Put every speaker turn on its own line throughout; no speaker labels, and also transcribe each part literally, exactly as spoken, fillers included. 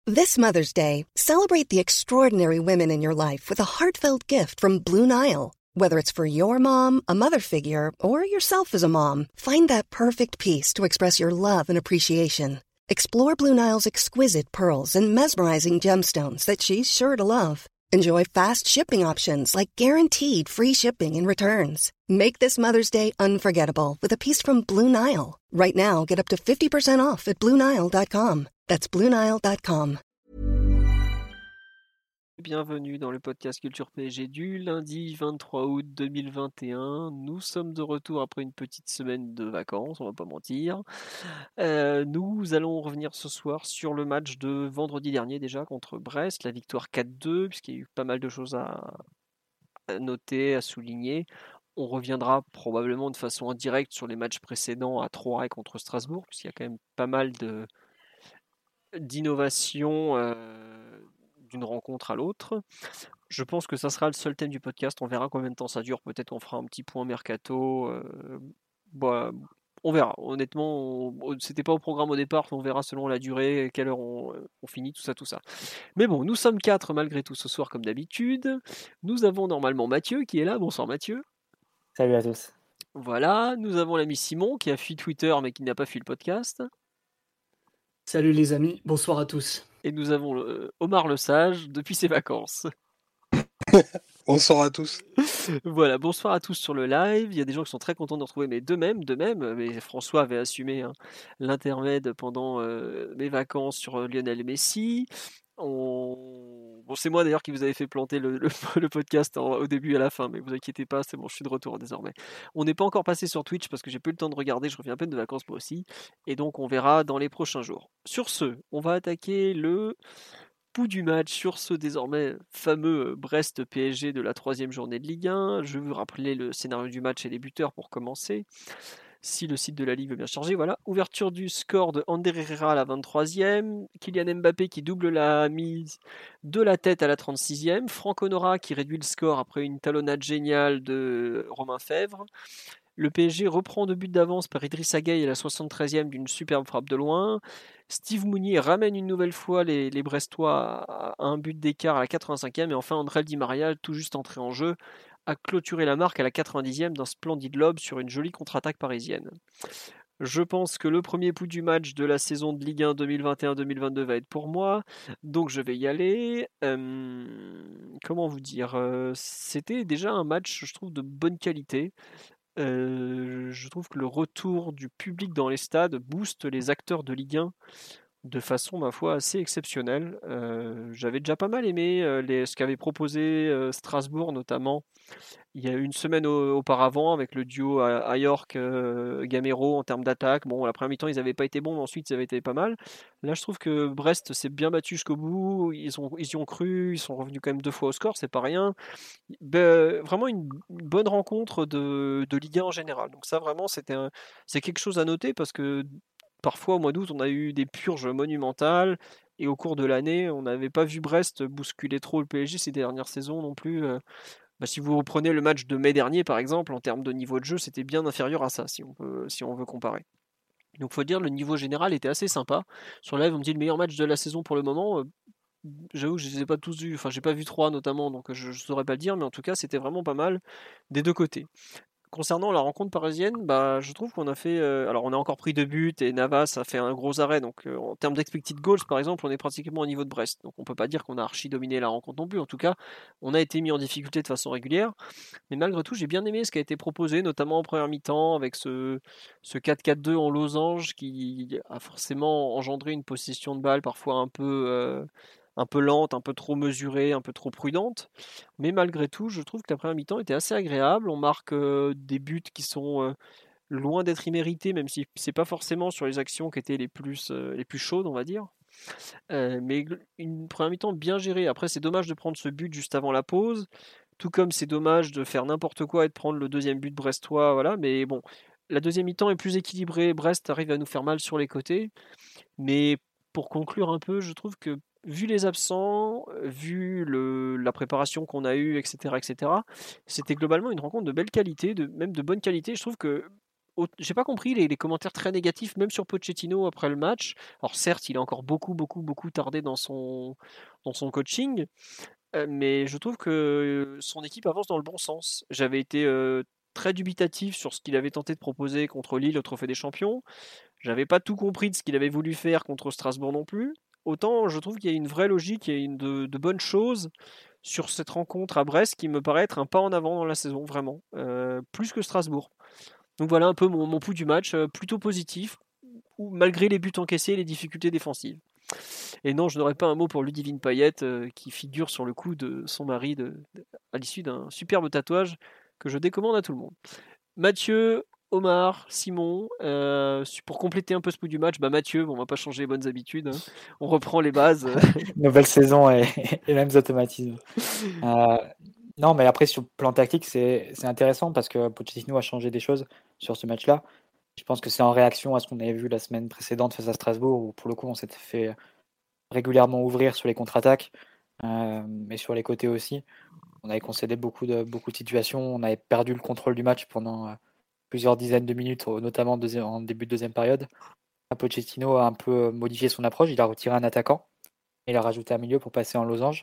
This Mother's Day, celebrate the extraordinary women in your life with a heartfelt gift from Blue Nile. Whether it's for your mom, a mother figure, or yourself as a mom, find that perfect piece to express your love and appreciation. Explore Blue Nile's exquisite pearls and mesmerizing gemstones that she's sure to love. Enjoy fast shipping options like guaranteed free shipping and returns. Make this Mother's Day unforgettable with a piece from Blue Nile. Right now, get up to fifty percent off at blue nile dot com. That's blue nile dot com.
Bienvenue dans le podcast Culture P S G du lundi vingt-trois août deux mille vingt et un. Nous sommes de retour après une petite semaine de vacances, on va pas mentir. Euh, nous allons revenir ce soir sur le match de vendredi dernier déjà contre Brest, la victoire quatre deux, puisqu'il y a eu pas mal de choses à, à noter, à souligner. On reviendra probablement de façon indirecte sur les matchs précédents à Troyes et contre Strasbourg, puisqu'il y a quand même pas mal de, d'innovations euh, d'une rencontre à l'autre. Je pense que ça sera le seul thème du podcast. On verra combien de temps ça dure. Peut-être qu'on fera un petit point mercato. Euh, bah, on verra. Honnêtement, on, c'était pas au programme au départ. On verra selon la durée, quelle heure on, on finit, tout ça, tout ça. Mais bon, nous sommes quatre malgré tout ce soir comme d'habitude. Nous avons normalement Mathieu qui est là. Bonsoir Mathieu.
Salut à tous.
Voilà, nous avons l'ami Simon qui a fui Twitter mais qui n'a pas fui le podcast.
Salut les amis, bonsoir à tous.
Et nous avons euh, Omar le Sage depuis ses vacances.
Bonsoir à tous.
Voilà, bonsoir à tous sur le live. Il y a des gens qui sont très contents de retrouver, mais de même, de même, mais François avait assumé hein, l'intermède pendant euh, mes vacances sur euh, Lionel Messi. On... Bon, c'est moi d'ailleurs qui vous avez fait planter le, le, le podcast en, au début et à la fin, mais vous inquiétez pas, c'est bon, je suis de retour désormais. On n'est pas encore passé sur Twitch parce que j'ai peu le temps de regarder, je reviens à peine de vacances moi aussi, et donc on verra dans les prochains jours. Sur ce, on va attaquer le pouls du match sur ce désormais fameux Brest-P S G de la troisième journée de Ligue un. Je vais vous rappeler le scénario du match et les buteurs pour commencer. Si le site de la Ligue veut bien charger, voilà. Ouverture du score de Ander Herrera à la vingt-troisième. Kylian Mbappé qui double la mise de la tête à la trente-sixième. Franck Honora qui réduit le score après une talonnade géniale de Romain Fèvre. Le P S G reprend deux buts d'avance par Idrissa Gueye à la soixante-treizième d'une superbe frappe de loin. Steve Mounier ramène une nouvelle fois les, les Brestois à un but d'écart à la quatre-vingt-cinquième. Et enfin André Di Maria, tout juste entré en jeu, a clôturé la marque à la quatre-vingt-dixième d'un splendide lob sur une jolie contre-attaque parisienne. Je pense que le premier pouls du match de la saison de Ligue un deux mille vingt et un deux mille vingt-deux va être pour moi, donc je vais y aller. Euh, comment vous dire euh, C'était déjà un match, je trouve, de bonne qualité. Euh, je trouve que le retour du public dans les stades booste les acteurs de Ligue un de façon, ma foi, assez exceptionnelle. Euh, j'avais déjà pas mal aimé euh, les, ce qu'avait proposé euh, Strasbourg, notamment il y a une semaine au, auparavant avec le duo à, à York euh, Gamero en termes d'attaque. Bon, la première mi-temps, ils n'avaient pas été bons, mais ensuite, ils avaient été pas mal. Là, je trouve que Brest s'est bien battu jusqu'au bout. Ils, ont, ils y ont cru, ils sont revenus quand même deux fois au score, c'est pas rien. Ben, vraiment une, une bonne rencontre de, de Ligue un en général. Donc ça, vraiment, c'était un, c'est quelque chose à noter parce que parfois, au mois d'août, on a eu des purges monumentales. Et au cours de l'année, on n'avait pas vu Brest bousculer trop le P S G ces dernières saisons non plus. Bah, si vous reprenez le match de mai dernier, par exemple, en termes de niveau de jeu, c'était bien inférieur à ça, si on, peut, si on veut comparer. Donc, faut dire, le niveau général était assez sympa. Sur le live, on me dit le meilleur match de la saison pour le moment. Euh, j'avoue que je les ai pas tous vus. Enfin, j'ai pas vu trois notamment, donc je ne saurais pas le dire, mais en tout cas, c'était vraiment pas mal des deux côtés. Concernant la rencontre parisienne, bah, je trouve qu'on a fait. Euh, alors, on a encore pris deux buts et Navas a fait un gros arrêt. Donc, euh, en termes d'expected goals, par exemple, on est pratiquement au niveau de Brest. Donc, on peut pas dire qu'on a archi dominé la rencontre non plus. En tout cas, on a été mis en difficulté de façon régulière. Mais malgré tout, j'ai bien aimé ce qui a été proposé, notamment en première mi-temps, avec ce, ce quatre quatre deux en losange qui a forcément engendré une possession de balle parfois un peu. Euh, un peu lente, un peu trop mesurée, un peu trop prudente. Mais malgré tout, je trouve que la première mi-temps était assez agréable. On marque euh, des buts qui sont euh, loin d'être immérités, même si c'est pas forcément sur les actions qui étaient les plus, euh, les plus chaudes, on va dire. Euh, mais une première mi-temps bien gérée. Après, c'est dommage de prendre ce but juste avant la pause. Tout comme c'est dommage de faire n'importe quoi et de prendre le deuxième but brestois. Voilà. Mais bon, la deuxième mi-temps est plus équilibrée. Brest arrive à nous faire mal sur les côtés. Mais pour conclure un peu, je trouve que vu les absents, vu le, la préparation qu'on a eue, et cetera, et cetera, c'était globalement une rencontre de belle qualité, de, même de bonne qualité. Je trouve que j'ai pas compris les, les commentaires très négatifs, même sur Pochettino après le match. Alors certes, il a encore beaucoup, beaucoup, beaucoup tardé dans son, dans son coaching, euh, mais je trouve que son équipe avance dans le bon sens. J'avais été euh, très dubitatif sur ce qu'il avait tenté de proposer contre Lille au Trophée des Champions. J'avais pas tout compris de ce qu'il avait voulu faire contre Strasbourg non plus. Autant je trouve qu'il y a une vraie logique et une de, de bonnes choses sur cette rencontre à Brest qui me paraît être un pas en avant dans la saison, vraiment. Euh, plus que Strasbourg. Donc voilà un peu mon, mon pouls du match, euh, plutôt positif, ou malgré les buts encaissés et les difficultés défensives. Et non, je n'aurais pas un mot pour Ludivine Payette, euh, qui figure sur le coup de son mari de, de- à l'issue d'un superbe tatouage que je décommande à tout le monde. Mathieu, Omar, Simon, euh, pour compléter un peu ce pouls du match, bah Mathieu, bon, on va pas changer les bonnes habitudes, hein. On reprend les bases.
Nouvelle saison et, et mêmes automatismes. Euh, non, mais après, sur le plan tactique, c'est c'est intéressant parce que Pochettino a changé des choses sur ce match-là. Je pense que c'est en réaction à ce qu'on avait vu la semaine précédente face à Strasbourg, où pour le coup, on s'était fait régulièrement ouvrir sur les contre-attaques, euh, mais sur les côtés aussi. On avait concédé beaucoup de, beaucoup de situations, on avait perdu le contrôle du match pendant euh, plusieurs dizaines de minutes, notamment en, deuxi- en début de deuxième période. Pochettino a un peu modifié son approche, il a retiré un attaquant, et il a rajouté un milieu pour passer en losange.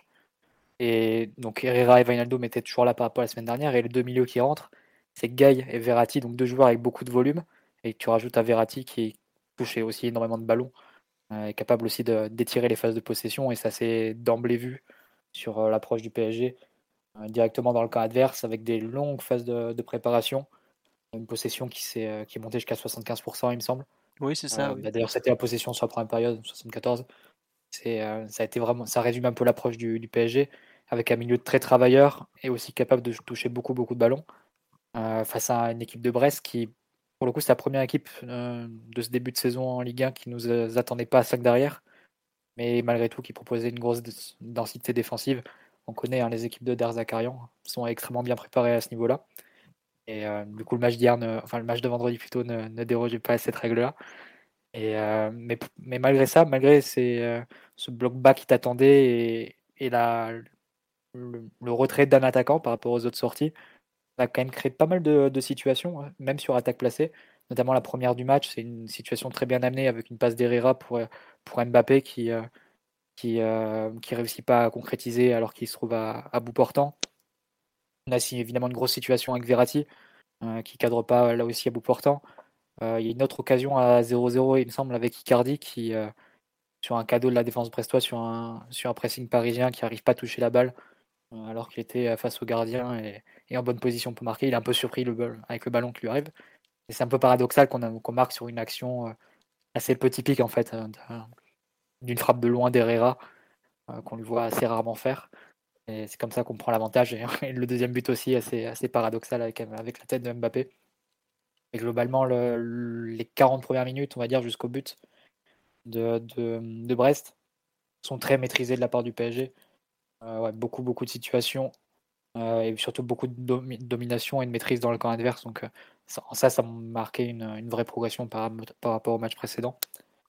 Et donc Herrera et Wijnaldum étaient toujours là par rapport à la semaine dernière, et les deux milieux qui rentrent, c'est Gueye et Verratti, donc deux joueurs avec beaucoup de volume, et tu rajoutes à Verratti qui touche aussi énormément de ballons, euh, est capable aussi de- d'étirer les phases de possession, et ça s'est d'emblée vu sur euh, l'approche du P S G, euh, directement dans le camp adverse, avec des longues phases de, de préparation, une possession qui, s'est, euh, qui est montée jusqu'à soixante-quinze pour cent il me semble.
Oui, c'est ça,
Euh,
oui.
bah, d'ailleurs c'était la possession sur la première période, soixante-quatorze. C'est, euh, ça a été vraiment, ça résume un peu l'approche du, du P S G, avec un milieu très travailleur et aussi capable de toucher beaucoup beaucoup de ballons, euh, face à une équipe de Brest qui, pour le coup, c'est la première équipe euh, de ce début de saison en Ligue un qui nous euh, attendait pas à sac derrière, mais malgré tout qui proposait une grosse densité défensive. On connaît, hein, les équipes de Der Zakarian sont extrêmement bien préparées à ce niveau-là. Et euh, du coup, le match d'hier, ne- enfin le match de vendredi plutôt, ne, ne dérogeait pas à cette règle-là. Et euh, mais, mais malgré ça, malgré ces, euh, ce bloc bas qui t'attendait et, et la, le, le retrait d'un attaquant par rapport aux autres sorties, on a quand même créé pas mal de, de situations, hein, même sur attaque placée. Notamment la première du match, c'est une situation très bien amenée avec une passe d'Herrera pour, pour Mbappé qui euh, qui, euh, qui réussit pas à concrétiser alors qu'il se trouve à, à bout portant. On a aussi évidemment une grosse situation avec Verratti, euh, qui cadre pas là aussi à bout portant. Euh, il y a une autre occasion à zéro zéro, il me semble, avec Icardi qui, euh, sur un cadeau de la défense brestoise, sur un, sur un pressing parisien qui n'arrive pas à toucher la balle, euh, alors qu'il était euh, face au gardien et, et en bonne position pour marquer. Il est un peu surpris le ball, avec le ballon qui lui arrive. Et c'est un peu paradoxal qu'on a- qu'on marque sur une action euh, assez peu typique en fait, euh, d'un- d'une frappe de loin d'Herrera, euh, qu'on lui voit assez rarement faire. Et c'est comme ça qu'on prend l'avantage. Et, et le deuxième but aussi assez, assez paradoxal avec, avec la tête de Mbappé. Et globalement, le- les quarante premières minutes, on va dire, jusqu'au but de, de, de Brest, sont très maîtrisées de la part du P S G. Euh, ouais, beaucoup, beaucoup de situations, euh, et surtout beaucoup de domi- domination et de maîtrise dans le camp adverse. Donc euh, ça, ça, ça m'a marqué une, une vraie progression par, par rapport au match précédent.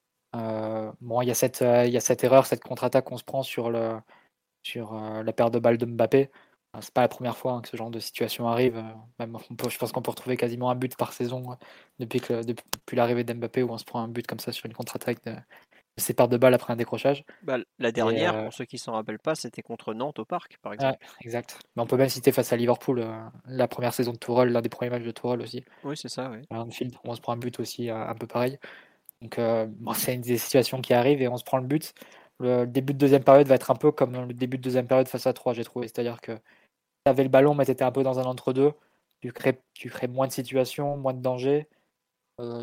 Euh, bon, il y a cette, euh, il y a cette erreur, cette contre-attaque qu'on se prend sur, le, sur euh, la paire de balles de Mbappé. Euh, C'est pas la première fois, hein, que ce genre de situation arrive. Euh, Même, on peut- je pense qu'on peut retrouver quasiment un but par saison, euh, depuis, que, depuis l'arrivée d'Mbappé, où on se prend un but comme ça sur une contre-attaque de, de ses paires de balles après un décrochage.
Bah, la
Et,
dernière,
euh,
pour ceux qui s'en rappellent pas, c'était contre Nantes au Parc, par
ouais,
exemple.
exact. Mais on peut même citer face à Liverpool, euh, la première saison de Tourelle, l'un des premiers matchs de Tourelle aussi.
Oui, c'est ça, oui.
À Anfield, on se prend un but aussi, euh, un peu pareil. Donc, euh, bon, c'est une des situations qui arrivent et on se prend le but. Le début de deuxième période va être un peu comme le début de deuxième période face à trois, j'ai trouvé. C'est-à-dire que tu avais le ballon, mais tu étais un peu dans un entre-deux. Tu crées, tu crées moins de situations, moins de dangers. Euh,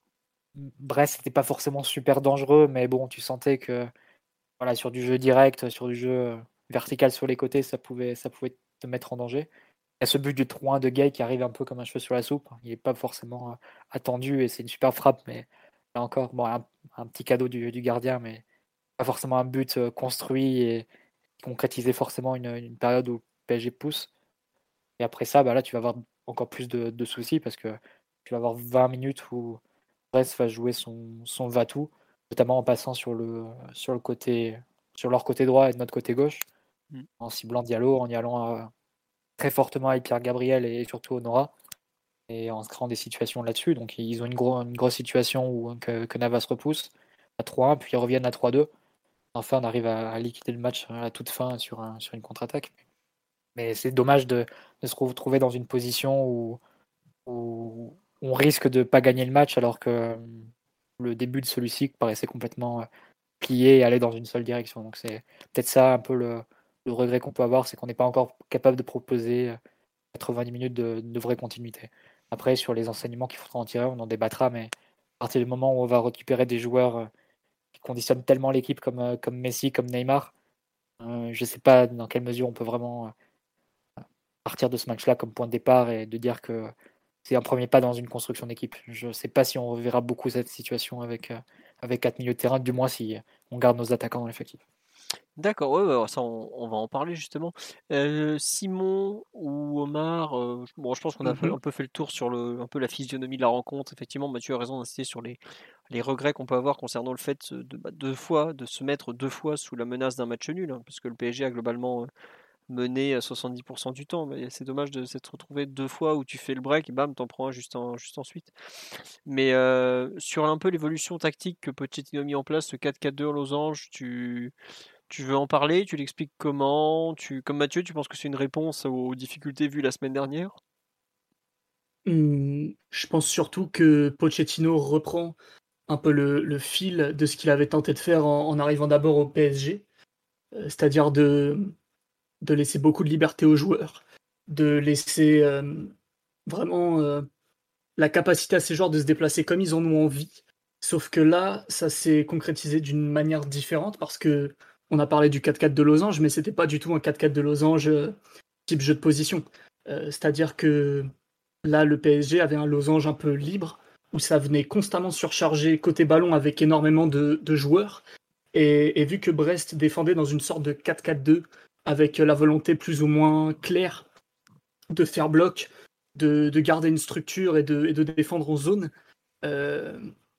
Brest, c'était pas forcément super dangereux, mais bon, tu sentais que, voilà, sur du jeu direct, sur du jeu euh, vertical sur les côtés, ça pouvait, ça pouvait te mettre en danger. Il y a ce but du trois un de Gay qui arrive un peu comme un cheveu sur la soupe. Il n'est pas forcément euh, attendu et c'est une super frappe, mais là encore, bon, un, un petit cadeau du, du gardien, mais pas forcément un but euh, construit et concrétisé forcément une, une période où le P S G pousse. Et après ça, bah là, tu vas avoir encore plus de, de soucis parce que tu vas avoir vingt minutes où Brest va jouer son, son va-tout, notamment en passant sur le, sur le côté, sur leur côté droit et de notre côté gauche,
Mm.
en ciblant Diallo, en y allant à- très fortement avec Pierre Gabriel et surtout Honora. et en se créant des situations là-dessus. Donc ils ont une, gros, une grosse situation où que, que Navas repousse à trois un, puis ils reviennent à trois deux. Enfin, on arrive à, à liquider le match à la toute fin sur, un, sur une contre-attaque. Mais c'est dommage de, de se retrouver dans une position où, où on risque de ne pas gagner le match alors que le début de celui-ci paraissait complètement plié et aller dans une seule direction. Donc c'est peut-être ça un peu le, le regret qu'on peut avoir, c'est qu'on n'est pas encore capable de proposer quatre-vingt-dix minutes de, de vraie continuité. Après, sur les enseignements qu'il faudra en tirer, on en débattra, mais à partir du moment où on va récupérer des joueurs qui conditionnent tellement l'équipe comme, comme Messi, comme Neymar, euh, je ne sais pas dans quelle mesure on peut vraiment partir de ce match-là comme point de départ et de dire que c'est un premier pas dans une construction d'équipe. Je ne sais pas si on reverra beaucoup cette situation avec, euh, avec quatre milieux de terrain, du moins si on garde nos attaquants dans l'effectif.
D'accord, ouais, ouais, ça on, on va en parler justement. Euh, Simon ou Omar, euh, bon, je pense qu'on a fait-
Mhm.
un peu fait le tour sur le, un peu la physionomie de la rencontre. Effectivement, Mathieu a raison d'insister sur les, les regrets qu'on peut avoir concernant le fait de, bah, deux fois, de se mettre deux fois sous la menace d'un match nul, hein, parce que le P S G a globalement euh, mené à soixante-dix pour cent du temps. Mais c'est dommage de s'être retrouvé deux fois où tu fais le break et bam, t'en prends un juste, en- juste ensuite. Mais euh, sur un peu l'évolution tactique que Pochettino a mis en place, ce quatre quatre deux en losange, tu, tu veux en parler? Tu l'expliques comment? Tu, comme Mathieu, tu penses que c'est une réponse aux difficultés vues la semaine dernière?
Hmm, je pense surtout que Pochettino reprend un peu le, le fil de ce qu'il avait tenté de faire en, en arrivant d'abord au P S G, euh, c'est-à-dire de, de laisser beaucoup de liberté aux joueurs, de laisser euh, vraiment euh, la capacité à ces joueurs de se déplacer comme ils en ont envie. Sauf que là, ça s'est concrétisé d'une manière différente parce que on a parlé du quatre quatre de losange, mais c'était pas du tout un quatre quatre de losange euh, type jeu de position. Euh, c'est-à-dire que là, le P S G avait un losange un peu libre où ça venait constamment surcharger côté ballon avec énormément de, de joueurs. Et, et vu que Brest défendait dans une sorte de quatre quatre deux avec la volonté plus ou moins claire de faire bloc, de, de garder une structure et de, et de défendre en zone, euh,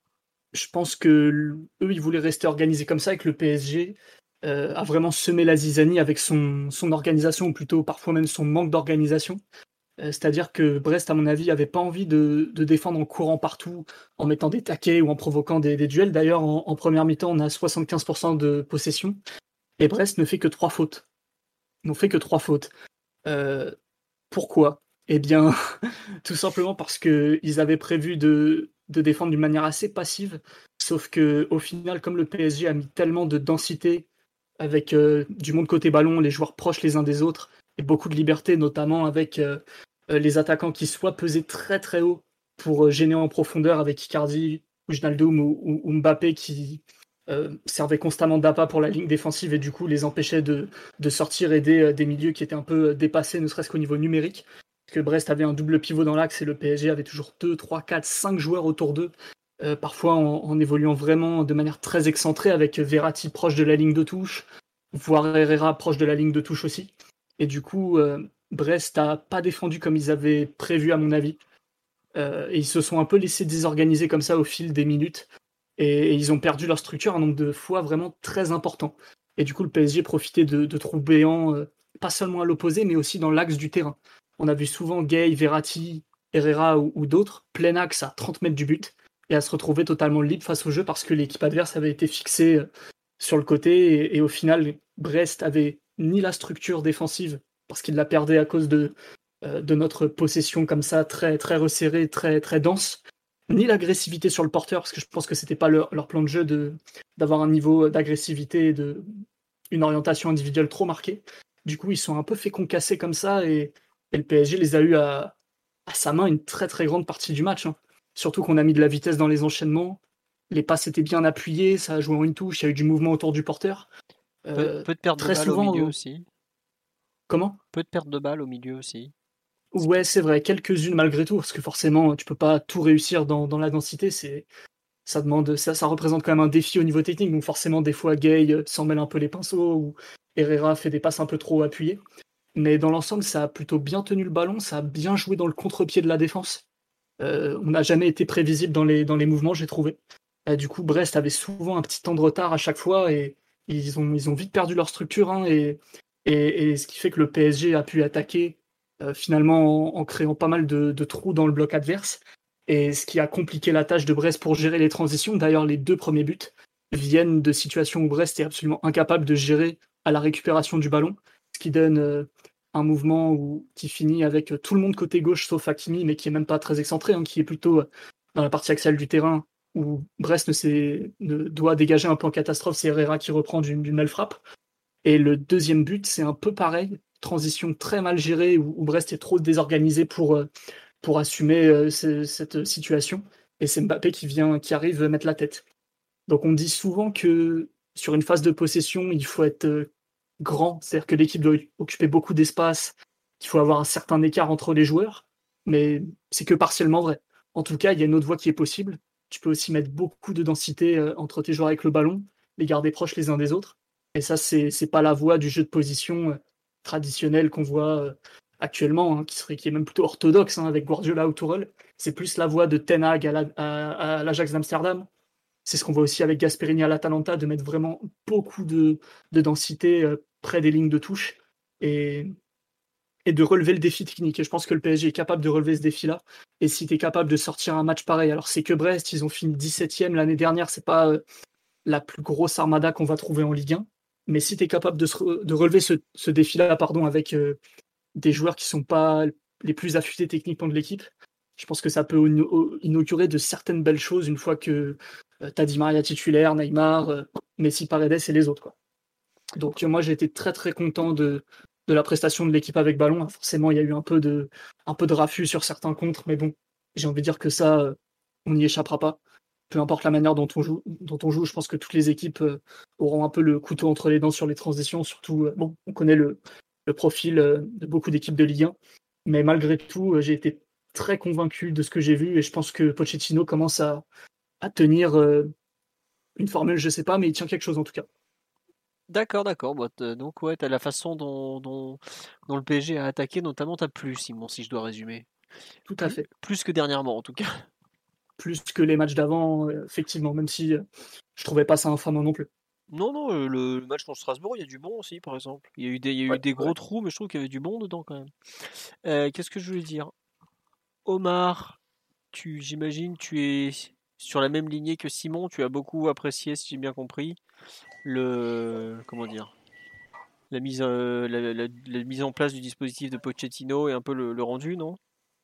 je pense que eux, ils voulaient rester organisés comme ça et que le P S G euh, a vraiment semé la zizanie avec son, son organisation, ou plutôt parfois même son manque d'organisation. Euh, C'est-à-dire que Brest, à mon avis, avait pas envie de, de défendre en courant partout, en mettant des taquets ou en provoquant des, des duels. D'ailleurs, en, en première mi-temps, on a soixante-quinze pour cent de possession et Brest ne fait que trois fautes. N'ont fait que trois fautes. Euh, pourquoi? Eh bien, tout simplement parce qu'ils avaient prévu de, de défendre d'une manière assez passive, sauf que au final, comme le P S G a mis tellement de densité avec euh, du monde côté ballon, les joueurs proches les uns des autres, et beaucoup de liberté, notamment avec euh, euh, les attaquants qui soit pesaient très très haut pour euh, gêner en profondeur avec Icardi, Wijnaldum ou, ou, ou Mbappé qui euh, servaient constamment d'appât pour la ligne défensive et du coup les empêchaient de, de sortir et des, des milieux qui étaient un peu dépassés, ne serait-ce qu'au niveau numérique. Parce que Brest avait un double pivot dans l'axe et le P S G avait toujours deux, trois, quatre, cinq joueurs autour d'eux, euh, parfois en, en évoluant vraiment de manière très excentrée avec Verratti proche de la ligne de touche, voire Herrera proche de la ligne de touche aussi. Et du coup, euh, Brest n'a pas défendu comme ils avaient prévu, à mon avis. Euh, et ils se sont un peu laissés désorganiser comme ça au fil des minutes. Et, et ils ont perdu leur structure un nombre de fois vraiment très important. Et du coup, le P S G profitait de, de trous béants, euh, pas seulement à l'opposé, mais aussi dans l'axe du terrain. On a vu souvent Gay, Verratti, Herrera ou, ou d'autres, plein axe à trente mètres du but, et à se retrouver totalement libre face au jeu parce que l'équipe adverse avait été fixée euh, sur le côté. Et, et au final, Brest avait ni la structure défensive, parce qu'il la perdait à cause de, euh, de notre possession comme ça, très, très resserrée, très, très dense, ni l'agressivité sur le porteur, parce que je pense que c'était pas leur, leur plan de jeu de, d'avoir un niveau d'agressivité et de, une orientation individuelle trop marquée. Du coup, ils sont un peu fait concasser comme ça et, et le P S G les a eu à, à sa main une très très grande partie du match. Hein. Surtout qu'on a mis de la vitesse dans les enchaînements, les passes étaient bien appuyées, ça a joué en une touche, il y a eu du mouvement autour du porteur.
Peu,
Euh,
peu de pertes de
très
balles au
souvent,
milieu
euh,
aussi.
comment?
Peu de pertes de balles au milieu aussi.
Ouais, c'est vrai, quelques-unes malgré tout, parce que forcément, tu peux pas tout réussir dans, dans la densité, c'est, ça demande, ça, ça représente quand même un défi au niveau technique, donc forcément, des fois, Gay euh, s'en mêle un peu les pinceaux, ou Herrera fait des passes un peu trop appuyées. Mais dans l'ensemble, ça a plutôt bien tenu le ballon, ça a bien joué dans le contre-pied de la défense. Euh, on n'a jamais été prévisible dans les, dans les mouvements, j'ai trouvé. Euh, du coup, Brest avait souvent un petit temps de retard à chaque fois et ils ont, ils ont vite perdu leur structure. Hein, et, et, et ce qui fait que le P S G a pu attaquer euh, finalement en, en créant pas mal de, de trous dans le bloc adverse. Et ce qui a compliqué la tâche de Brest pour gérer les transitions. D'ailleurs, les deux premiers buts viennent de situations où Brest est absolument incapable de gérer à la récupération du ballon, ce qui donne euh, un mouvement où, qui finit avec euh, tout le monde côté gauche sauf Hakimi, mais qui est même pas très excentré, hein, qui est plutôt euh, dans la partie axiale du terrain où Brest ne, sait, ne doit dégager un peu en catastrophe. C'est Herrera qui reprend d'une, d'une belle frappe. Et le deuxième but, c'est un peu pareil, transition très mal gérée où, où Brest est trop désorganisé pour, euh, pour assumer euh, ce- cette situation. Et c'est Mbappé qui vient, qui arrive à mettre la tête. Donc on dit souvent que sur une phase de possession, il faut être euh, grand, c'est-à-dire que l'équipe doit occuper beaucoup d'espace, qu'il faut avoir un certain écart entre les joueurs, mais c'est que partiellement vrai. En tout cas, il y a une autre voie qui est possible. Tu peux aussi mettre beaucoup de densité euh, entre tes joueurs avec le ballon, les garder proches les uns des autres. Et ça, c'est c'est pas la voie du jeu de position euh, traditionnel qu'on voit euh, actuellement, hein, qui serait qui est même plutôt orthodoxe hein, avec Guardiola ou Tourelle. C'est plus la voie de Ten Hag à la- à- à l'Ajax d'Amsterdam. C'est ce qu'on voit aussi avec Gasperini à l'Atalanta, de mettre vraiment beaucoup de, de densité euh, près des lignes de touche et, et de relever le défi technique. Et je pense que le P S G est capable de relever ce défi-là. Et si tu es capable de sortir un match pareil, alors c'est que Brest, ils ont fini dix-septième l'année dernière, c'est pas euh, la plus grosse armada qu'on va trouver en Ligue un. Mais si tu es capable de, se, de relever ce, ce défi-là pardon, avec euh, des joueurs qui sont pas les plus affûtés techniquement de l'équipe, je pense que ça peut inaugurer de certaines belles choses une fois que euh, tu as Di Maria titulaire, Neymar, euh, Messi, Paredes et les autres, quoi. Donc euh, moi j'ai été très très content de, de la prestation de l'équipe avec ballon. Alors, forcément il y a eu un peu de, un peu de raffus sur certains contres, mais bon, j'ai envie de dire que ça, euh, on n'y échappera pas. Peu importe la manière dont on joue, dont on joue, je pense que toutes les équipes euh, auront un peu le couteau entre les dents sur les transitions. Surtout, euh, bon, on connaît le, le profil euh, de beaucoup d'équipes de Ligue un, mais malgré tout, euh, j'ai été très convaincu de ce que j'ai vu et je pense que Pochettino commence à, à tenir euh, une formule, je sais pas, mais il tient quelque chose en tout cas.
D'accord, d'accord. Bah, t'as- donc ouais, t'as la façon dont, dont, dont le P S G a attaqué, notamment, t'as plu, Simon, si je dois résumer.
Tout à
Plus,
fait.
plus que dernièrement, en tout cas.
Plus que les matchs d'avant, euh, effectivement, même si euh, je trouvais pas ça infamant non plus.
Non, non, euh, le, le match contre Strasbourg, il y a du bon aussi, par exemple. Il y a eu des, il y a eu
Ouais,
des
ouais.
gros trous, mais je trouve qu'il y avait du bon dedans quand même. Euh, qu'est-ce que je voulais dire? Omar, tu, j'imagine, tu es sur la même lignée que Simon. Tu as beaucoup apprécié, si j'ai bien compris, le, comment dire, la mise, euh, la, la- la mise en place du dispositif de Pochettino et un peu le, le rendu, non?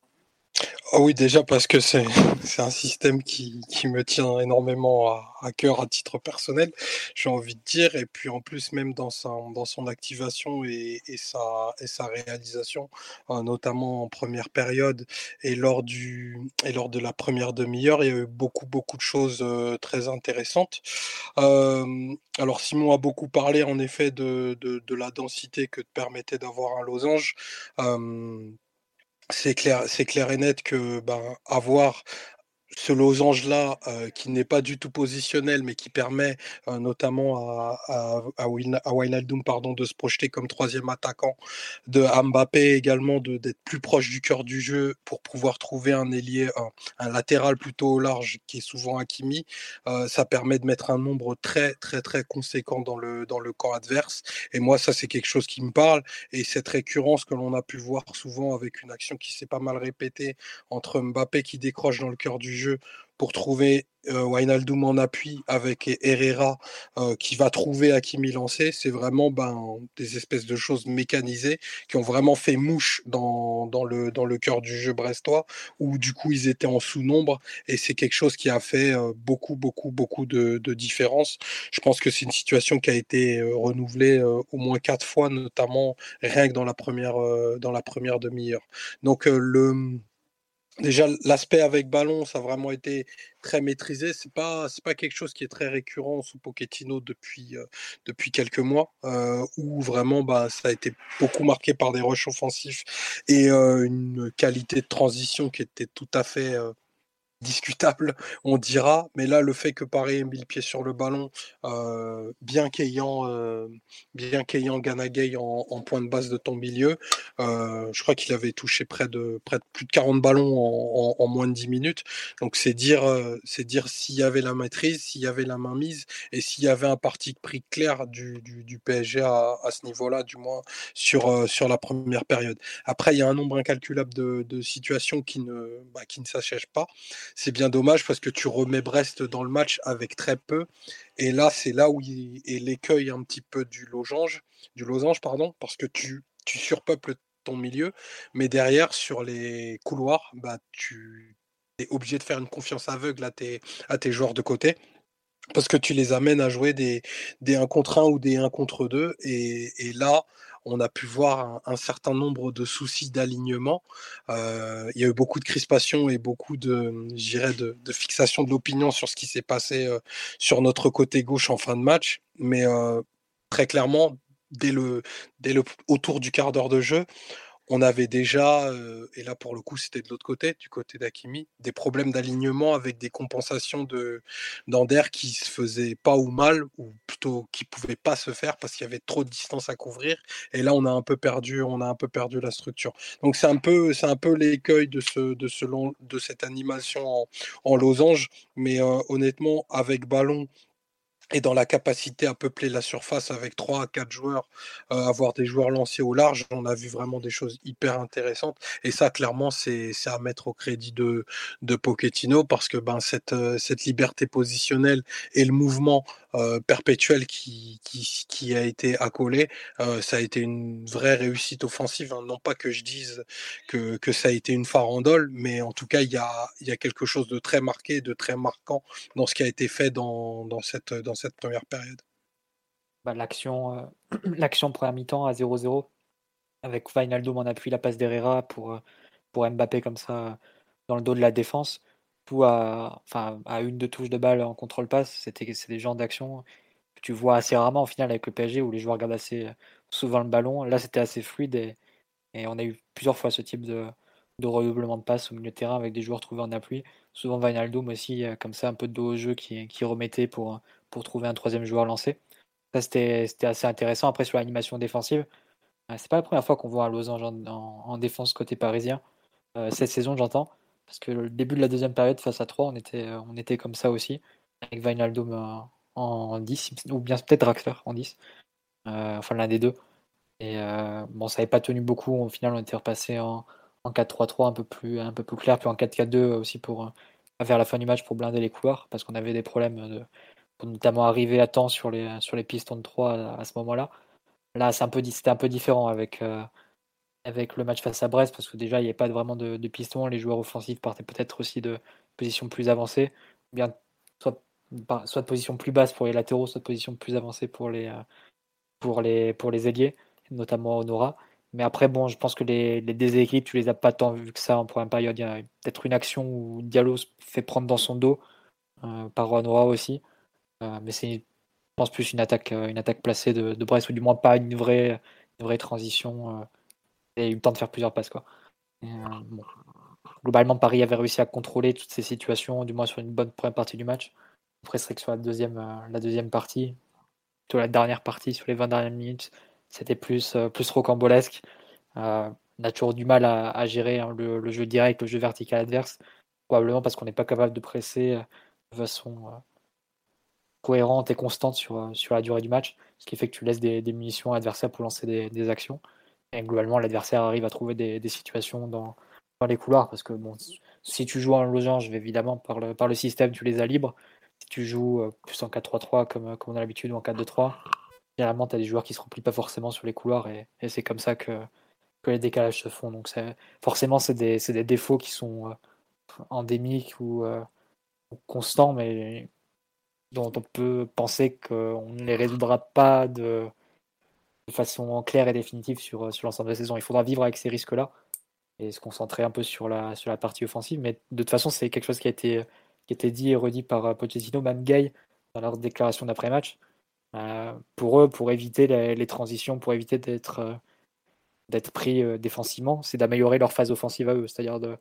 Ah oui, déjà parce que c'est c'est un système qui, qui me tient énormément à, à cœur à titre personnel, j'ai envie de dire. Et puis en plus, même dans, sa, dans son activation et, et, sa, et sa réalisation, euh, notamment en première période et lors, du, et lors de la première demi-heure, il y a eu beaucoup, beaucoup de choses euh, très intéressantes. Euh, alors Simon a beaucoup parlé en effet de, de, de la densité que te permettait d'avoir un losange. Euh, c'est clair, c'est clair et net que ben, avoir ce losange-là, heu, qui n'est pas du tout positionnel, mais qui permet, heu, notamment à à à Wijna à Wijnaldum, pardon, de se projeter comme troisième attaquant, de à Mbappé également de d'être plus proche du cœur du jeu pour pouvoir trouver un ailier, un un latéral plutôt au large qui est souvent Hakimi, heu, ça permet de mettre un nombre très, très, très conséquent dans le dans le camp adverse et moi ça c'est quelque chose qui me parle et cette récurrence que l'on a pu voir souvent avec une action qui s'est pas mal répétée entre Mbappé qui décroche dans le cœur du jeu pour trouver euh, Wijnaldum en appui avec Herrera euh, qui va trouver Hakimi lancé. C'est vraiment ben, des espèces de choses mécanisées qui ont vraiment fait mouche dans, dans, le, dans le cœur du jeu brestois où du coup ils étaient en sous-nombre et c'est quelque chose qui a fait euh, beaucoup, beaucoup, beaucoup de, de différence. Je pense que c'est une situation qui a été euh, renouvelée euh, au moins quatre fois, notamment rien que dans la première, euh, dans la première demi-heure. Donc euh, le Déjà, l'aspect avec ballon, ça a vraiment été très maîtrisé. C'est pas, c'est pas quelque chose qui est très récurrent sous Pochettino depuis, euh, depuis quelques mois, euh, où vraiment, bah, ça a été beaucoup marqué par des rushs offensifs et euh, une qualité de transition qui était tout à fait, euh, discutable, on dira, mais là, le fait que Paris ait mis le pied sur le ballon, euh, bien qu'ayant euh, bien qu'ayant Gana Gueye en, en point de base de ton milieu, euh, je crois qu'il avait touché près de, près de plus de quarante ballons en, en- en moins de dix minutes. Donc c'est dire, euh, c'est dire s'il y avait la maîtrise, s'il y avait la mainmise et s'il y avait un parti pris clair du, du, du P S G à, à ce niveau-là, du moins sur, euh, sur la première période. Après, il y a un nombre incalculable de, de situations qui ne, bah, qui ne s'achèvent pas. C'est bien dommage parce que tu remets Brest dans le match avec très peu. Et là, c'est là où il est l'écueil un petit peu du losange, du losange, pardon, parce que tu, tu surpeuples ton milieu, mais derrière, sur les couloirs, bah, tu es obligé de faire une confiance aveugle à tes, à tes joueurs de côté. Parce que tu les amènes à jouer des, des un contre un ou des un contre deux. Et, et là, on a pu voir un, un certain nombre de soucis d'alignement. Euh, il y a eu beaucoup de crispation et beaucoup de, je dirais, de, de fixation de l'opinion sur ce qui s'est passé euh, sur notre côté gauche en fin de match. Mais euh, très clairement, dès le, dès le, autour du quart d'heure de jeu, on avait déjà, euh, et là pour le coup c'était de l'autre côté, du côté d'Hakimi, des problèmes d'alignement avec des compensations de d'Ander qui se faisaient pas ou mal, ou plutôt qui pouvaient pas se faire parce qu'il y avait trop de distance à couvrir. Et là on a un peu perdu, on a un peu perdu la structure. Donc c'est un peu, c'est un peu l'écueil de ce, de ce long, de cette animation en, en losange. Mais euh, honnêtement, avec ballon et dans la capacité à peupler la surface avec trois à quatre joueurs, euh, avoir des joueurs lancés au large, on a vu vraiment des choses hyper intéressantes. Et ça, clairement, c'est c'est à mettre au crédit de, de Pochettino parce que ben, cette, euh, cette liberté positionnelle et le mouvement euh, perpétuel qui, qui, qui a été accolé, euh, ça a été une vraie réussite offensive. Hein. Non pas que je dise que, que ça a été une farandole, mais en tout cas, il y a, il y a quelque chose de très marqué, de très marquant dans ce qui a été fait dans, dans, cette, dans cette première période.
Bah, l'action, euh, l'action première mi-temps à zéro zéro, avec Wijnaldum en appui, la passe d'Herrera pour, euh, pour Mbappé comme ça, euh, dans le dos de la défense, tout à, enfin, à une de touche de balle en contrôle-passe, c'était, c'est des genres d'action que tu vois assez rarement au final avec le P S G où les joueurs gardent assez euh, souvent le ballon. Là, c'était assez fluide et, et on a eu plusieurs fois ce type de, de redoublement de passe au milieu de terrain avec des joueurs trouvés en appui. Souvent Wijnaldum aussi, euh, comme ça, un peu de dos au jeu qui, qui remettait pour, pour trouver un troisième joueur lancé. Ça, c'était, c'était assez intéressant. Après, sur l'animation défensive, euh, c'est pas la première fois qu'on voit un losange en, en- en défense côté parisien. Euh, cette saison, j'entends. Parce que le début de la deuxième période, face à trois, on était, euh, on était comme ça aussi. Avec Wijnaldum euh, en dix, ou bien peut-être Draxler en dix. Euh, enfin, l'un des deux. Et euh, bon, ça n'avait pas tenu beaucoup. Au final, on était repassé en, en quatre trois trois un peu plus, un peu plus clair, puis en quatre quatre deux aussi pour, euh, vers la fin du match pour blinder les couloirs, parce qu'on avait des problèmes de, pour notamment arriver à temps sur les, sur les pistons de trois à, à ce moment-là. Là, c'est un peu, di- c'était un peu différent avec, euh, avec le match face à Brest, parce que déjà, il n'y avait pas vraiment de, de pistons. Les joueurs offensifs partaient peut-être aussi de positions plus avancées, ou bien soit, par- soit de positions plus basses pour les latéraux, soit de positions plus avancées pour les, euh, pour les, pour les ailiers, notamment Honora. Mais après, bon, je pense que les, les déséquilibres, tu les as pas tant vus que ça en première période. Il y a peut-être une action où Diallo se fait prendre dans son dos euh, par Honora aussi. Euh, mais c'est, je pense, plus une attaque, euh, une attaque placée de, de Brest, ou du moins pas une vraie, une vraie transition. Euh, et eu le temps de faire plusieurs passes, quoi. Et, euh, bon. Globalement, Paris avait réussi à contrôler toutes ces situations, du moins sur une bonne première partie du match. Après, c'est vrai que sur la deuxième, euh, la deuxième partie, plutôt la dernière partie, sur les vingt dernières minutes, c'était plus, euh, plus rocambolesque. Euh, on a toujours du mal à, à gérer hein, le, le jeu direct, le jeu vertical adverse, probablement parce qu'on n'est pas capable de presser euh, de façon euh, cohérente et constante sur, euh, sur la durée du match, ce qui fait que tu laisses des, des munitions à l'adversaire pour lancer des, des actions. Et globalement, l'adversaire arrive à trouver des, des situations dans, dans les couloirs, parce que bon, si tu joues en losange, évidemment, par le, par le système, tu les as libres. Si tu joues euh, plus en quatre trois trois comme, comme on a l'habitude ou en quatre deux trois, généralement, tu as des joueurs qui se replient pas forcément sur les couloirs et, et c'est comme ça que, que les décalages se font. Donc, c'est, forcément, c'est des, c'est des défauts qui sont euh, endémiques ou, euh, ou constants, mais dont on peut penser qu'on ne les résoudra pas de, de façon claire et définitive sur, sur l'ensemble de la saison. Il faudra vivre avec ces risques-là et se concentrer un peu sur la, sur la partie offensive. Mais de toute façon, c'est quelque chose qui a été, qui a été dit et redit par Pochettino, même Gay, dans leur déclaration d'après-match. Euh, pour eux, pour éviter les, les transitions, pour éviter d'être, euh, d'être pris euh, défensivement, c'est d'améliorer leur phase offensive à eux, c'est-à-dire de,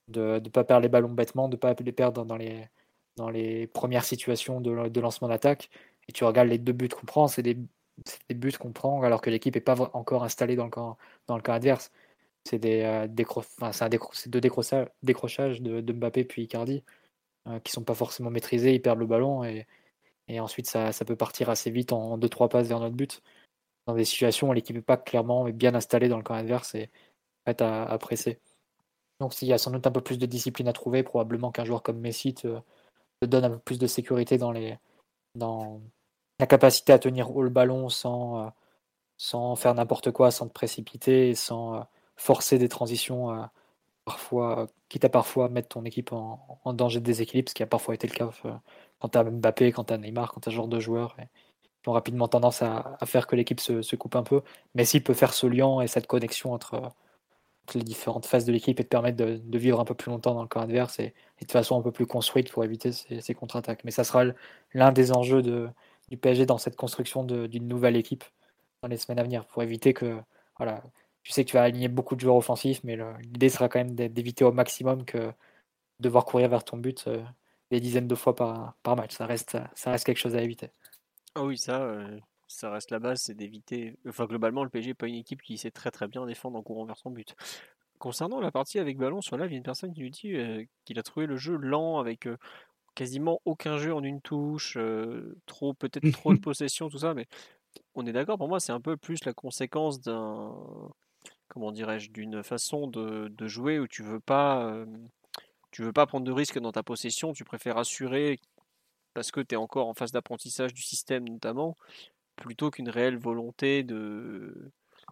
de ne pas perdre les ballons bêtement, de ne pas les perdre dans les, dans les premières situations de, de lancement d'attaque. Et tu regardes les deux buts qu'on prend, c'est des, c'est des buts qu'on prend alors que l'équipe n'est pas encore installée dans le camp, dans le camp adverse. C'est des, euh, décro... enfin, c'est un décro... c'est deux décrochages, décrochages de, de Mbappé puis Icardi euh, qui sont pas forcément maîtrisés, ils perdent le ballon et, et ensuite ça, ça peut partir assez vite en deux trois passes vers notre but. Dans des situations où l'équipe n'est pas clairement bien installée dans le camp adverse et prête à, à presser. Donc il y a sans doute un peu plus de discipline à trouver, probablement qu'un joueur comme Messi te, te donne un peu plus de sécurité dans, les, dans la capacité à tenir haut le ballon sans, euh, sans faire n'importe quoi, sans te précipiter, sans euh, forcer des transitions, euh, parfois, quitte à parfois mettre ton équipe en, en danger de déséquilibre, ce qui a parfois été le cas euh, quand tu as Mbappé, quand tu as Neymar, quand tu as ce genre de joueurs. Et, qui ont rapidement tendance à, à faire que l'équipe se, se coupe un peu. Messi peut faire ce lien et cette connexion entre, entre les différentes phases de l'équipe et te permettre de, de vivre un peu plus longtemps dans le camp adverse et, et de façon un peu plus construite pour éviter ces, ces contre-attaques. Mais ça sera l'un des enjeux de, du P S G dans cette construction d'une nouvelle équipe dans les semaines à venir pour éviter que, voilà, tu sais que tu vas aligner beaucoup de joueurs offensifs, mais l'idée sera quand même d'éviter au maximum que devoir courir vers ton but euh, des dizaines de fois par, par match. Ça reste, ça reste quelque chose à éviter.
Ah oui, ça, euh, ça reste la base, c'est d'éviter. Enfin, globalement, le P S G n'est pas une équipe qui sait très très bien défendre en courant vers son but. Concernant la partie avec ballon, sur live, il y a une personne qui lui dit euh, qu'il a trouvé le jeu lent avec euh, quasiment aucun jeu en une touche, euh, trop peut-être trop de possession, tout ça. Mais on est d'accord, pour moi, c'est un peu plus la conséquence d'un, comment dirais-je, d'une façon de, de jouer où tu veux pas, euh, tu veux pas prendre de risques dans ta possession, tu préfères assurer parce que tu es encore en phase d'apprentissage du système notamment, plutôt qu'une réelle volonté de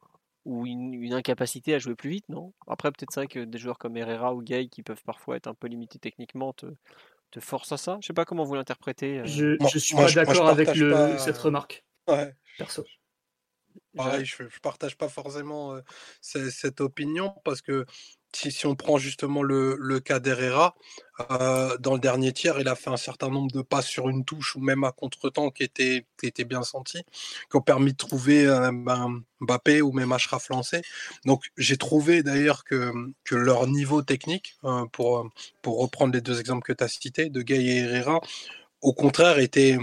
ou une, une incapacité à jouer plus vite, non? Après, peut-être c'est vrai que des joueurs comme Herrera ou Gay qui peuvent parfois être un peu limités techniquement te, te forcent à ça. Je sais pas comment vous l'interprétez. euh.
Je,
Moi,
je suis
moi,
pas
je, moi, je
d'accord avec
partage
le,
pas.
cette
euh,
remarque,
Ouais,
perso.
pareil, je, je partage pas forcément euh, ce- cette opinion parce que si, si on prend justement le, le cas d'Herrera, euh, dans le dernier tiers, il a fait un certain nombre de passes sur une touche ou même à contretemps qui étaient, qui étaient bien sentis, qui ont permis de trouver euh, ben, Mbappé ou même Achraf lancé. Donc j'ai trouvé d'ailleurs que, que leur niveau technique, euh, pour, pour reprendre les deux exemples que tu as cités, de Gay et Herrera, au contraire était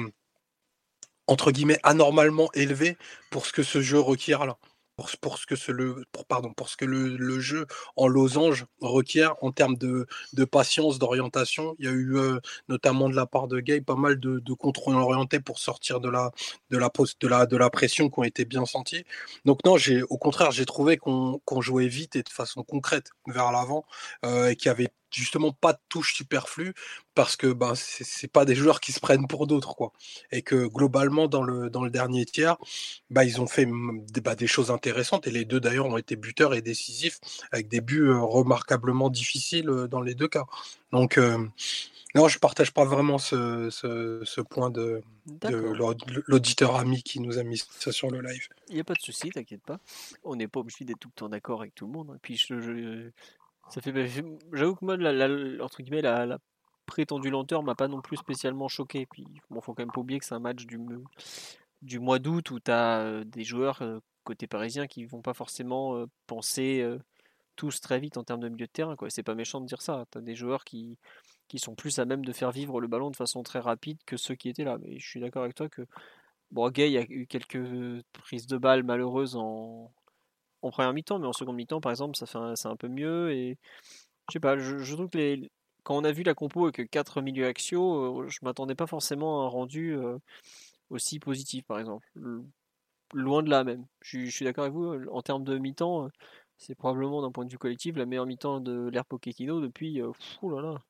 entre guillemets anormalement élevé pour ce que ce jeu requiert là. Pour, pour ce que ce, le, pour, pardon, pour ce que le, le jeu en losange requiert en termes de, de patience, d'orientation. Il y a eu euh, notamment de la part de Gay pas mal de, de contrôles orientés pour sortir de la, de, la, de, la, de la pression qui ont été bien sentis. Donc non, j'ai, au contraire, j'ai trouvé qu'on, qu'on jouait vite et de façon concrète vers l'avant euh, et qu'il y avait justement pas de touche superflue parce que ben, c'est, c'est pas des joueurs qui se prennent pour d'autres, quoi. Et que globalement, dans le, dans le dernier tiers, bah, ils ont fait bah, des choses intéressantes. Et les deux, d'ailleurs, ont été buteurs et décisifs, avec des buts euh, remarquablement difficiles euh, dans les deux cas. Donc, euh, non, je partage pas vraiment ce, ce, ce point de, de l'auditeur ami qui nous a mis ça sur le live.
Il n'y a pas de souci, t'inquiète pas. On n'est pas obligé d'être tout le temps d'accord avec tout le monde. Et puis, je, je- ça fait, j'avoue que moi, la, la- entre guillemets, la, la prétendue lenteur m'a pas non plus spécialement choqué. Puis, bon, faut quand même pas oublier que c'est un match du, du mois d'août où tu as des joueurs euh, côté parisien qui vont pas forcément euh, penser euh, tous très vite en termes de milieu de terrain, quoi. C'est pas méchant de dire ça. Tu as des joueurs qui, qui sont plus à même de faire vivre le ballon de façon très rapide que ceux qui étaient là. Mais je suis d'accord avec toi que bon, Gay a eu quelques prises de balles malheureuses en, en première mi-temps, mais en seconde mi-temps, par exemple, ça fait un, c'est un peu mieux. Et je sais pas, je, je trouve que les, quand on a vu la compo avec quatre milieux axiaux, euh, je m'attendais pas forcément à un rendu euh, aussi positif, par exemple. Le- Loin de là même. Je, suis- je suis d'accord avec vous, euh, en termes de mi-temps, euh, c'est probablement d'un point de vue collectif la meilleure mi-temps de l'ère Pochettino depuis, euh, pff, oh là là,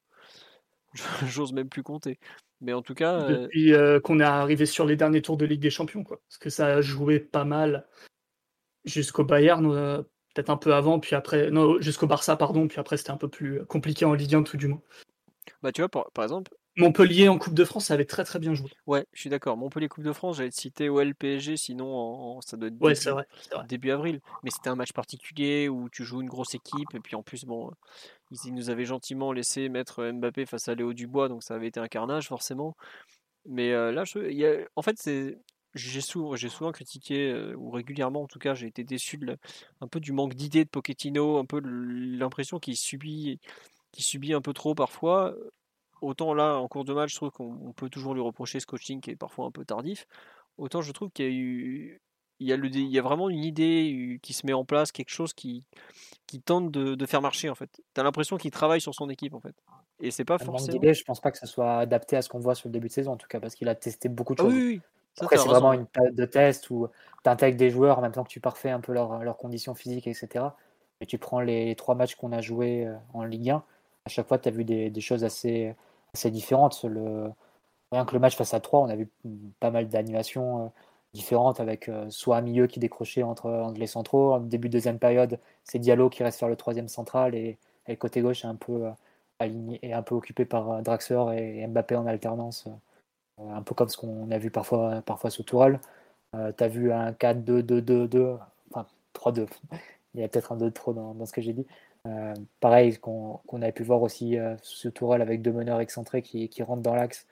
j'ose même plus compter. Mais en tout cas, euh,
Depuis euh, qu'on est arrivé sur les derniers tours de Ligue des Champions, quoi. Parce que ça a joué pas mal jusqu'au Bayern, euh, peut-être un peu avant, puis après, non, jusqu'au Barça, pardon, puis après c'était un peu plus compliqué en Ligue un, tout du moins.
bah tu vois, par, par exemple,
Montpellier en Coupe de France, ça avait très très bien joué.
ouais, je suis d'accord. Montpellier Coupe de France, j'allais te citer O L P S G, sinon en- en- ça doit être
Ouais, c'est
début,
vrai, c'est vrai.
début avril. Mais c'était un match particulier où tu joues une grosse équipe, et puis en plus, bon, ils, ils nous avaient gentiment laissé mettre Mbappé face à Léo Dubois, donc ça avait été un carnage forcément. Mais euh, là, je, il y a- en fait, c'est, j'ai souvent, j'ai souvent critiqué, euh, ou régulièrement en tout cas, j'ai été déçu de la- un peu du manque d'idées de Pochettino, un peu de l'impression qu'il subit qui subit un peu trop parfois. Autant là, en cours de match, je trouve qu'on on peut toujours lui reprocher ce coaching qui est parfois un peu tardif. Autant je trouve qu'il y a eu, il y a, le, il y a vraiment une idée qui se met en place, quelque chose qui, qui tente de, de faire marcher en fait. T'as l'impression qu'il travaille sur son équipe en fait. Et c'est pas
Un manque
forcément.
d'idées, je pense pas que ce soit adapté à ce qu'on voit sur le début de saison, en tout cas, parce qu'il a testé beaucoup de
Ah oui,
choses.
oui, oui. Ça
Après,
t'as
c'est
raison.
vraiment
Ouais.
une période de test où tu intègres des joueurs en même temps que tu parfais un peu leurs leurs conditions physiques, et cetera. Et tu prends les trois matchs qu'on a joués euh, en Ligue un, à chaque fois, tu as vu des, des choses assez, assez différentes. Le, rien que le match face à Troyes, on a vu pas mal d'animations euh, différentes avec euh, soit un milieu qui décrochait entre, entre les centraux. En début de deuxième période, c'est Diallo qui reste faire le troisième central et, et le côté gauche est un peu, euh, aligné, est un peu occupé par euh, Draxler et, et Mbappé en alternance, euh, un peu comme ce qu'on a vu parfois, parfois sous Tourelle. Euh, tu as vu un quatre deux deux deux deux, enfin trois deux, il y a peut-être un deux de trop dans, dans ce que j'ai dit. Euh, pareil, qu'on qu'on avait pu voir aussi euh, sous Tourelle avec deux meneurs excentrés qui, qui rentrent dans l'axe,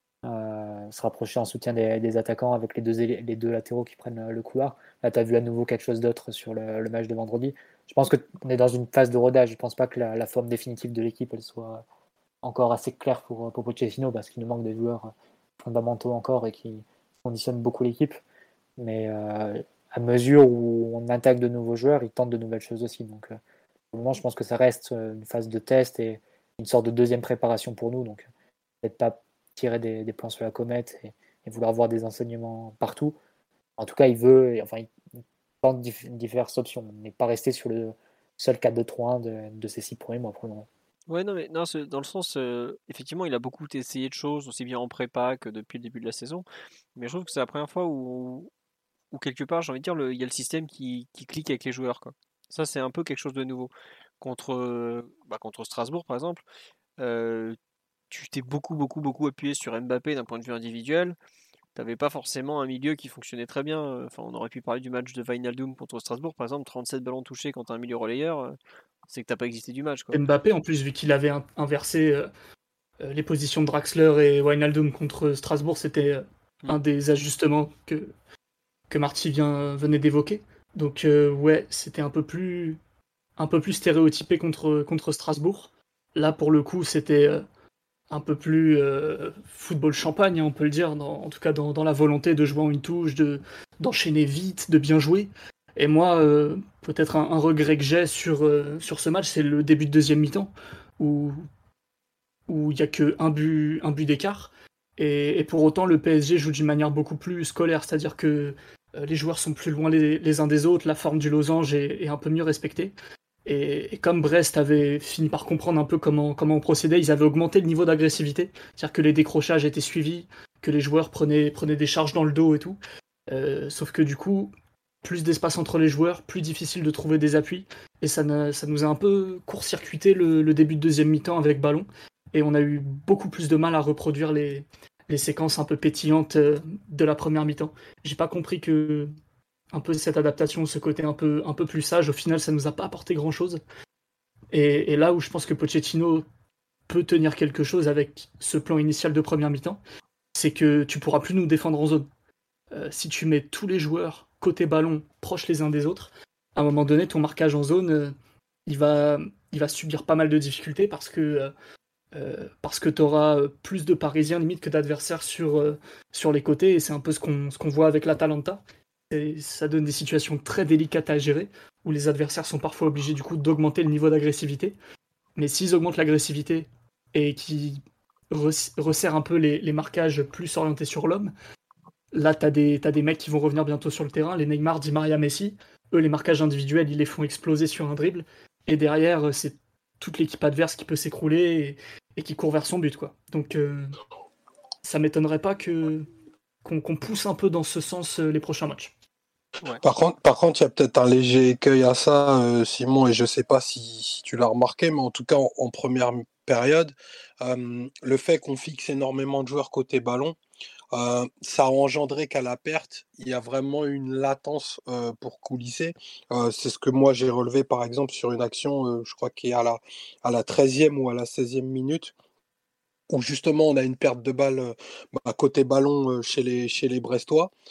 euh, se rapprocher en soutien des, des attaquants avec les deux, les deux latéraux qui prennent le couloir. Là, tu as vu à nouveau quelque chose d'autre sur le, le match de vendredi. Je pense qu'on est dans une phase de rodage. Je ne pense pas que la, la forme définitive de l'équipe elle soit encore assez claire pour, pour Pochettino parce qu'il nous manque des joueurs fondamentaux encore et qui conditionnent beaucoup l'équipe. Mais euh, à mesure où on intègre de nouveaux joueurs, ils tentent de nouvelles choses aussi. Donc, euh, pour le moment, je pense que ça reste une phase de test et une sorte de deuxième préparation pour nous. Donc, peut-être pas tirer des, des plans sur la comète et, et vouloir voir des enseignements partout. En tout cas, il veut, et, enfin, il tente dif- diverses options. On n'est pas resté sur le seul quatre deux trois un de, de ces six premiers mois pour le moment.
Ouais, non, mais non, c'est- dans le sens, euh, effectivement, il a beaucoup essayé de choses, aussi bien en prépa que depuis le début de la saison. Mais je trouve que c'est la première fois où, où quelque part, j'ai envie de dire, le- il y a le système qui, qui clique avec les joueurs, quoi. Ça, c'est un peu quelque chose de nouveau. Contre, euh, bah, contre Strasbourg, par exemple, euh, tu t'es beaucoup, beaucoup, beaucoup appuyé sur Mbappé d'un point de vue individuel. T'avais pas forcément un milieu qui fonctionnait très bien. Enfin, on aurait pu parler du match de Wijnaldum contre Strasbourg, par exemple, trente-sept ballons touchés quand t'as un milieu relayeur, euh, c'est que t'as pas existé du match, quoi.
Mbappé, en plus, vu qu'il avait in- inversé euh, euh, les positions de Draxler et Wijnaldum contre Strasbourg, c'était euh,
Mm.
un des ajustements que, que Marty vient, venait d'évoquer. Donc, euh, ouais, c'était un peu plus, un peu plus stéréotypé contre, contre Strasbourg. Là, pour le coup, c'était euh, un peu plus euh, football champagne, hein, on peut le dire, dans- en tout cas dans, dans la volonté de jouer en une touche, de, d'enchaîner vite, de bien jouer. Et moi, euh, peut-être un, un regret que j'ai sur, euh, sur ce match, c'est le début de deuxième mi-temps, où où il n'y a qu'un but, un but d'écart. Et, et pour autant, le P S G joue d'une manière beaucoup plus scolaire, c'est-à-dire que euh, les joueurs sont plus loin les, les uns des autres, la forme du losange est, est un peu mieux respectée. Et, et comme Brest avait fini par comprendre un peu comment, comment on procédait, ils avaient augmenté le niveau d'agressivité, c'est-à-dire que les décrochages étaient suivis, que les joueurs prenaient, prenaient des charges dans le dos et tout. Euh, sauf que du coup, plus d'espace entre les joueurs, plus difficile de trouver des appuis. Et ça, ne- ça nous a un peu court-circuité le, le début de deuxième mi-temps avec ballon. Et on a eu beaucoup plus de mal à reproduire les, les séquences un peu pétillantes euh, de la première mi-temps. J'ai pas compris que un peu cette adaptation, ce côté un peu, un peu plus sage, au final, ça nous a pas apporté grand-chose. Et, et là où je pense que Pochettino peut tenir quelque chose avec ce plan initial de première mi-temps, c'est que tu pourras plus nous défendre en zone. Euh, si tu mets tous les joueurs côté ballon proches les uns des autres, à un moment donné, ton marquage en zone, euh, il, va, il va subir pas mal de difficultés parce que, euh, parce que tu auras plus de Parisiens limite que d'adversaires sur, euh, sur les côtés. Et c'est un peu ce qu'on ce qu'on voit avec l'Atalanta. Et ça donne des situations très délicates à gérer où les adversaires sont parfois obligés du coup d'augmenter le niveau d'agressivité. Mais s'ils augmentent l'agressivité et qu'ils resserrent un peu les, les marquages plus orientés sur l'homme, là, tu as des, t'as des mecs qui vont revenir bientôt sur le terrain, les Neymar, Di Maria, Messi. Eux, les marquages individuels, ils les font exploser sur un dribble. Et derrière, c'est toute l'équipe adverse qui peut s'écrouler et, et qui court vers son but, quoi. Donc, euh, ça m'étonnerait pas que, qu'on, qu'on pousse un peu dans ce sens euh, les prochains matchs.
Ouais.
Par contre, par contre, il y a peut-être un léger écueil à ça, euh, Simon, et je sais pas si, si tu l'as remarqué, mais en tout cas en, en première période, euh, le fait qu'on fixe énormément de joueurs côté ballon, euh, ça a engendré qu'à la perte, il y a vraiment une latence euh, pour coulisser. Euh, c'est ce que moi j'ai relevé par exemple sur une action, euh, je crois qui est à la, à la treizième ou à la seizième minute, où justement on a une perte de balle euh, bah, côté ballon euh, chez les, chez les Brestois.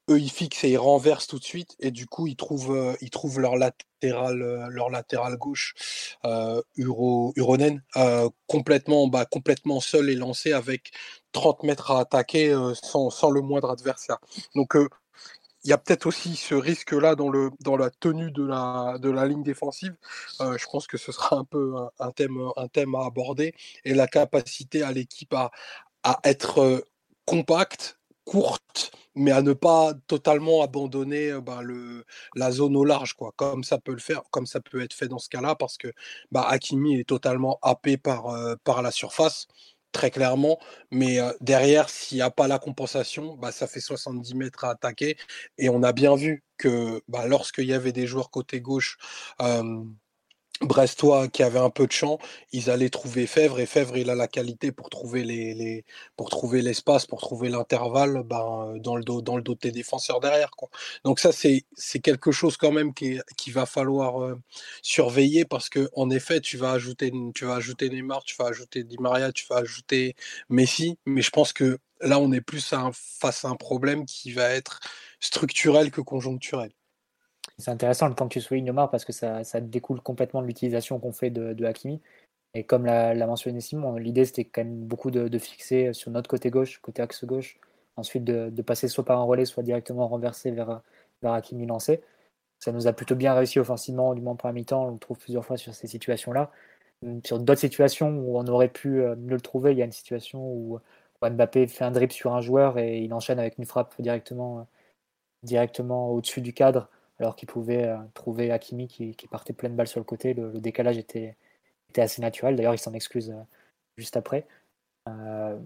eux, ils fixent et ils renversent tout de suite et du coup, ils trouvent, heu, ils trouvent leur latéral, heu, leur latéral gauche, heu, Uro Uronen, heu, complètement, bah, complètement seul et lancé avec trente mètres à attaquer, heu, sans sans le moindre adversaire. Donc, heu, il y a peut-être aussi ce risque-là dans le dans la tenue de la de la ligne défensive. Heu, je pense que ce sera un peu un un thème, un thème à aborder et la capacité à l'équipe à à être, heu, compacte, courte, mais à ne pas totalement abandonner, heu, bah, le la zone au large, quoi. Comme ça peut le faire comme ça peut être fait dans ce cas-là parce que, bah, Hakimi est totalement happé par, heu, par la surface, très clairement. Mais, heu, derrière, s'il y a pas la compensation, bah, ça fait soixante-dix mètres à attaquer et on a bien vu que, bah, lorsqu'il y avait des joueurs côté gauche, hem brestois qui avaient un peu de champ, ils allaient trouver Fèvre et Fèvre, il a la qualité pour trouver les les pour trouver l'espace, pour trouver l'intervalle, ben, dans le dos dans le dos de tes défenseurs derrière, quoi. Donc ça, c'est c'est quelque chose quand même qui est qu'il va falloir, heu, surveiller parce que en effet, tu vas ajouter tu vas ajouter Neymar, tu vas ajouter Di Maria, tu vas ajouter Messi, mais je pense que là, on est plus à un face à un problème qui va être structurel que conjoncturel.
C'est intéressant le temps que tu soulignes, Omar, parce que ça, ça découle complètement de l'utilisation qu'on fait de, de Hakimi. Et comme l'a, l'a mentionné Simon, l'idée c'était quand même beaucoup de, de fixer sur notre côté gauche, côté axe gauche, ensuite de, de passer soit par un relais, soit directement renversé vers, vers Hakimi lancé. Ça nous a plutôt bien réussi offensivement, du moins pour la mi-temps, on le trouve plusieurs fois sur ces situations-là. Sur d'autres situations où on aurait pu euh, mieux le trouver, il y a une situation où, où Mbappé fait un dribble sur un joueur et il enchaîne avec une frappe directement, euh, directement au-dessus du cadre, alors qu'il pouvait euh, trouver Hakimi qui, qui partait pleine balle sur le côté. Le, le décalage était, était assez naturel. D'ailleurs, il s'en excuse euh, juste après. Euh,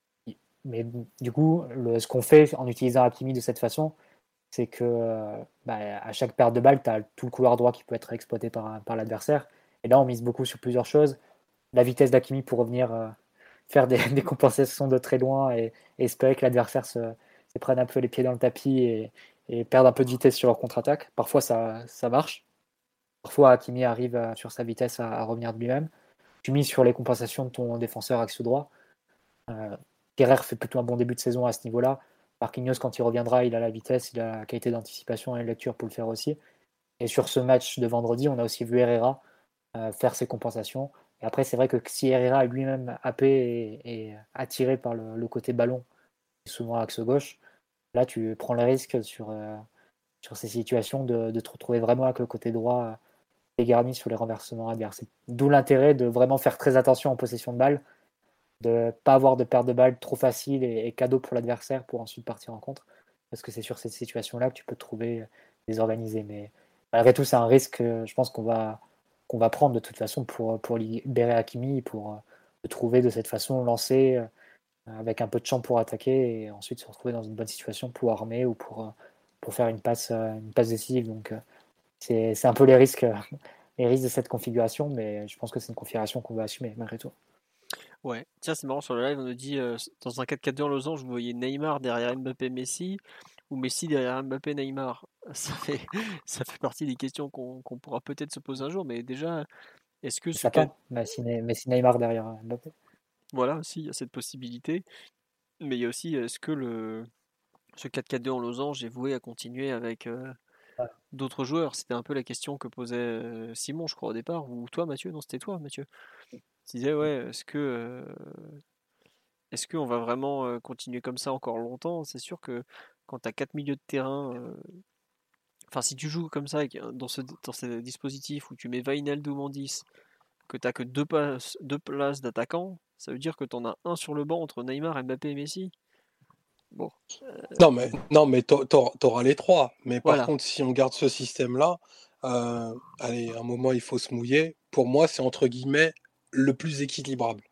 mais du coup, le, ce qu'on fait en utilisant Hakimi de cette façon, c'est que euh, bah, à chaque paire de balles, tu as tout le couloir droit qui peut être exploité par, par l'adversaire. Et là, on mise beaucoup sur plusieurs choses. La vitesse d'Hakimi pour revenir euh, faire des, des, compensations de très loin et, et espérer que l'adversaire se, se prenne un peu les pieds dans le tapis et, et perde un peu de vitesse sur leur contre-attaque. Parfois, ça, ça marche. Parfois, Hakimi arrive à, sur sa vitesse à, à revenir de lui-même. Tu mises sur les compensations de ton défenseur axe droit. Euh, Kerrer fait plutôt un bon début de saison à ce niveau-là. Marquinhos, quand il reviendra, il a la vitesse, il a la qualité d'anticipation et de lecture pour le faire aussi. Et sur ce match de vendredi, on a aussi vu Herrera euh, faire ses compensations. Et après, c'est vrai que si Herrera est lui-même happé et, et attiré par le, le côté ballon, souvent axe gauche, là, tu prends le risque sur, euh, sur ces situations de, de te retrouver vraiment avec le côté droit euh, dégarni sur les renversements adverses. D'où l'intérêt de vraiment faire très attention en possession de balle, de ne pas avoir de perte de balle trop facile et, et cadeau pour l'adversaire pour ensuite partir en contre. Parce que c'est sur cette situation-là que tu peux te trouver désorganisé. Mais malgré tout, c'est un risque, je pense, qu'on va, qu'on va prendre de toute façon pour, pour libérer Hakimi, pour le trouver de cette façon, lancer avec un peu de champ pour attaquer et ensuite se retrouver dans une bonne situation pour armer ou pour, pour faire une passe, une passe décisive. Donc c'est, c'est un peu les risques, les risques de cette configuration, mais je pense que c'est une configuration qu'on va assumer malgré tout.
Ouais, tiens, c'est marrant, sur le live, on nous dit euh, dans un quatre quatre deux en losange, vous voyez Neymar derrière Mbappé Messi ou Messi derrière Mbappé Neymar. Ça fait, ça fait partie des questions qu'on qu'on pourra peut-être se poser un jour, mais déjà, est-ce que ce
Ça
quatre...
tend, Messi, Messi Neymar derrière Mbappé.
Voilà, aussi, il y a cette possibilité, mais il y a aussi, est-ce que le, ce quatre quatre deux en losange est voué à continuer avec euh,
Ouais.
d'autres joueurs? C'était un peu la question que posait euh, Simon, je crois, au départ, ou toi, Mathieu? Non, c'était toi, Mathieu. Tu disais, ouais, est-ce que. euh, Est-ce qu'on va vraiment euh, continuer comme ça encore longtemps? C'est sûr que quand tu as quatre milieux de terrain, euh, enfin si tu joues comme ça avec, euh, dans ce, dans ce dispositif où tu mets Wijnaldum en dix, que tu n'as que deux, passes, deux places d'attaquants, ça veut dire que tu en as un sur le banc entre Neymar, Mbappé et Messi. Bon,
Non, mais, non, mais t'au- t'auras t'auras les trois. Mais par
voilà.
contre, si on garde ce système-là, euh, allez, à un moment, il faut se mouiller. Pour moi, c'est entre guillemets le plus équilibrable.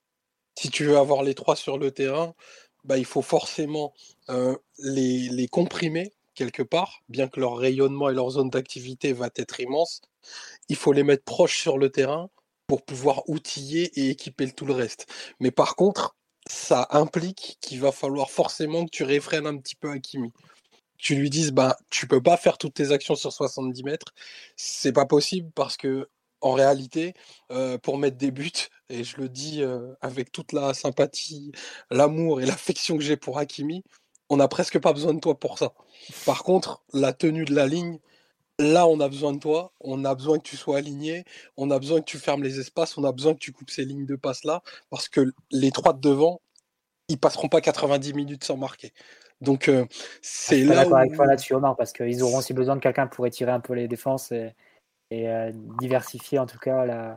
Si tu veux avoir les trois sur le terrain, bah, il faut forcément euh, les, les comprimer quelque part, bien que leur rayonnement et leur zone d'activité va être immense. Il faut les mettre proches sur le terrain pour pouvoir outiller et équiper tout le reste. Mais par contre, ça implique qu'il va falloir forcément que tu réfrènes un petit peu Hakimi. Tu lui dises, bah, tu peux pas faire toutes tes actions sur soixante-dix mètres. C'est pas possible parce que, en réalité, euh, pour mettre des buts, et je le dis euh, avec toute la sympathie, l'amour et l'affection que j'ai pour Hakimi, on n'a presque pas besoin de toi pour ça. Par contre, la tenue de la ligne, là, on a besoin de toi, on a besoin que tu sois aligné, on a besoin que tu fermes les espaces, on a besoin que tu coupes ces lignes de passe-là, parce que les trois de devant, ils passeront pas quatre-vingt-dix minutes sans marquer. Donc, euh, c'est
Je suis pas
là
d'accord
où...
avec toi là-dessus, Omar, parce qu'ils auront aussi besoin de quelqu'un pour étirer un peu les défenses et, et euh, diversifier en tout cas la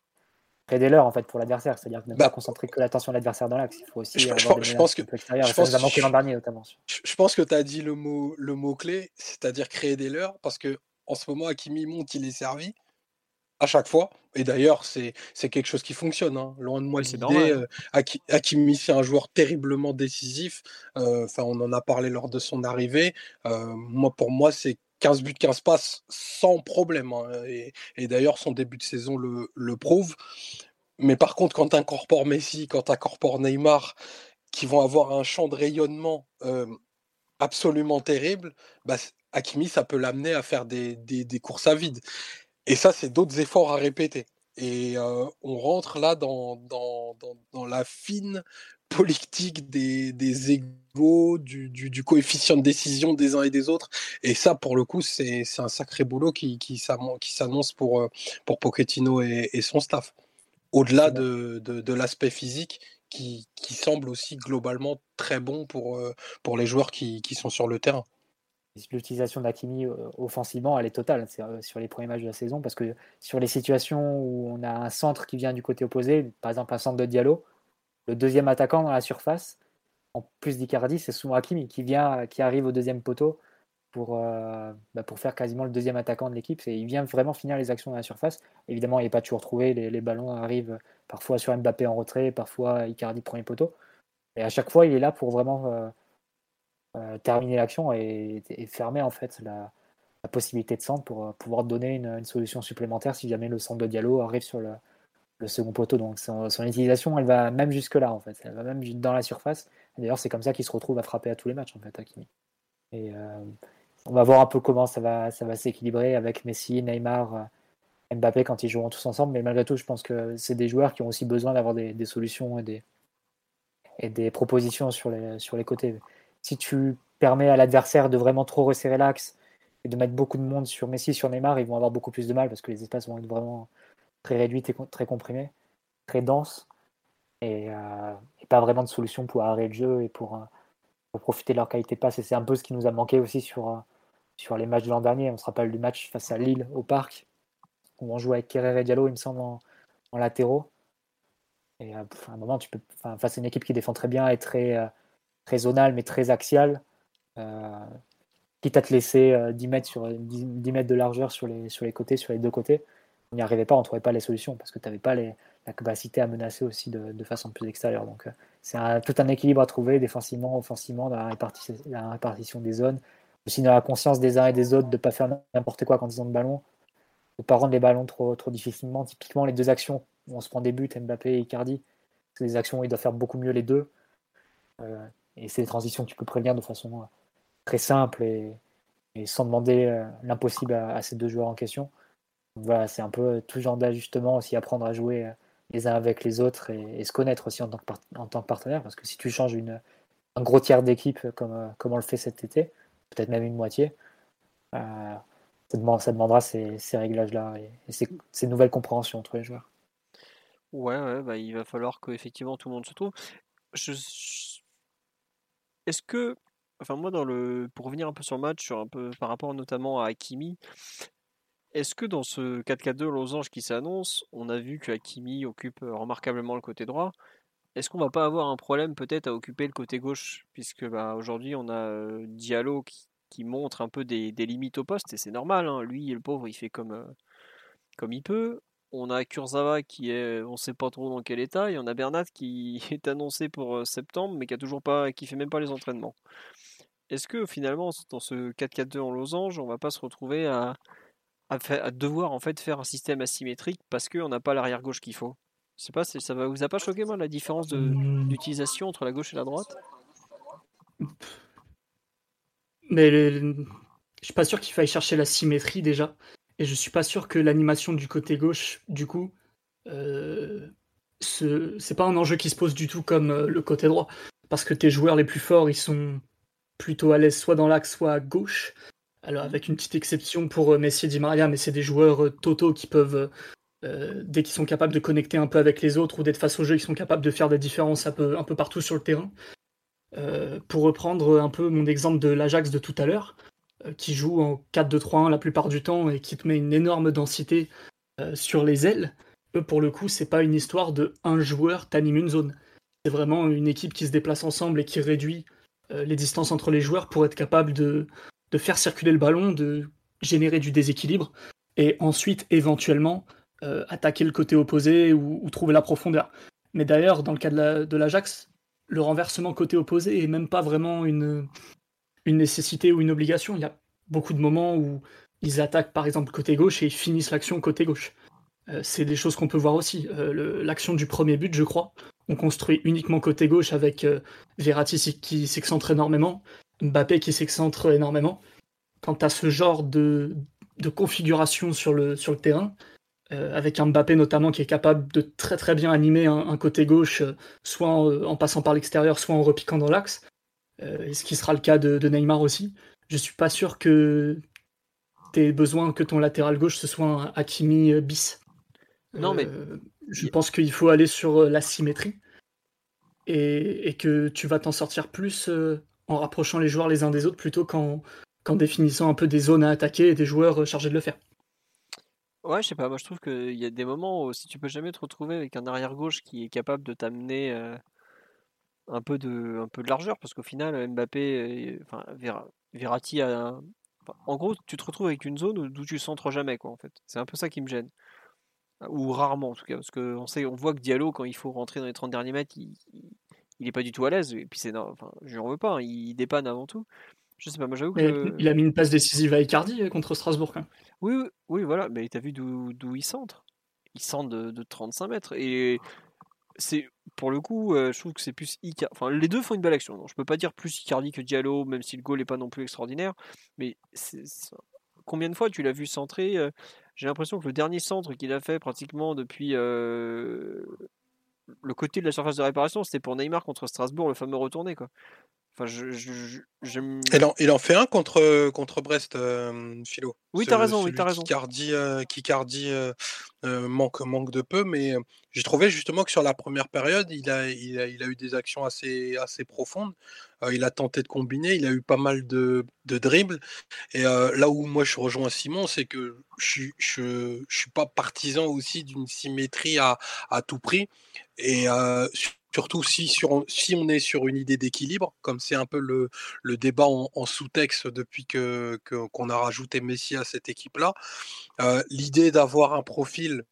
créer des leurs en fait pour l'adversaire, c'est-à-dire ne pas
Bah,
concentrer que l'attention de l'adversaire dans l'axe. Il faut aussi
je, je
avoir
pense
des
je
menaces
pense que,
un peu extérieures.
je
Ça nous a
pense,
manqué l'an
je,
dernier notamment.
je- je pense que tu as dit le mot, le mot-clé, c'est-à-dire créer des leurs, parce que en ce moment, Hakimi monte, il est servi à chaque fois. Et d'ailleurs, c'est, c'est quelque chose qui fonctionne, hein. Loin de moi
Oui, c'est normal.
l'idée.
hein.
Euh, Haki- Hakimi, c'est un joueur terriblement décisif. Euh, Enfin, on en a parlé lors de son arrivée. Euh, moi, pour moi, c'est quinze buts, quinze passes sans problème, hein. Et, et d'ailleurs, son début de saison le, le prouve. Mais par contre, quand tu incorpores Messi, quand tu incorpores Neymar, qui vont avoir un champ de rayonnement euh, absolument terrible, bah, c- Hakimi, ça peut l'amener à faire des, des, des courses à vide. Et ça, c'est d'autres efforts à répéter. Et euh, on rentre là dans, dans, dans, dans la fine politique des, des égaux, du, du, du coefficient de décision des uns et des autres. Et ça, pour le coup, c'est, c'est un sacré boulot qui, qui, s'amon- qui s'annonce pour, euh, pour Pochettino et, et son staff. Au-delà
Effectivement.
de, de, de l'aspect physique qui, qui semble aussi globalement très bon pour, euh, pour les joueurs qui, qui sont sur le terrain.
L'utilisation d'Hakimi euh, offensivement, elle est totale c'est, euh, sur les premiers matchs de la saison parce que sur les situations où on a un centre qui vient du côté opposé, par exemple un centre de Diallo, le deuxième attaquant dans la surface, en plus d'Icardi, c'est souvent Hakimi qui vient, qui arrive au deuxième poteau pour, euh, bah, pour faire quasiment le deuxième attaquant de l'équipe. C'est, il vient vraiment finir les actions dans la surface. Évidemment, il n'est pas toujours trouvé. Les, les ballons arrivent parfois sur Mbappé en retrait, parfois Icardi premier poteau. Et à chaque fois, il est là pour vraiment euh, euh, terminer l'action et, et fermer en fait la, la possibilité de centre pour euh, pouvoir donner une, une solution supplémentaire si jamais le centre de Diallo arrive sur le, le second poteau. Donc son, son utilisation, elle va même jusque-là en fait. Elle va même dans la surface. Et d'ailleurs, c'est comme ça qu'il se retrouve à frapper à tous les matchs en fait, Hakimi. Et euh, on va voir un peu comment ça va, ça va s'équilibrer avec Messi, Neymar, euh, Mbappé quand ils joueront tous ensemble. Mais malgré tout, je pense que c'est des joueurs qui ont aussi besoin d'avoir des, des solutions et des, et des propositions sur les, sur les côtés. Si tu permets à l'adversaire de vraiment trop resserrer l'axe et de mettre beaucoup de monde sur Messi, sur Neymar, ils vont avoir beaucoup plus de mal parce que les espaces vont être vraiment très réduits, très comprimés, très denses et, euh, et pas vraiment de solution pour arrêter le jeu et pour, euh, pour profiter de leur qualité de passe. Et c'est un peu ce qui nous a manqué aussi sur, euh, sur les matchs de l'an dernier. On se rappelle du match face à Lille au Parc où on jouait avec Kerrer et Diallo, il me semble, en, en latéraux. Et euh, à un moment, tu peux, face à une équipe qui défend très bien et très, euh, très zonale mais très axiale, euh, quitte à te laisser euh, dix mètres, sur, dix, dix mètres de largeur sur les, sur les côtés, sur les deux côtés, on n'y arrivait pas, on ne trouvait pas les solutions parce que tu n'avais pas les, la capacité à menacer aussi de, de façon plus extérieure. Donc euh, c'est un, tout un équilibre à trouver défensivement, offensivement, dans la répartition, la répartition des zones, aussi dans la conscience des uns et des autres de ne pas faire n'importe quoi quand ils ont le ballon, de ne pas rendre les ballons trop, trop difficilement. Typiquement, les deux actions où on se prend des buts, Mbappé et Icardi, c'est des actions où ils doivent faire beaucoup mieux les deux. Euh, et c'est des transitions que tu peux prévenir de façon euh, très simple et, et sans demander euh, l'impossible à, à ces deux joueurs en question. Donc voilà, c'est un peu tout genre d'ajustement aussi, apprendre à jouer euh, les uns avec les autres et, et se connaître aussi en tant, que par- en tant que partenaire. Parce que si tu changes une, un gros tiers d'équipe comme, euh, comme on le fait cet été, peut-être même une moitié, euh, ça, demande, ça demandera ces, ces réglages-là et, et ces, ces nouvelles compréhensions entre les joueurs.
Ouais, ouais, bah, il va falloir qu'effectivement tout le monde se trouve. Je... Est-ce que, enfin moi dans le, pour revenir un peu sur le match, sur un peu par rapport notamment à Hakimi, est-ce que dans ce quatre quatre deux losange qui s'annonce, on a vu que Hakimi occupe euh, remarquablement le côté droit. Est-ce qu'on va pas avoir un problème peut-être à occuper le côté gauche, puisque bah, aujourd'hui on a euh, Diallo qui, qui montre un peu des, des limites au poste et c'est normal. Hein. Lui, le pauvre, il fait comme euh, comme il peut. On a Kurzawa qui est, on sait pas trop dans quel état, et on a Bernat qui est annoncé pour euh, septembre, mais qui a toujours pas, qui fait même pas les entraînements. Est-ce que finalement, dans ce quatre quatre deux en losange, on va pas se retrouver à, à, fa- à devoir en fait faire un système asymétrique parce qu'on n'a pas l'arrière gauche qu'il faut? Je sais pas, c'est- ça va, vous a pas choqué moi la différence de,
Hmm.
d'utilisation entre la gauche et la droite?
Mais le- je suis pas sûr qu'il faille chercher la symétrie déjà. Et je suis pas sûr que l'animation du côté gauche, du coup, euh, ce- c'est pas un enjeu qui se pose du tout comme euh, le côté droit. Parce que tes joueurs les plus forts, ils sont plutôt à l'aise soit dans l'axe, soit à gauche. Alors avec une petite exception pour Messi et Di Maria, mais c'est des joueurs totaux qui peuvent, euh, dès qu'ils sont capables de connecter un peu avec les autres ou d'être face au jeu, ils sont capables de faire des différences un peu, un peu partout sur le terrain. Euh, pour reprendre un peu mon exemple de l'Ajax de tout à l'heure, euh, qui joue en quatre deux trois un la plupart du temps et qui te met une énorme densité euh, sur les ailes, eux pour le coup c'est pas une histoire de un joueur t'anime une zone. C'est vraiment une équipe qui se déplace ensemble et qui réduit euh, les distances entre les joueurs pour être capable de, de faire circuler le ballon, de générer du déséquilibre et ensuite éventuellement euh, attaquer le côté opposé ou, ou trouver la profondeur. Mais d'ailleurs, dans le cas de la- de l'Ajax, le renversement côté opposé est même pas vraiment une, une nécessité ou une obligation. Il y a beaucoup de moments où ils attaquent par exemple côté gauche et ils finissent l'action côté gauche. Euh, c'est des choses qu'on peut voir aussi. Euh, le- l'action du premier but, je crois, on construit uniquement côté gauche avec euh, Verratti si- qui s'excentre énormément, Mbappé qui s'excentre énormément. Quand tu as ce genre de, de configuration sur le, sur le terrain, euh, avec un Mbappé notamment qui est capable de très très bien animer un, un côté gauche, euh, soit en, euh, en passant par l'extérieur, soit en repiquant dans l'axe, euh, et ce qui sera le cas de, de Neymar aussi. Je suis pas sûr que tu aies besoin que ton latéral gauche ce soit un Hakimi euh, bis.
Non, mais
Euh, je
y-
pense qu'il faut aller sur euh, la symétrie et, et que tu vas t'en sortir plus euh, en rapprochant les joueurs les uns des autres plutôt qu'en qu'en définissant un peu des zones à attaquer et des joueurs euh, chargés de le faire.
ouais, je sais pas, moi je trouve qu'il y a des moments où si tu peux jamais te retrouver avec un arrière gauche qui est capable de t'amener euh, un peu de, un peu de largeur, parce qu'au final, Mbappé, euh, enfin, Vera- Verratti a. un- enfin, en gros, tu te retrouves avec une zone où- d'où tu centres jamais, quoi, en fait. C'est un peu ça qui me gêne. Ou rarement, en tout cas, parce qu'on sait, on voit que Diallo, quand il faut rentrer dans les trente derniers mètres, il, il, il est pas du tout à l'aise. Et puis c'est, non- enfin, je lui en veux pas, hein, il dépanne avant tout. Je sais pas, moi j'avoue
Mais
que.
il a mis une passe décisive à Icardi euh, contre Strasbourg quand même.
Oui, oui, oui, voilà, mais t'as vu d'où d'où il centre? Il centre de, de trente-cinq mètres. Et c'est pour le coup, euh, je trouve que c'est plus Icardi. Enfin, les deux font une belle action. Donc, je peux pas dire plus Icardi que Diallo, même si le goal est pas non plus extraordinaire. Mais c'est- c'est- combien de fois tu l'as vu centrer? euh, J'ai l'impression que le dernier centre qu'il a fait pratiquement depuis euh, le côté de la surface de réparation, c'était pour Neymar contre Strasbourg, le fameux retourné, quoi. Enfin, je, je- je- j'aime.
Il en, il en fait un contre, contre Brest, euh, Philo.
Oui, t'as
Ce-
raison, oui, t'as
celui qui
raison.
Cardi, euh, qui Cardi, euh, euh, manque, manque de peu, mais euh, j'ai trouvé justement que sur la première période, il a, il a, il a eu des actions assez, assez profondes. Euh, il a tenté de combiner, il a eu pas mal de, de dribbles. Et euh, là où moi je rejoins Simon, c'est que je suis, je, je suis pas partisan aussi d'une symétrie à, à tout prix. Et euh, surtout si, sur, si on est sur une idée d'équilibre, comme c'est un peu le, le débat en, en sous-texte depuis que, que- qu'on a rajouté Messi à cette équipe-là, euh, l'idée d'avoir un profil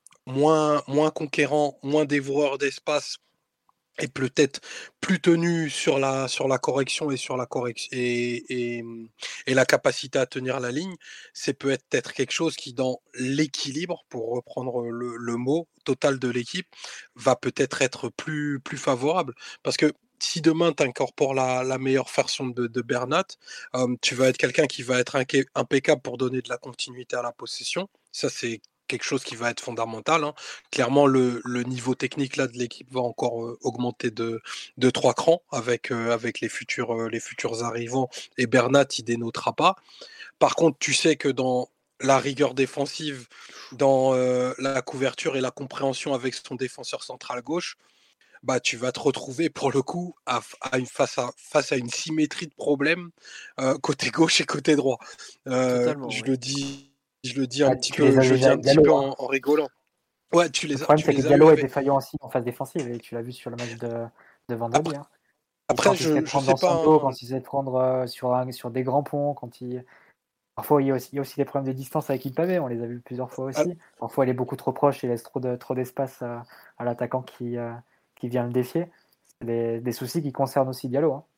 moins, moins conquérant, moins dévoreur d'espace et peut-être plus tenu sur la, sur la correction et sur la correction et, et, et la capacité à tenir la ligne, c'est peut-être quelque chose qui, dans l'équilibre, pour reprendre le, le mot total de l'équipe, va peut-être être plus, plus favorable. Parce que si demain tu incorpores la, la meilleure version de, de Bernat, euh, tu vas être quelqu'un qui va être inca- impeccable pour donner de la continuité à la possession. Ça, c'est quelque chose qui va être fondamental, hein. Clairement, le, le niveau technique là de l'équipe va encore euh, augmenter de, de trois crans avec, euh, avec les, futurs, euh, les futurs arrivants et Bernat, il dénotera pas. Par contre, tu sais que dans la rigueur défensive, dans euh, la couverture et la compréhension avec son défenseur central gauche, bah, tu vas te retrouver pour le coup à, à une, face, à, face à une symétrie de problèmes euh, côté gauche et côté droit. Euh,
Totalement,
je
oui.
le dis, je le dis un
Ah,
petit
tu les
peu,
as
je le dis
déjà
un
avec
petit
Diallo,
peu
hein.
en, en rigolant. Ouais, tu
Le
les as,
problème,
tu
c'est que
les as eu
Diallo est
avec.
défaillant aussi en phase défensive, et tu l'as vu sur le match de, de vendredi,
Après,
hein. Il-
après,
Quand il se fait
je, je
prendre
sais
dans son
pas,
dos,
hein.
quand il se fait prendre euh, sur, un- sur des grands ponts, quand il... Parfois, il y a aussi, il y a aussi des problèmes de distance avec Mbappé, on les a vus plusieurs fois
Ah,
aussi. Parfois, il est beaucoup trop proche, il laisse trop de, trop d'espace à, à l'attaquant qui, euh, qui vient le défier. C'est des, des soucis qui concernent aussi Diallo, hein.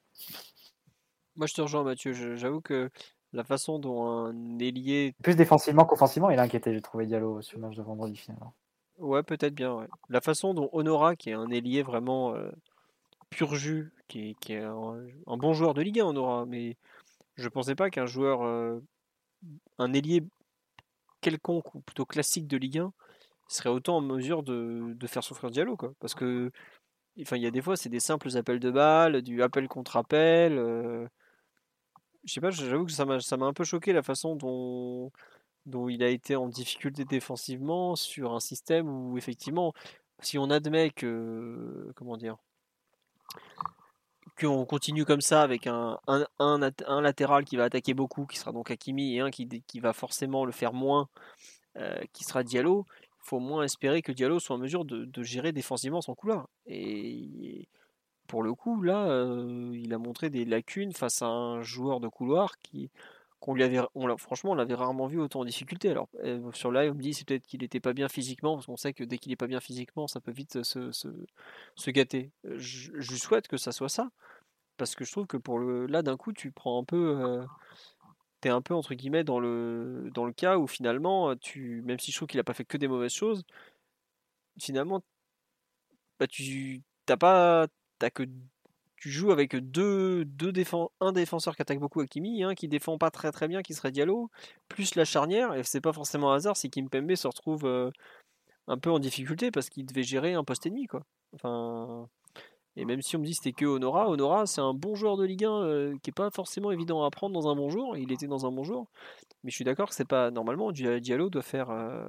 Moi, je te rejoins, Mathieu. Je- J'avoue que la façon dont un ailier.
Plus défensivement qu'offensivement, il a inquiété, j'ai trouvé Diallo sur le match de vendredi finalement.
Ouais, peut-être bien, ouais. La façon dont Honora, qui est un ailier vraiment euh, pur jus, qui est, qui est un, un bon joueur de Ligue un, Honora, mais je pensais pas qu'un joueur, euh, un ailier quelconque ou plutôt classique de Ligue un serait autant en mesure de, de faire souffrir Diallo, quoi. Parce que, enfin, il y a des fois, c'est des simples appels de balles, du appel contre appel. euh, je sais pas, j'avoue que ça m'a ça m'a un peu choqué la façon dont dont il a été en difficulté défensivement sur un système où effectivement, si on admet que comment dire, qu'on continue comme ça avec un, un, un, un latéral qui va attaquer beaucoup, qui sera donc Hakimi, et un qui, qui va forcément le faire moins, euh, qui sera Diallo, il faut au moins espérer que Diallo soit en mesure de, de gérer défensivement son couloir. Et pour le coup, là, euh, il a montré des lacunes face à un joueur de couloir qui, qu'on lui avait, on l'a, franchement, on l'avait rarement vu autant en difficulté. Alors, euh, sur live, on me dit c'est peut-être qu'il n'était pas bien physiquement, parce qu'on sait que dès qu'il n'est pas bien physiquement, ça peut vite se, se, se gâter. Je, je lui souhaite que ça soit ça, parce que je trouve que pour le, là, d'un coup, tu prends un peu, euh, t'es un peu entre guillemets dans le, dans le cas où finalement, tu, même si je trouve qu'il a pas fait que des mauvaises choses, finalement, bah, tu, t'as pas, t'as que tu joues avec deux, deux défense, un défenseur qui attaque beaucoup Hakimi, un qui défend pas très très bien, qui serait Diallo, plus la charnière, et c'est pas forcément un hasard si Kimpembe se retrouve euh, un peu en difficulté parce qu'il devait gérer un poste et demi, quoi. Enfin, et même si on me dit que c'était que Honora, Honora c'est un bon joueur de Ligue un euh, qui est pas forcément évident à prendre dans un bon jour, il était dans un bon jour, mais je suis d'accord que c'est pas normalement Diallo doit faire euh,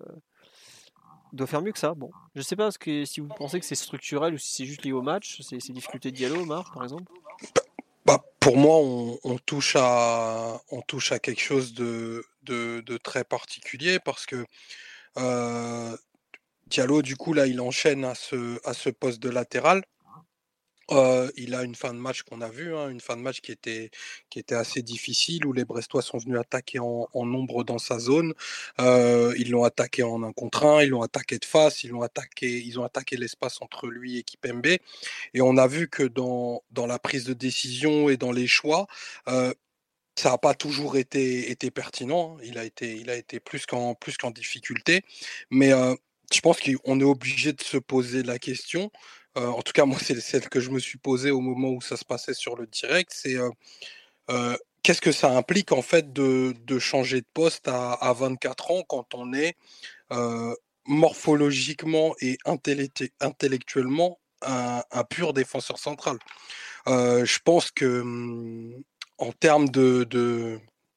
doit faire mieux que ça. Bon, je sais pas ce que, si vous pensez que c'est structurel ou si c'est juste lié au match, ces, ces difficultés de Diallo, Omar, par exemple.
Bah, pour moi, on, on touche à, on touche à quelque chose de, de, de très particulier parce que euh, Diallo, du coup, là, il enchaîne à ce, à ce poste de latéral. Euh, il a une fin de match qu'on a vue, hein, une fin de match qui était, qui était assez difficile, où les Brestois sont venus attaquer en, en nombre dans sa zone. Euh, ils l'ont attaqué en un contre un, ils l'ont attaqué de face, ils l'ont attaqué, ils ont attaqué l'espace entre lui et Kimpembe. Et on a vu que dans, dans la prise de décision et dans les choix, euh, ça n'a pas toujours été, été pertinent. Hein. Il a été, il a été plus qu'en, plus qu'en difficulté. Mais euh, je pense qu'on est obligé de se poser la question. Euh, en tout cas, moi, c'est celle que je me suis posée au moment où ça se passait sur le direct. C'est euh, euh, qu'est-ce que ça implique en fait de, de changer de poste à, à vingt-quatre ans quand on est euh, morphologiquement et intellect- intellectuellement un, un pur défenseur central. Euh, je pense que hum, en termes de, de,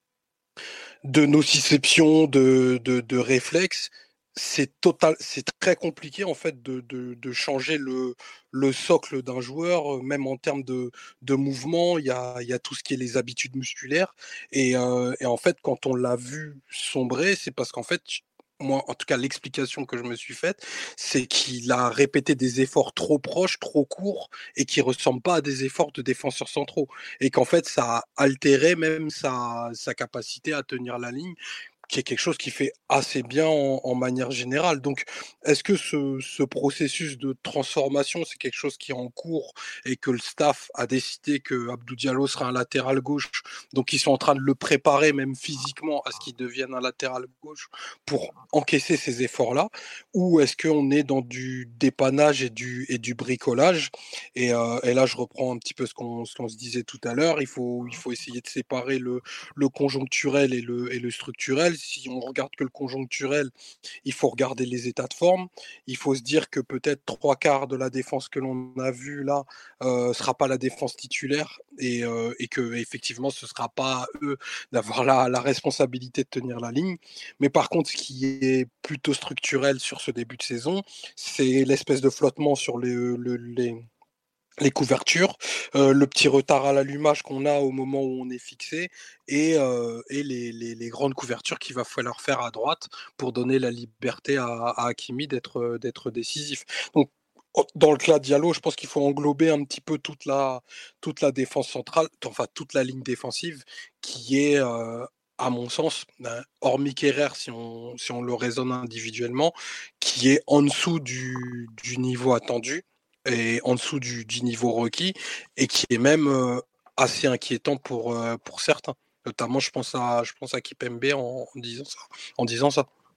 de nociception, de, de, de réflexe, c'est total, c'est très compliqué en fait de, de, de changer le, le socle d'un joueur, même en termes de, de mouvement. Il y a, il y a tout ce qui est les habitudes musculaires. Et, euh, et en fait, quand on l'a vu sombrer, c'est parce qu'en fait, moi, en tout cas, l'explication que je me suis faite, c'est qu'il a répété des efforts trop proches, trop courts, et qui ressemblent pas à des efforts de défenseurs centraux. Et qu'en fait, ça a altéré même sa, sa capacité à tenir la ligne, qui est quelque chose qui fait assez bien en, en manière générale. Donc, est-ce que ce, ce processus de transformation, c'est quelque chose qui est en cours et que le staff a décidé que Abdou Diallo sera un latéral gauche, donc ils sont en train de le préparer même physiquement à ce qu'il devienne un latéral gauche pour encaisser ces efforts-là, ou est-ce qu'on est dans du dépannage et du, et du bricolage et, euh, et là, je reprends un petit peu ce qu'on, ce qu'on se disait tout à l'heure, il faut, il faut essayer de séparer le, le conjoncturel et le, et le structurel. Si on regarde que le conjoncturel, il faut regarder les états de forme. Il faut se dire que peut-être trois quarts de la défense que l'on a vue là ne euh, sera pas la défense titulaire et, euh, et que effectivement ce ne sera pas à eux d'avoir la, la responsabilité de tenir la ligne. Mais par contre, ce qui est plutôt structurel sur ce début de saison, c'est l'espèce de flottement sur les, le, les les couvertures, euh, le petit retard à l'allumage qu'on a au moment où on est fixé et, euh, et les, les, les grandes couvertures qu'il va falloir faire à droite pour donner la liberté à, à Hakimi d'être, d'être décisif. Donc, dans le cas de Diallo, je pense qu'il faut englober un petit peu toute la, toute la défense centrale, enfin toute la ligne défensive qui est, euh, à mon sens, ben, hormis Kerrer, si on, si on le raisonne individuellement, qui est en dessous du, du niveau attendu et en dessous du, du niveau requis et qui est même euh, assez inquiétant pour, euh, pour certains. Notamment, je pense à, je pense à Kipembe en, en disant ça. En disant ça.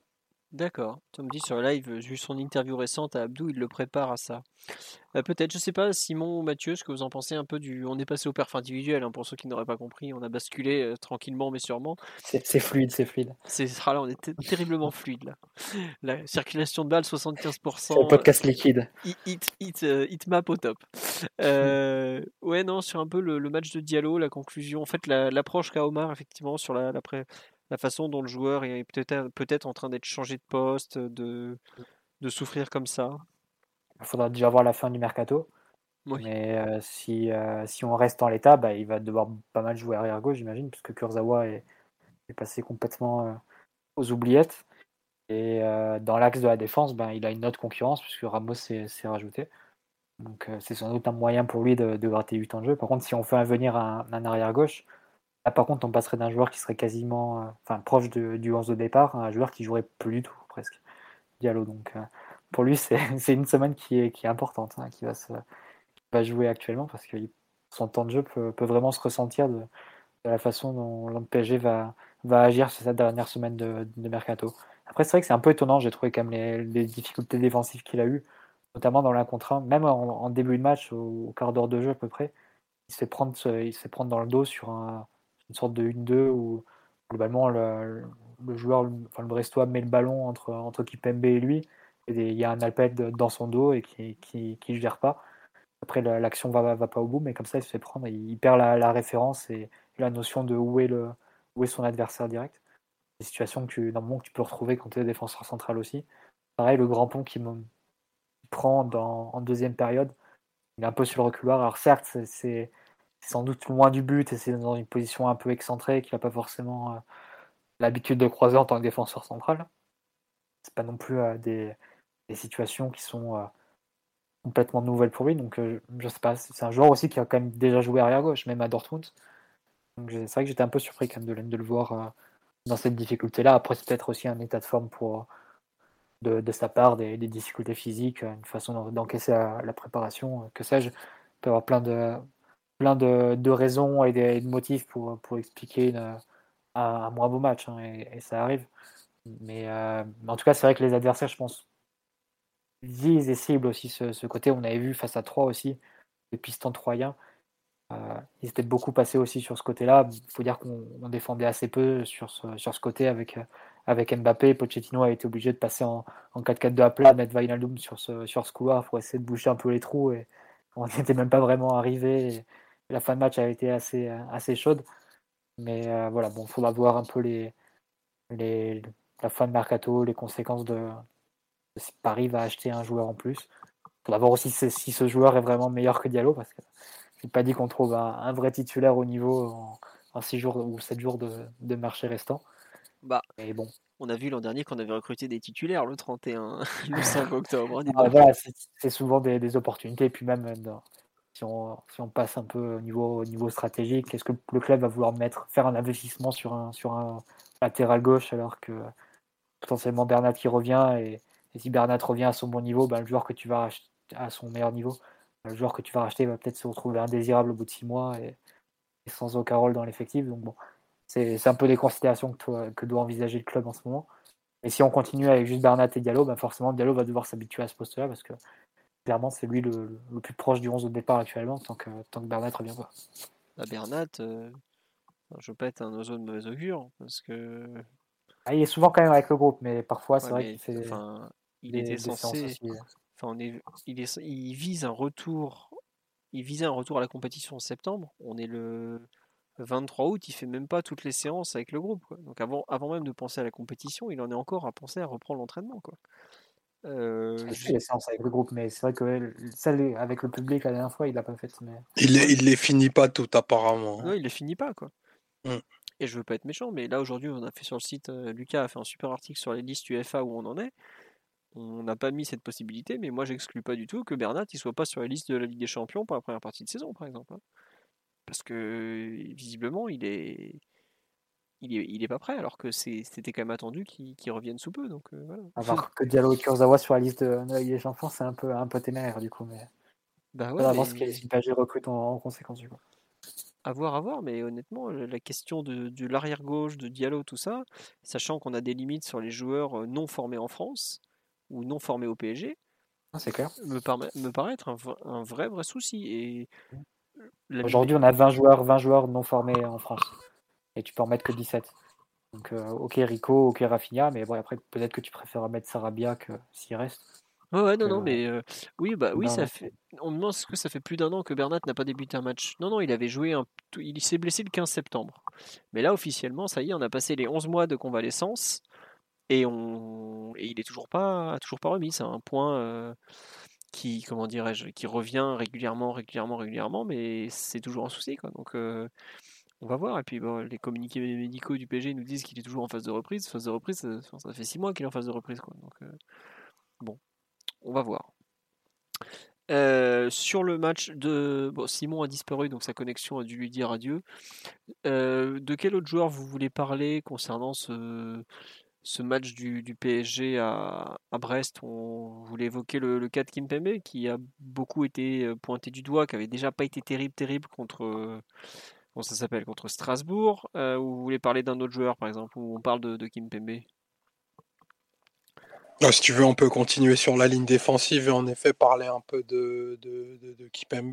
D'accord. Tu me dis sur le live, j'ai vu son interview récente à Abdou, il le prépare à ça. Euh, peut-être, je sais pas, Simon ou Mathieu, ce que vous en pensez un peu du. On est passé au perf individuel, hein, pour ceux qui n'auraient pas compris, on a basculé euh, tranquillement mais sûrement.
C'est, c'est fluide, c'est fluide.
C'est ah là, on est t- terriblement fluide là. La circulation de balles
C'est le
soixante-quinze pour cent,
podcast liquide.
hit, hit, hit, euh, hit map au top. Euh, ouais, non, sur un peu le, le match de Diallo, la conclusion, en fait, la- l'approche qu'a Omar, effectivement, sur la, la, pré- la façon dont le joueur est peut-être peut-être en train d'être changé de poste, de, de souffrir comme ça.
Il faudra déjà voir la fin du mercato.
Oui.
Mais euh, si, euh, si on reste en l'état, bah, il va devoir pas mal jouer arrière gauche, j'imagine, puisque Kurzawa est, est passé complètement euh, aux oubliettes. Et euh, dans l'axe de la défense, ben, il a une autre concurrence, puisque Ramos s'est, s'est rajouté. Donc euh, c'est sans doute un moyen pour lui de, de gratter huit temps de jeu. Par contre, si on fait venir un, un arrière gauche, là par contre on passerait d'un joueur qui serait quasiment euh, enfin, proche de, du onze de départ à un joueur qui jouerait plus du tout, presque. Diallo. Donc euh, pour lui, c'est, c'est une semaine qui est, qui est importante, hein, qui va se va jouer actuellement parce que son temps de jeu peut, peut vraiment se ressentir de, de la façon dont le P S G va, va agir sur cette dernière semaine de, de mercato. Après, c'est vrai que c'est un peu étonnant, j'ai trouvé quand même les, les difficultés défensives qu'il a eues, notamment dans l'un contre un, même en, en début de match, au, au quart d'heure de jeu à peu près, il se fait prendre, il se fait prendre dans le dos sur un, une sorte de un deux où globalement le, le joueur, enfin le Brestois met le ballon entre, entre Kipembe et lui, et il y a un Alped dans son dos et qui ne qui, qui gère pas. Après, l'action va, va pas au bout, mais comme ça, il se fait prendre, il perd la, la référence et la notion de où est, le, où est son adversaire direct. Des situations que tu, normalement, que tu peux retrouver quand tu es défenseur central aussi. Pareil, le grand pont qui me prend dans, en deuxième période, il est un peu sur le reculoir. Alors certes, c'est, c'est sans doute loin du but et c'est dans une position un peu excentrée qu'il n'a pas forcément euh, l'habitude de croiser en tant que défenseur central. C'est pas non plus euh, des, des situations qui sont euh, complètement nouvelle pour lui. Donc, euh, je sais pas, c'est un joueur aussi qui a quand même déjà joué arrière gauche, même à Dortmund. Donc, c'est vrai que j'étais un peu surpris quand même de, de le voir euh, dans cette difficulté-là. Après, c'est peut-être aussi un état de forme pour, de, de sa part, des, des difficultés physiques, une façon d'encaisser la, la préparation, que sais-je. Il peut y avoir plein de, plein de, de raisons et de, de motifs pour, pour expliquer une, un, un moins beau match, hein, et, et ça arrive. Mais, euh, mais en tout cas, c'est vrai que les adversaires, je pense, visent et ciblent aussi ce, ce côté. On avait vu face à Troyes aussi, les pistons troyens. Euh, ils étaient beaucoup passés aussi sur ce côté-là. Il faut dire qu'on on défendait assez peu sur ce, sur ce côté avec, avec Mbappé. Pochettino a été obligé de passer en, en quatre quatre deux à plat, mettre Wijnaldum sur ce, sur ce couloir pour essayer de boucher un peu les trous. Et on n'était même pas vraiment arrivé. Et la fin de match a été assez, assez chaude. Mais euh, voilà, bon, il faudra voir un peu les, les, la fin de mercato, les conséquences de, de si Paris va acheter un joueur en plus. Il faudra voir aussi si, si ce joueur est vraiment meilleur que Diallo, parce que c'est pas dit qu'on trouve un, un vrai titulaire au niveau en, en six jours ou sept jours de, de marché restant.
Bah,
mais bon.
On a vu l'an dernier qu'on avait recruté des titulaires le trente et un, le cinq octobre. Hein,
ah, voilà, c'est, c'est souvent des, des opportunités. Et puis même dans, si, on, si on passe un peu au niveau, au niveau stratégique, est-ce que le club va vouloir mettre, faire un investissement sur un, sur un latéral gauche alors que potentiellement Bernat qui revient et, et si Bernat revient à son bon niveau, ben, le joueur que tu vas racheter à son meilleur niveau, le joueur que tu vas racheter va peut-être se retrouver indésirable au bout de six mois et, et sans aucun rôle dans l'effectif. Donc bon, c'est, c'est un peu des considérations que, toi, que doit envisager le club en ce moment. Et si on continue avec juste Bernat et Diallo, ben forcément Diallo va devoir s'habituer à ce poste-là parce que clairement c'est lui le, le plus proche du onze de départ actuellement tant que, tant que Bernat revient pas.
Bah Bernat, euh, je veux pas être un oiseau de mauvais augure parce que.
Ah, il est souvent quand même avec le groupe, mais parfois c'est
Ouais,
vrai
mais,
qu'il fait
enfin, il
des,
était
des séances
censé.
aussi.
Enfin, on est, il, est, il vise un retour. Il visait un retour à la compétition en septembre. On est le vingt-trois août. Il fait même pas toutes les séances avec le groupe. Quoi. Donc avant, avant même de penser à la compétition, il en est encore à penser à reprendre l'entraînement. Quoi. Euh,
Il
je...
fait les séances avec le groupe, mais c'est vrai que celle avec le public la dernière fois, il l'a pas faite. Mais...
Il,
Ouais.
il les finit pas toutes apparemment.
Non, il les finit pas quoi.
Mm.
Et je veux pas être méchant, mais là aujourd'hui, on a fait sur le site, euh, Lucas a fait un super article sur les listes U E F A où on en est. On n'a pas mis cette possibilité, mais moi j'exclus pas du tout que Bernat il soit pas sur la liste de la Ligue des Champions pour la première partie de saison, par exemple. Hein. Parce que visiblement, il est, il est, il est pas prêt, alors que c'est, c'était quand même attendu qu'il, qu'il revienne sous peu. Donc euh, voilà.
Avoir que Diallo et Kurzawa sur la liste de, de la Ligue des Champions, c'est un peu, un peu téméraire du coup. Mais
Bah ouais,
on va voir ce que
mais
si P S G recrute en, en conséquence du coup.
À voir, à voir, mais honnêtement, la question de, de l'arrière-gauche, de Diallo, tout ça, sachant qu'on a des limites sur les joueurs euh, non formés en France ou non formés au P S G,
Ah, c'est clair.
me, parma- me paraît être un, v- un vrai, vrai souci. Et la Ligue des-
Aujourd'hui, on a vingt joueurs, vingt joueurs non formés en France. Et tu peux en mettre que dix-sept. Donc, euh, ok Rico, ok Rafinha, mais bon, après, peut-être que tu préfères mettre Sarabia que s'il reste.
Ouais, ouais, non,
Que,
non, mais euh, oui, bah oui, ça
Bernat.
fait. On me demande est-ce que ça fait plus d'un an que Bernat n'a pas débuté un match. Non, non, il avait joué un. tout- Il s'est blessé le quinze septembre. Mais là, officiellement, ça y est, on a passé les onze mois de convalescence et on et il est toujours pas toujours pas remis. C'est un point euh, qui, comment dirais-je, qui revient régulièrement, régulièrement, régulièrement, mais c'est toujours un souci, quoi. Donc euh, on va voir. Et puis bon, les communiqués médicaux du P S G nous disent qu'il est toujours en phase de reprise. Phase de reprise, ça, enfin, ça fait six mois qu'il est en phase de reprise, quoi. Donc euh, bon, on va voir. Euh, sur le match de bon, Simon a disparu, donc sa connexion a dû lui dire adieu. Euh, de quel autre joueur vous voulez parler concernant ce, ce match du, du P S G à, à Brest? On voulait évoquer le, le cas de Kimpembe qui a beaucoup été euh, pointé du doigt, qui avait déjà pas été terrible, terrible contre euh, comment ça s'appelle contre Strasbourg. Euh, ou vous voulez parler d'un autre joueur par exemple où on parle de, de Kimpembe?
Ah, si tu veux, on peut continuer sur la ligne défensive et en effet parler un peu de, de, de, de Kipembe,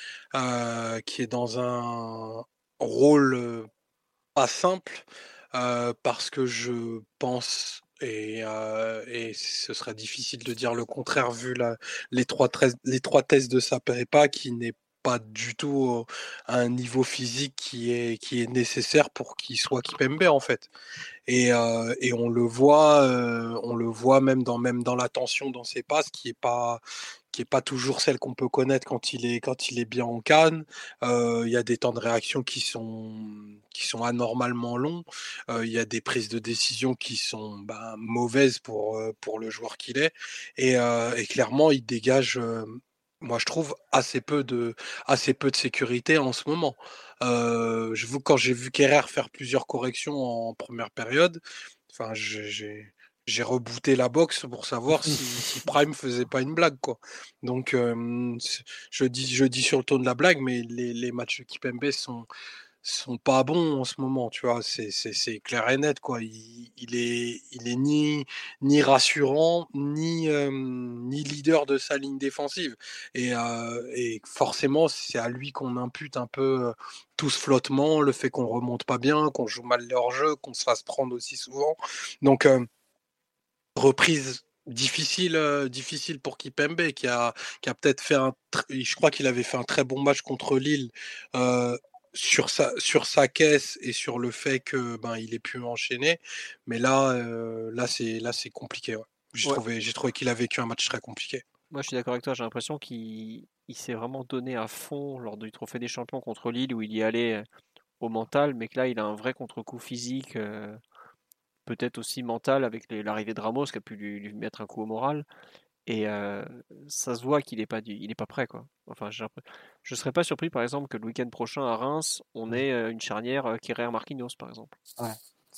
euh, qui est dans un rôle euh, pas simple, euh, parce que je pense, et, euh, et ce serait difficile de dire le contraire vu la, l'étroitesse, l'étroitesse de sa prépa, qui n'est pas du tout à un niveau physique qui est, qui est nécessaire pour qu'il soit Kipembe en fait. Et, euh, et on le voit, euh, on le voit même dans même dans l'attention dans ses passes, qui est pas qui est pas toujours celle qu'on peut connaître quand il est quand il est bien en canne. Euh, Il y a des temps de réaction qui sont qui sont anormalement longs. Euh, Il y a des prises de décision qui sont ben, mauvaises pour euh, pour le joueur qu'il est. Et, euh, et clairement, il dégage. euh, moi, je trouve assez peu de assez peu de sécurité en ce moment. Euh, je vous, quand j'ai vu Kerrer faire plusieurs corrections en première période, enfin, j'ai j'ai- j'ai rebooté la box pour savoir si, si Prime faisait pas une blague, quoi. Donc, euh, c'est- je dis, je dis sur le ton de la blague, mais les, les matchs de Kipembe sont, sont pas bons en ce moment, tu vois. C'est, c'est, c'est clair et net, quoi. Il, il est, il est ni, ni rassurant, ni, euh, ni leader de sa ligne défensive. Et, euh, et forcément, c'est à lui qu'on impute un peu euh, tout ce flottement, le fait qu'on remonte pas bien, qu'on joue mal leur jeu, qu'on se fasse prendre aussi souvent. Donc, euh, reprise difficile, euh, difficile pour Kipembe, qui a, qui a peut-être fait un, tr- je crois qu'il avait fait un très bon match contre Lille, euh, sur sa, sur sa caisse et sur le fait que ben il ait pu enchaîner. Mais là, euh, là c'est, là c'est compliqué. Ouais. J'ai
Ouais,
trouvé, j'ai trouvé qu'il a vécu un match très compliqué.
moi je suis d'accord avec toi. J'ai l'impression qu'il il s'est vraiment donné à fond lors du Trophée des Champions contre Lille où il y allait euh, au mental, mais que là il a un vrai contre-coup physique. Euh, peut-être aussi mental avec les- l'arrivée de Ramos qui a pu lui, lui mettre un coup au moral. Et euh, ça se voit qu'il n'est pas, du- il est pas prêt, quoi. Enfin, j'ai l'impression- je ne serais pas surpris, par exemple, que le week-end prochain à Reims, on ait euh, une charnière euh, Kerrer-Marquinhos, par exemple.
Ouais.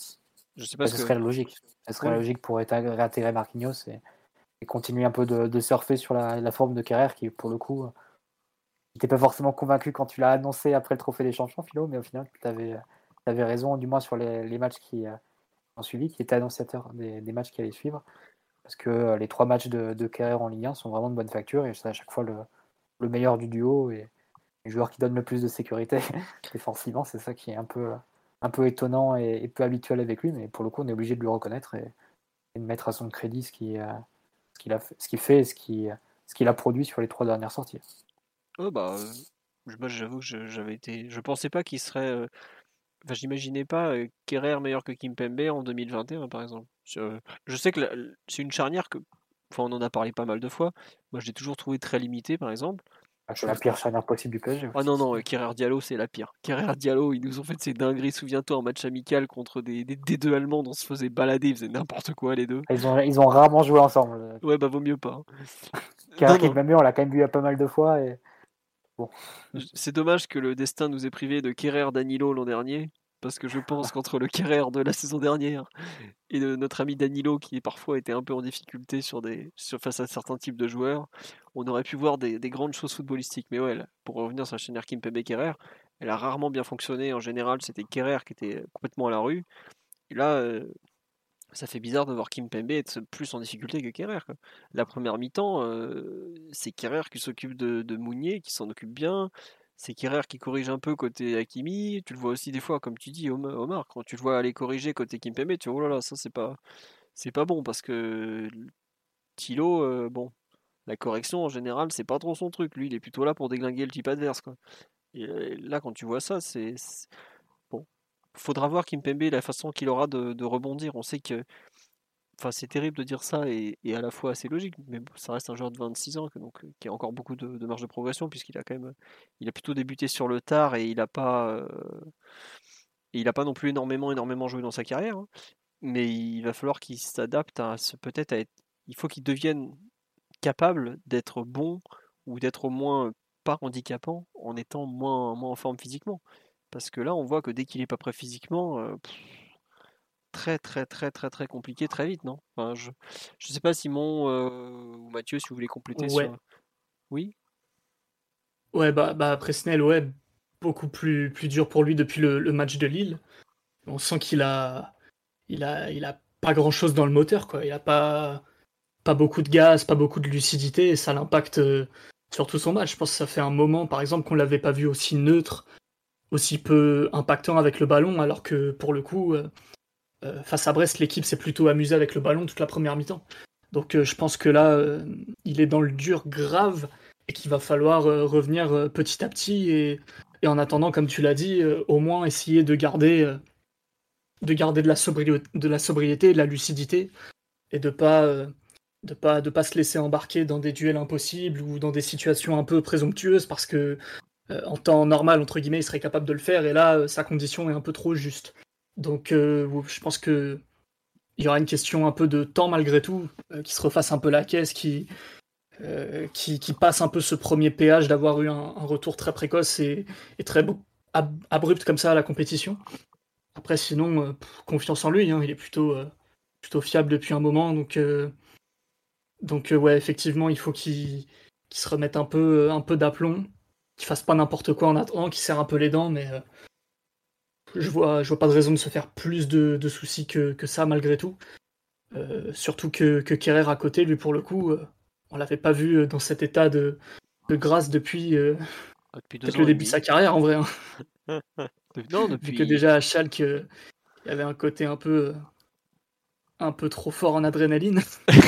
Je sais pas
Bah,
ce
ce
que.
serait la logique. Ce serait la
Oui,
logique pour éta- réintégrer Marquinhos et, et continuer un peu de, de surfer sur la, la forme de Kerrer qui, pour le coup, euh, n'était pas forcément convaincu quand tu l'as annoncé après le Trophée des Champions, Philo, mais au final, tu avais, raison, du moins sur les, les matchs qui euh, ont suivi, qui étaient annonciateurs des, des matchs qui allaient suivre. Parce que euh, les trois matchs de, de Kerrer en Ligue un sont vraiment de bonne facture et c'est à chaque fois le, le meilleur du duo et le joueur qui donne le plus de sécurité défensivement. C'est ça qui est un peu, un peu étonnant et, et peu habituel avec lui, mais pour le coup, on est obligé de lui reconnaître et, et de mettre à son crédit ce qu'il euh, ce qu'il a fait, ce qu'il fait et ce qu'il ce qu'il a produit sur les trois dernières sorties.
oh, bah, euh, je- moi, j'avoue que je- j'avais été. Je pensais pas qu'il serait. euh, Enfin, j'imaginais pas euh, Kerrer meilleur que Kimpembe en deux mille vingt et un, par exemple. Je, je sais que la- c'est une charnière que. Enfin, on en a parlé pas mal de fois. Moi, je l'ai toujours trouvé très limité, par exemple.
C'est
Je
la
trouve.
pire charnière possible du P S G.
Ah non, non, euh, Kerrer Diallo, c'est la pire. Kerrer Diallo, ils nous ont fait ces dingueries, souviens-toi, en match amical contre des, des, des deux Allemands, on se faisait balader, ils faisaient n'importe quoi, les deux.
Ils ont, ils ont rarement joué ensemble.
Ouais, bah vaut mieux pas. hein.
Kerrer
Non,
qui
non,
même on l'a quand même vu pas mal de fois. Et... Bon.
c'est dommage que le destin nous ait privé de Kerrer Danilo l'an dernier, parce que je pense qu'entre le Kerrer de la saison dernière et de notre ami Danilo, qui parfois était un peu en difficulté sur des, sur, face à certains types de joueurs, on aurait pu voir des, des grandes choses footballistiques. Mais ouais, là, pour revenir sur la chaîne Kimpembe Kerrer, elle a rarement bien fonctionné. En général, c'était Kerrer qui était complètement à la rue. Et là, euh, ça fait bizarre de voir Kimpembe être plus en difficulté que Kerrer, quoi. La première mi-temps, euh, c'est Kerrer qui s'occupe de, de Mounier, qui s'en occupe bien. C'est Kerrer qui corrige un peu côté Hakimi. Tu le vois aussi des fois, comme tu dis, Omar, Omar, quand tu le vois aller corriger côté Kimpembe, tu vois, oh là là, ça c'est pas, c'est pas bon parce que Thilo, euh, bon, la correction en général, c'est pas trop son truc. Lui, il est plutôt là pour déglinguer le type adverse, quoi. Et euh, là, quand tu vois ça, c'est c'est- bon. Faudra voir Kimpembe la façon qu'il aura de, de rebondir. On sait que, enfin, c'est terrible de dire ça et, et à la fois assez logique, mais bon, ça reste un joueur de vingt-six ans, donc euh, qui a encore beaucoup de, de marge de progression puisqu'il a quand même, il a plutôt débuté sur le tard et il a pas, euh, et il a pas non plus énormément, énormément joué dans sa carrière, hein. Mais il va falloir qu'il s'adapte à ce peut-être à être, il faut qu'il devienne capable d'être bon ou d'être au moins pas handicapant en étant moins, moins en forme physiquement. Parce que là, on voit que dès qu'il est pas prêt physiquement, euh, pff, très très très très très compliqué très vite, non? Enfin, je je sais pas Simon euh, ou Mathieu si vous voulez compléter
Ouais,
sur. Oui?
ouais, bah, bah Presnel, ouais, beaucoup plus, plus dur pour lui depuis le, le match de Lille. On sent qu'il a, il a, il a pas grand-chose dans le moteur, quoi. Il a pas, pas beaucoup de gaz, pas beaucoup de lucidité, et ça l'impacte euh, sur tout son match. Je pense que ça fait un moment, par exemple, qu'on l'avait pas vu aussi neutre, aussi peu impactant avec le ballon, alors que pour le coup, euh, euh, face à Brest, l'équipe s'est plutôt amusée avec le ballon toute la première mi-temps. Donc euh, je pense que là, euh, il est dans le dur grave et qu'il va falloir euh, revenir euh, petit à petit et, et en attendant, comme tu l'as dit, euh, au moins essayer de garder, euh, de garder de la sobriété, de la sobriété, de la lucidité et de pas, euh, de pas, de pas se laisser embarquer dans des duels impossibles ou dans des situations un peu présomptueuses parce que euh, en temps normal, entre guillemets, il serait capable de le faire et là, euh, sa condition est un peu trop juste. Donc euh, je pense que il y aura une question un peu de temps malgré tout, euh, qui se refasse un peu la caisse, qui, euh, qui, qui passe un peu ce premier péage d'avoir eu un, un retour très précoce et, et très ab- abrupt comme ça à la compétition. Après, sinon, euh, pff, confiance en lui, hein, il est plutôt, euh, plutôt fiable depuis un moment, donc, euh, donc euh, ouais, effectivement, il faut qu'il qu'il se remette un peu, un peu d'aplomb, qu'il fasse pas n'importe quoi en attendant, qu'il serre un peu les dents, mais euh, je vois, je vois pas de raison de se faire plus de, de soucis que, que ça malgré tout. Euh, surtout que, que Kerrer à côté, lui pour le coup, euh, on l'avait pas vu dans cet état de, de grâce depuis euh,
Ah, depuis deux
peut-être le
ans et
début de sa
demi.
carrière en vrai, hein.
Non,
Vu que
depuis
déjà à Schalke, euh, il y avait un côté un peu, euh, un peu trop fort en adrénaline.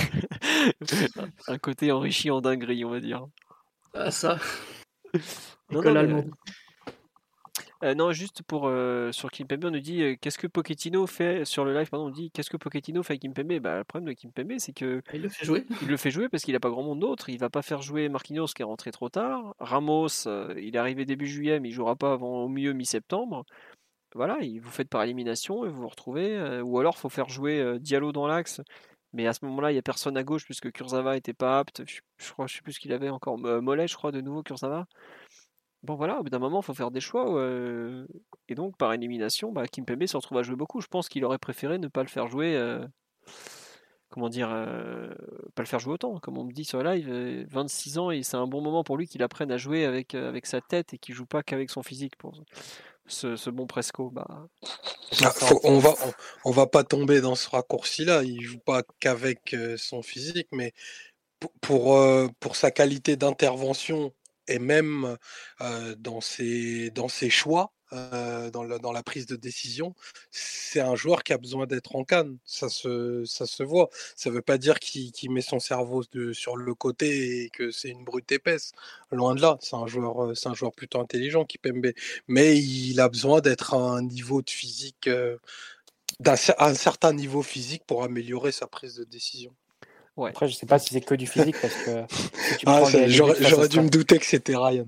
un côté enrichi en dinguerie, on va dire.
Ah, ça,
Non, non,
école
mais
allemande.
Euh, non, juste pour euh, sur Kimpembe, on nous dit euh, qu'est-ce que Pochettino fait sur le live, pardon, on dit qu'est-ce que Pochettino fait à Kimpembe? Bah, le problème de Kimpembe, c'est que
Il le fait jouer.
il le fait jouer parce qu'il a pas grand monde d'autre. Il va pas faire jouer Marquinhos qui est rentré trop tard. Ramos, euh, il est arrivé début juillet, mais il jouera pas avant au mieux mi-septembre. Voilà, il vous faites par élimination et vous vous retrouvez. Euh, ou alors, faut faire jouer euh, Diallo dans l'axe. Mais à ce moment-là, il y a personne à gauche puisque Kurzawa était pas apte. Je, je crois, je sais plus ce qu'il avait encore. Euh, Mollet, je crois, de nouveau Kurzawa. Bon voilà, au bout d'un moment, il faut faire des choix. euh, Et donc, par élimination, bah, Kimpembe se retrouve à jouer beaucoup. Je pense qu'il aurait préféré ne pas le faire jouer. euh, Comment dire, euh, pas le faire jouer autant. Comme on me dit sur le live, euh, vingt-six ans, et c'est un bon moment pour lui qu'il apprenne à jouer avec, euh, avec sa tête et qu'il joue pas qu'avec son physique pour ce, ce bon Presco. Bah,
Ah, faut- on va, on, on va pas tomber dans ce raccourci-là. Il joue pas qu'avec euh, son physique, mais pour, pour, euh, pour sa qualité d'intervention et même euh, dans ses, dans ses choix, euh, dans la, dans la prise de décision, c'est un joueur qui a besoin d'être en canne. Ça se, ça se voit. Ça veut pas dire qu'il qu'il met son cerveau de, sur le côté et que c'est une brute épaisse. Loin de là. C'est un joueur, euh, c'est un joueur plutôt intelligent, Kipembe. Mais il a besoin d'être à un niveau de physique, euh, d'un cer- à un certain niveau physique pour améliorer sa prise de décision.
ouais.
Après, je sais pas si c'est que du physique parce que si tu
Ah,
prends
ça,
les, les buts
j'aurais,
face à
j'aurais dû me
Strasbourg.
douter que c'était Ryan.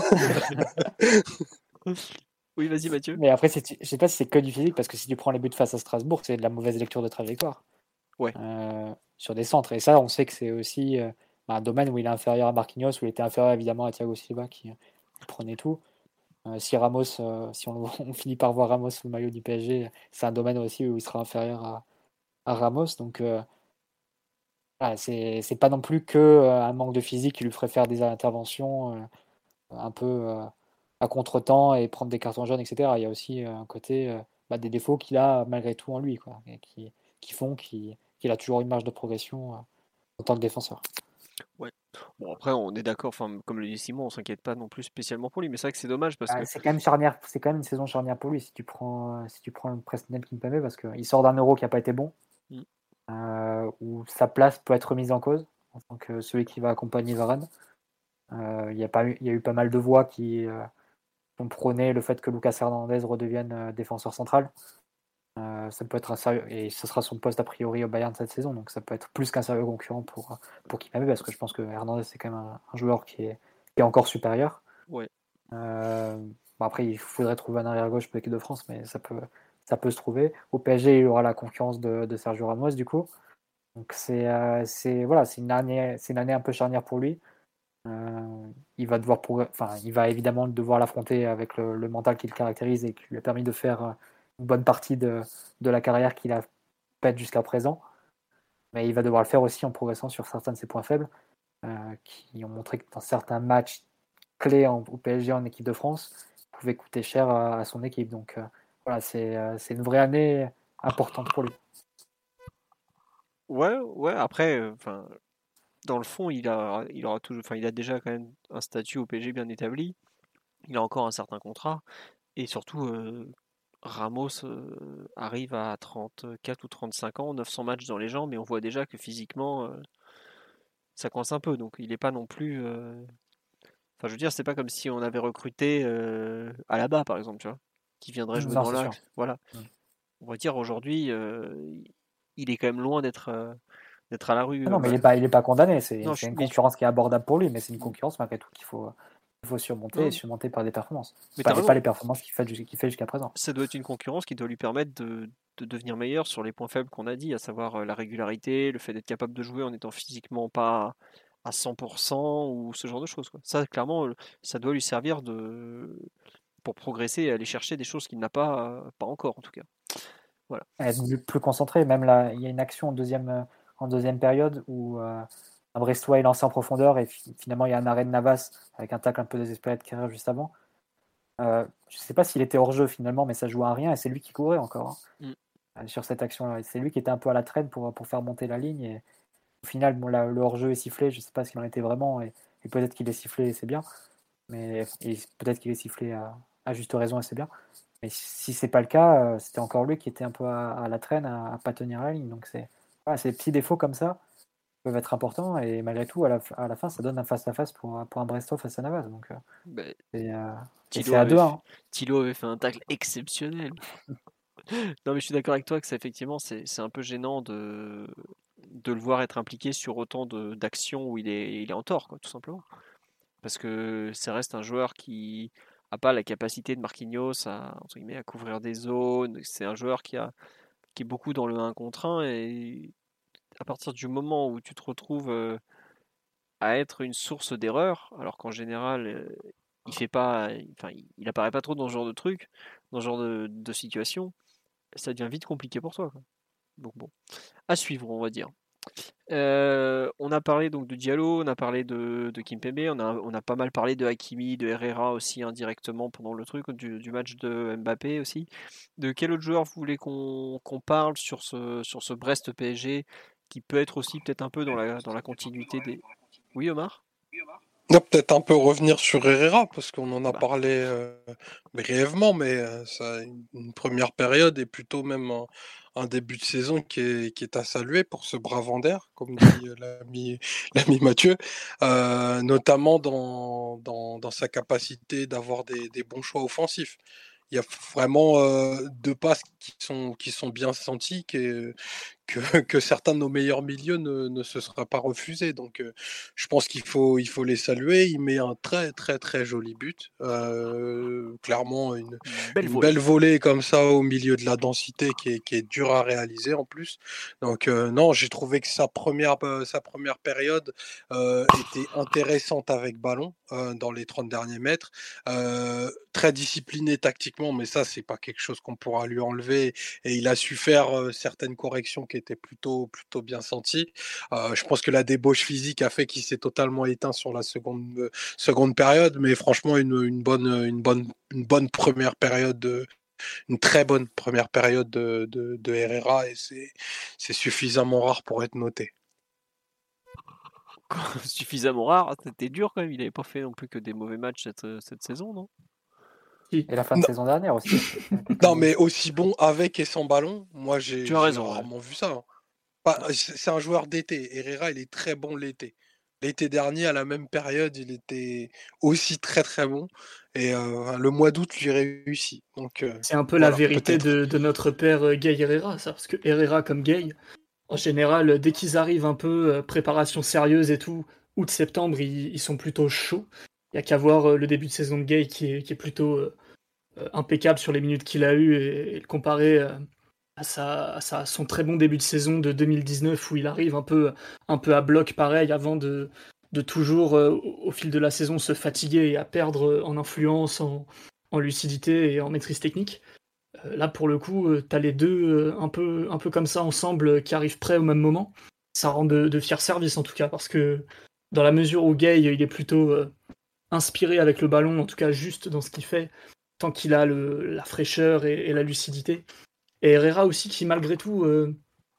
Oui, vas-y Mathieu.
Mais après, si tu- je sais pas si c'est que du physique parce que si tu prends les buts face à Strasbourg, c'est de la mauvaise lecture de trajectoire
Ouais.
euh, sur des centres. Et ça, on sait que c'est aussi euh, un domaine où il est inférieur à Marquinhos, où il était inférieur évidemment à Thiago Silva qui, qui prenait tout. Euh, si Ramos, euh, si on, on finit par voir Ramos sous le maillot du P S G, c'est un domaine aussi où il sera inférieur à, à Ramos. Donc, euh, voilà, c'est c'est pas non plus que euh, un manque de physique qui lui ferait faire des interventions euh, un peu, euh, à contre-temps et prendre des cartons jaunes, et cetera. Il y a aussi euh, un côté, euh, bah, des défauts qu'il a malgré tout en lui, quoi, et qui, qui font qu'il qu'il a toujours une marge de progression euh, en tant que défenseur.
Ouais. Bon, après, on est d'accord, enfin, comme le dit Simon, on s'inquiète pas non plus spécialement pour lui, mais c'est vrai que c'est dommage parce
Ah,
que.
c'est quand même charnière, c'est quand même une saison charnière pour lui si tu prends, euh, si tu prends le Presnel Kimpembe, parce qu'il sort d'un Euro qui n'a pas été bon,
Mm.
euh, où sa place peut être mise en cause en tant que celui qui va accompagner Varane. Euh, Il y a pas eu, il y a eu pas mal de voix qui euh, ont prôné le fait que Lucas Hernandez redevienne euh, défenseur central. Euh, ça peut être un sérieux, et ce sera son poste a priori au Bayern cette saison, donc ça peut être plus qu'un sérieux concurrent pour, pour Kimpembe, parce que je pense que Hernandez c'est quand même un, un joueur qui est, qui est encore supérieur.
Ouais.
Euh, bon, après, il faudrait trouver un arrière-gauche pour l'équipe de France, mais ça peut, ça peut se trouver. Au P S G, il y aura la concurrence de, de Sergio Ramos, du coup. Donc c'est euh, c'est voilà, c'est une année, c'est une année un peu charnière pour lui. Euh, il va devoir, progr- enfin, il va évidemment devoir l'affronter avec le, le mental qui le caractérise et qui lui a permis de faire euh, une bonne partie de, de la carrière qu'il a faite jusqu'à présent. Mais il va devoir le faire aussi en progressant sur certains de ses points faibles, euh, qui ont montré que dans certains matchs clés en, au P S G en équipe de France pouvait coûter cher à, à son équipe. Donc euh, voilà, c'est euh, c'est une vraie année importante pour lui.
Ouais, ouais, après, euh, enfin, dans le fond, il a, il aura toujours, enfin, il a déjà quand même un statut au P S G bien établi. Il a encore un certain contrat. Et surtout, euh, Ramos euh, arrive à trente-quatre ou trente-cinq ans, neuf cents matchs dans les jambes, mais on voit déjà que physiquement, euh, ça coince un peu. Donc il n'est pas non plus. euh, Enfin, je veux dire, c'est pas comme si on avait recruté euh, Alaba, par exemple, tu vois, qui viendrait jouer
Non,
dans
c'est sûr.
l'axe. Voilà.
Mm.
On va dire aujourd'hui, euh, il est quand même loin d'être euh, d'être à la rue.
Ah
euh,
non, mais il
ma-
n'est pas, il est pas condamné. C'est
Non, je-
c'est une
mais,
concurrence qui est abordable pour lui, mais c'est une concurrence malgré tout qu'il faut, qu'il faut surmonter et
non,
surmonter par des performances.
mais
Pas,
t'as
les- pas
raison.
les performances qu'il fait, jus- qu'il fait jusqu'à présent.
Ça doit être une concurrence qui doit lui permettre de, de devenir meilleur sur les points faibles qu'on a dit, à savoir euh, la régularité, le fait d'être capable de jouer en étant physiquement pas à cent pour cent ou ce genre de choses, quoi. Ça, clairement, euh, ça doit lui servir de pour progresser et aller chercher des choses qu'il n'a pas, euh, pas encore, en tout cas. Voilà.
Être plus plus concentré. Même là, il y a une action en deuxième, euh, en deuxième période où euh, un Brestois est lancé en profondeur et fi- finalement il y a un arrêt de Navas avec un tacle un peu désespéré de Carrère juste avant. Euh, je ne sais pas s'il était hors jeu finalement, mais ça joue à rien et c'est lui qui courait encore,
Mm.
hein, sur cette action-là. C'est lui qui était un peu à la traîne pour, pour faire monter la ligne. Et au final, bon, la- le hors-jeu est sifflé. Je ne sais pas ce qu'il en était vraiment. Et, et peut-être qu'il est sifflé et c'est bien. Mais et peut-être qu'il est sifflé à, à juste raison et c'est bien. Mais si c'est pas le cas, euh, c'était encore lui qui était un peu à, à la traîne, à, à pas tenir la ligne. Donc c'est voilà, ces petits défauts comme ça peuvent être importants. Et malgré tout, à la, à la fin, ça donne un face-à-face pour, pour un Brestois face à Navas. Donc euh,
Ben,
c'est euh, et
Thilo
c'est à
avait
deux,
fait,
hein.
Thilo avait fait un tacle exceptionnel. Non, mais je suis d'accord avec toi que c'est effectivement c'est c'est un peu gênant de de le voir être impliqué sur autant de d'actions où il est il est en tort, quoi, tout simplement. Parce que ça reste un joueur qui a pas la capacité de Marquinhos à, entre guillemets, à couvrir des zones. C'est un joueur qui a qui est beaucoup dans le un contre un et à partir du moment où tu te retrouves euh, à être une source d'erreur, alors qu'en général euh, il fait pas, enfin il, il apparaît pas trop dans ce genre de truc, dans ce genre de, de situation, ça devient vite compliqué pour toi, quoi. Donc bon, à suivre, on va dire. Euh, on a parlé donc de Diallo, on a parlé de, de Kimpembe, on a, on a pas mal parlé de Hakimi, de Herrera aussi indirectement pendant le truc, du, du match de Mbappé aussi. De quel autre joueur vous voulez qu'on qu'on parle sur ce, sur ce Brest P S G qui peut être aussi peut-être un peu dans la, dans la continuité des... Oui Omar?
Non, peut-être un peu revenir sur Herrera, parce qu'on en a
Bah,
parlé euh, brièvement, mais euh, ça, une, une première période et plutôt même un, un début de saison qui est, qui est à saluer pour ce Bravander, comme dit euh, l'ami l'ami Mathieu, euh, notamment dans, dans, dans sa capacité d'avoir des, des bons choix offensifs. Il y a vraiment euh, deux passes qui sont, qui sont bien senties, qui, que, que certains de nos meilleurs milieux ne, ne se seraient pas refusés. Donc, euh, je pense qu'il faut, il faut les saluer. Il met un très, très, très joli but. Euh, clairement, une,
belle
une
volée.
belle volée comme ça au milieu de la densité qui est, qui est dure à réaliser en plus. Donc, euh, non, j'ai trouvé que sa première, euh, sa première période euh, était intéressante avec ballon euh, dans les trente derniers mètres. Euh, très discipliné tactiquement, mais ça, c'est pas quelque chose qu'on pourra lui enlever. Et il a su faire euh, certaines corrections qui était plutôt, plutôt bien senti. Euh, je pense que la débauche physique a fait qu'il s'est totalement éteint sur la seconde, euh, seconde période, mais franchement, une, une, bonne, une, bonne, une bonne première période, de, une très bonne première période de, de, de Herrera, et c'est, c'est suffisamment rare pour être noté.
Suffisamment rare, c'était dur quand même, il n'avait pas fait non plus que des mauvais matchs cette, cette saison, non?
Et la fin de
non.
saison dernière aussi.
Non, mais aussi bon avec et sans ballon, moi j'ai,
tu as
j'ai
raison,
rarement
ouais.
vu ça. Hein. Pas, c'est un joueur d'été. Herrera, il est très bon l'été. L'été dernier, à la même période, il était aussi très très bon. Et euh, le mois d'août lui réussit. Donc, euh,
C'est un peu
voilà,
la vérité
peut-être.
de, de notre père euh, Gay Herrera, ça, parce que Herrera comme Gay, en général, dès qu'ils arrivent un peu euh, préparation sérieuse et tout, août-septembre, ils, ils sont plutôt chauds. Il n'y a qu'à voir euh, le début de saison de Gay qui est, qui est plutôt euh, euh, impeccable sur les minutes qu'il a eues et, et le comparer euh, à, sa, à sa- son très bon début de saison de deux mille dix-neuf où il arrive un peu, un peu à bloc pareil avant de, de toujours euh, au, au fil de la saison se fatiguer et à perdre en influence, en, en lucidité et en maîtrise technique. Euh, là pour le coup, euh, t'as les deux euh, un peu, un peu comme ça ensemble euh, qui arrivent près au même moment. Ça rend de, de fiers services en tout cas parce que dans la mesure où Gay il est plutôt euh, inspiré avec le ballon, en tout cas juste dans ce qu'il fait, tant qu'il a le, la fraîcheur et, et la lucidité. Et Herrera aussi, qui malgré tout euh,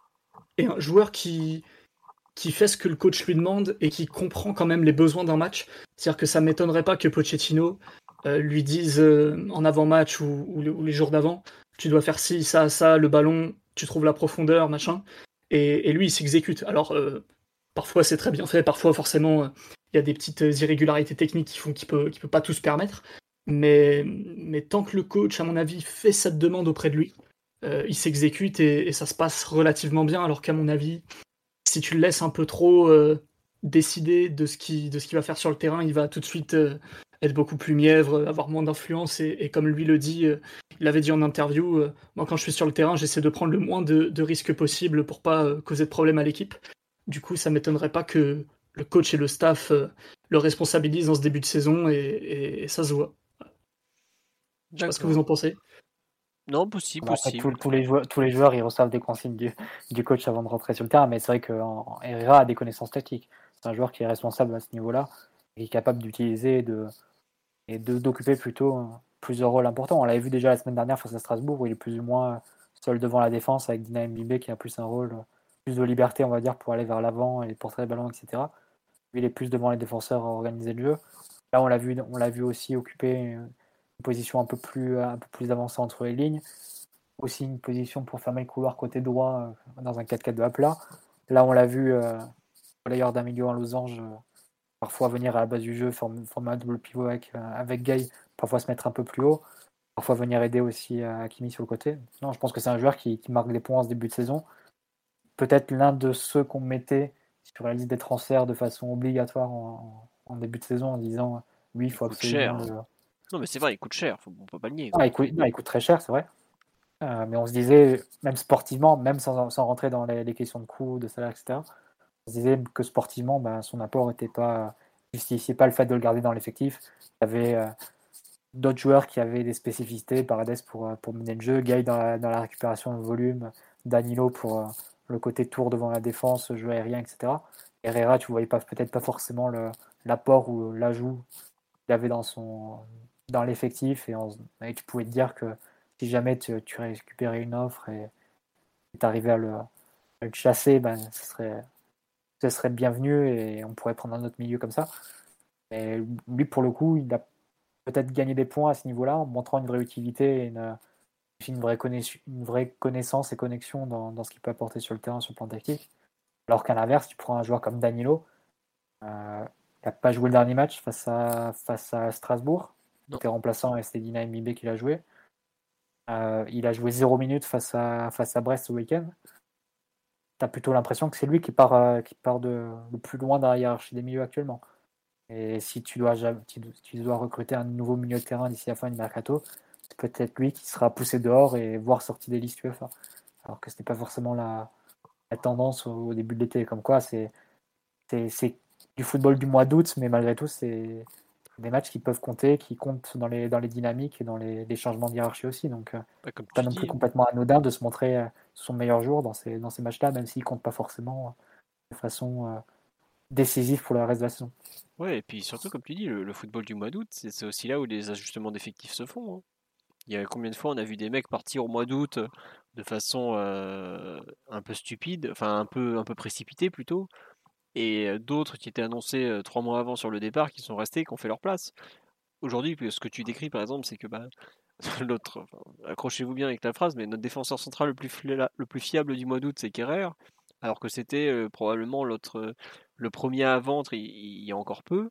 est un joueur qui, qui fait ce que le coach lui demande et qui comprend quand même les besoins d'un match. C'est-à-dire que ça ne m'étonnerait pas que Pochettino euh, lui dise euh, en avant-match ou, ou, ou les jours d'avant, tu dois faire ci, ça, ça, le ballon, tu trouves la profondeur, machin. Et, et lui, il s'exécute. Alors, euh, parfois c'est très bien fait, parfois forcément, il euh, y a des petites irrégularités techniques qui font qu'il peut, qu'il peut pas tout se permettre. Mais, mais tant que le coach, à mon avis, fait cette demande auprès de lui, euh, il s'exécute et, et ça se passe relativement bien. Alors qu'à mon avis, si tu le laisses un peu trop euh, décider de ce qu'il de ce qu'il va faire sur le terrain, il va tout de suite euh, être beaucoup plus mièvre, avoir moins d'influence. Et, et comme lui le dit, euh, il l'avait dit en interview, euh, moi quand je suis sur le terrain, j'essaie de prendre le moins de, de risques possible pour pas euh, causer de problème à l'équipe. Du coup, ça m'étonnerait pas que le coach et le staff euh, le responsabilisent dans ce début de saison et, et- et ça se voit. Je sais pas ce que vous en pensez.
Non, possible,
Bon, après,
possible.
tous, tous les joueurs, tous les joueurs, ils reçoivent des consignes du, du coach avant de rentrer sur le terrain, mais c'est vrai que en- en Herrera a des connaissances tactiques. C'est un joueur qui est responsable à ce niveau-là, et qui est capable d'utiliser et de, et de d'occuper plutôt euh, plusieurs rôles importants. On l'avait vu déjà la semaine dernière face à Strasbourg, où il est plus ou moins seul devant la défense, avec Dina Mbimbe qui a plus un rôle, plus de liberté, on va dire, pour aller vers l'avant et porter le ballon, et cetera. Lui, il est plus devant les défenseurs à organiser le jeu. Là, on l'a vu, on l'a vu aussi occuper une position un peu plus, un peu plus avancée entre les lignes. Aussi une position pour fermer le couloir côté droit euh, dans un quatre quatre deux à plat. Là, on l'a vu, euh, d'ailleurs, d'un milieu en losange, euh, parfois venir à la base du jeu, former, former un double pivot avec, euh, avec Gay, parfois se mettre un peu plus haut, parfois venir aider aussi euh, Hakimi sur le côté. Non, je pense que c'est un joueur qui, qui marque des points en ce début de saison. Peut-être l'un de ceux qu'on mettait sur la liste des transferts de façon obligatoire en, en début de saison en disant oui, il faut
coûte cher.
absolument le.
Non, mais c'est vrai, il coûte cher, faut, on peut pas le nier.
Ah, il, coûte, non, il coûte très cher, c'est vrai. Euh, mais on se disait, même sportivement, même sans, sans rentrer dans les, les questions de coûts, de salaire, et cetera, on se disait que sportivement, ben, son apport n'était pas justifié pas le fait de le garder dans l'effectif. Il y avait euh, d'autres joueurs qui avaient des spécificités, Paredes pour, pour mener le jeu, Gay dans la, dans la récupération de volume, Danilo pour euh, le côté tour devant la défense, jeu aérien, et cetera. Herrera, tu ne voyais pas, peut-être pas forcément le, l'apport ou l'ajout qu'il avait dans, son, dans l'effectif, et, on, et tu pouvais te dire que si jamais tu, tu récupérais une offre et tu arrivais à le, à le chasser, ben, ce, serait, ce serait bienvenu et on pourrait prendre un autre milieu comme ça. Mais lui, pour le coup, il a peut-être gagné des points à ce niveau-là en montrant une vraie utilité et une, une, vraie, connaiss- une vraie connaissance et connexion dans, dans ce qu'il peut apporter sur le terrain, sur le plan tactique. Alors qu'à l'inverse, tu prends un joueur comme Danilo, euh, il n'a pas joué le dernier match face à, face à Strasbourg. Il était remplaçant et c'était Dina Mbimbe qui l'a joué. Euh, il a joué zéro minute face à, face à Brest ce week-end. Tu as plutôt l'impression que c'est lui qui part, euh, qui part de, le plus loin dans la hiérarchie des milieux actuellement. Et si tu dois, tu, tu dois recruter un nouveau milieu de terrain d'ici la fin du mercato, c'est peut-être lui qui sera poussé dehors et voire sorti des listes UEFA. Alors que ce n'était pas forcément la, la tendance au, au début de l'été. Comme quoi, c'est, c'est, c'est du football du mois d'août, mais malgré tout, c'est des matchs qui peuvent compter, qui comptent dans les, dans les dynamiques et dans les, les changements de hiérarchie aussi. Donc, euh,
Bah, comme
pas
tu
non plus
dis.
complètement anodin de se montrer euh, son meilleur jour dans ces, dans ces matchs-là, même s'il ne compte pas forcément euh, de façon euh, décisive pour le reste de la saison.
Ouais, et puis surtout, comme tu dis, le, le football du mois d'août, c'est c'est aussi là où les ajustements d'effectifs se font. Hein. Il y a combien de fois on a vu des mecs partir au mois d'août euh, de façon euh, un peu stupide, enfin un peu, un peu précipitée plutôt, et euh, d'autres qui étaient annoncés euh, trois mois avant sur le départ, qui sont restés, qui ont fait leur place. Aujourd'hui, ce que tu décris par exemple, c'est que bah, l'autre, enfin, accrochez-vous bien avec la phrase, mais notre défenseur central le plus, fla- le plus fiable du mois d'août, c'est Kerrer, alors que c'était euh, probablement l'autre, euh, le premier à ventre il, il y a encore peu.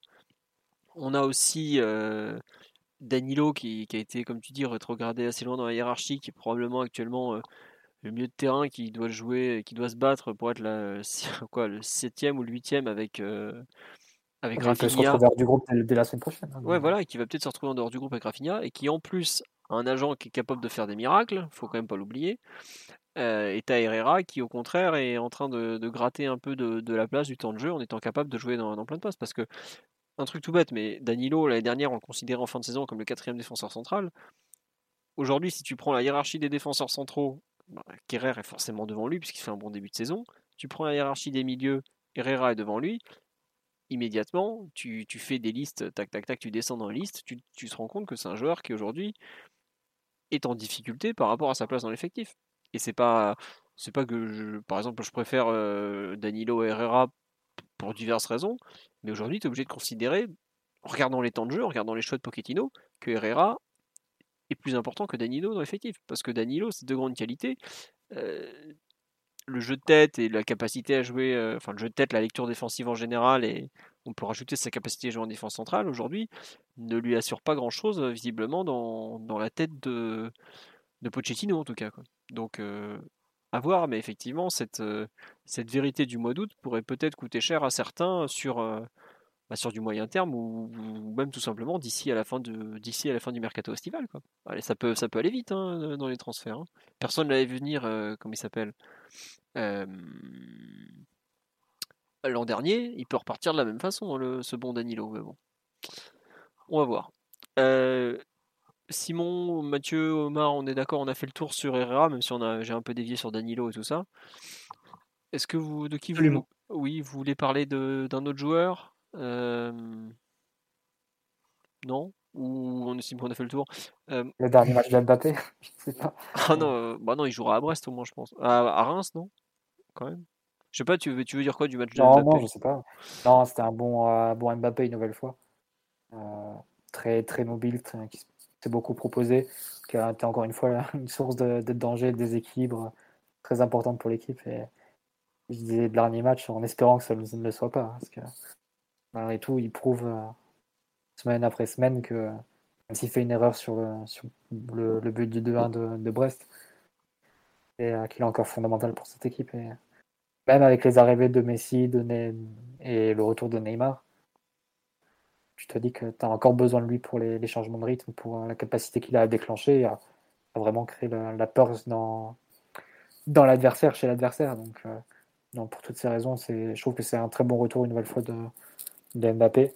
On a aussi euh, Danilo qui, qui a été, comme tu dis, rétrogradé assez loin dans la hiérarchie, qui est probablement actuellement euh, le milieu de terrain qui doit jouer, qui doit se battre pour être la, quoi, le septième ou le huitième avec, euh, avec
Mais il peut se
Rafinha.
retrouver hors du groupe dès, dès la semaine prochaine. hein, mais,
Ouais, voilà, et qui va peut-être se retrouver en dehors du groupe avec Rafinha, et qui en plus a un agent qui est capable de faire des miracles, faut quand même pas l'oublier. Euh, et t'as Herrera qui au contraire est en train de, de gratter un peu de, de la place, du temps de jeu, en étant capable de jouer dans, dans plein de postes. Parce que, un truc tout bête, mais Danilo, l'année dernière, on le considérait en fin de saison comme le quatrième défenseur central. Aujourd'hui, si tu prends la hiérarchie des défenseurs centraux, bah, Kerrer est forcément devant lui, puisqu'il fait un bon début de saison. Tu prends la hiérarchie des milieux, Herrera est devant lui. Immédiatement, tu, tu fais des listes, tac, tac, tac, tu descends dans la liste, tu, tu te rends compte que c'est un joueur qui aujourd'hui est en difficulté par rapport à sa place dans l'effectif. Et c'est pas, c'est pas que, je, par exemple, je préfère euh, Danilo et Herrera pour diverses raisons, mais aujourd'hui, tu es obligé de considérer, en regardant les temps de jeu, en regardant les choix de Pochettino, que Herrera est plus important que Danilo dans l'effectif. Parce que Danilo, c'est de grandes qualités. Euh, le jeu de tête et la capacité à jouer, euh, enfin le jeu de tête, la lecture défensive en général, et on peut rajouter sa capacité à jouer en défense centrale aujourd'hui, ne lui assure pas grand-chose visiblement dans, dans la tête de, de Pochettino en tout cas. Quoi. Donc euh, à voir, mais effectivement cette, euh, cette vérité du mois d'août pourrait peut-être coûter cher à certains sur, euh, bah, sur du moyen terme ou, ou même tout simplement d'ici à la fin de d'ici à la fin du mercato estival. Quoi. Allez, ça peut ça peut aller vite hein, dans les transferts. Hein. Personne ne l'avait vu venir, euh, comment il s'appelle euh, l'an dernier, il peut repartir de la même façon, le, ce bon Danilo. Mais bon, on va voir. Euh, Simon, Mathieu, Omar, on est d'accord, on a fait le tour sur Herrera, même si on a, j'ai un peu dévié sur Danilo et tout ça. Est-ce que vous, de qui vous,
Absolument.
oui, vous voulez parler de, d'un autre joueur euh, Non Ou on estime qu'on a fait le tour euh,
Le dernier match de Mbappé, je sais pas.
Ah non, euh, bah non, il jouera à Brest au moins, je pense. À, à Reims, non Quand même. Je sais pas, tu veux, tu veux dire quoi du match de
Non, non, je
Mbappé
sais pas. Non, c'était un bon, euh, bon Mbappé une nouvelle fois. Euh, très, très mobile, très- qui s'est beaucoup proposé, qui a été encore une fois là, une source de, de danger, de déséquilibre très importante pour l'équipe. Et je disais le dernier match en espérant que ça ne le soit pas, hein, parce que malgré tout, il prouve euh, semaine après semaine que même s'il fait une erreur sur le, sur le, le but du deux un de, de Brest, et euh, qu'il est encore fondamental pour cette équipe. Et même avec les arrivées de Messi de Ne- et le retour de Neymar, tu te dis que tu as encore besoin de lui pour les, les changements de rythme, pour euh, la capacité qu'il a à déclencher, à, à vraiment créer la, la peur dans, dans l'adversaire, chez l'adversaire. Donc, euh, donc pour toutes ces raisons, c'est, je trouve que c'est un très bon retour une nouvelle fois de, de Mbappé.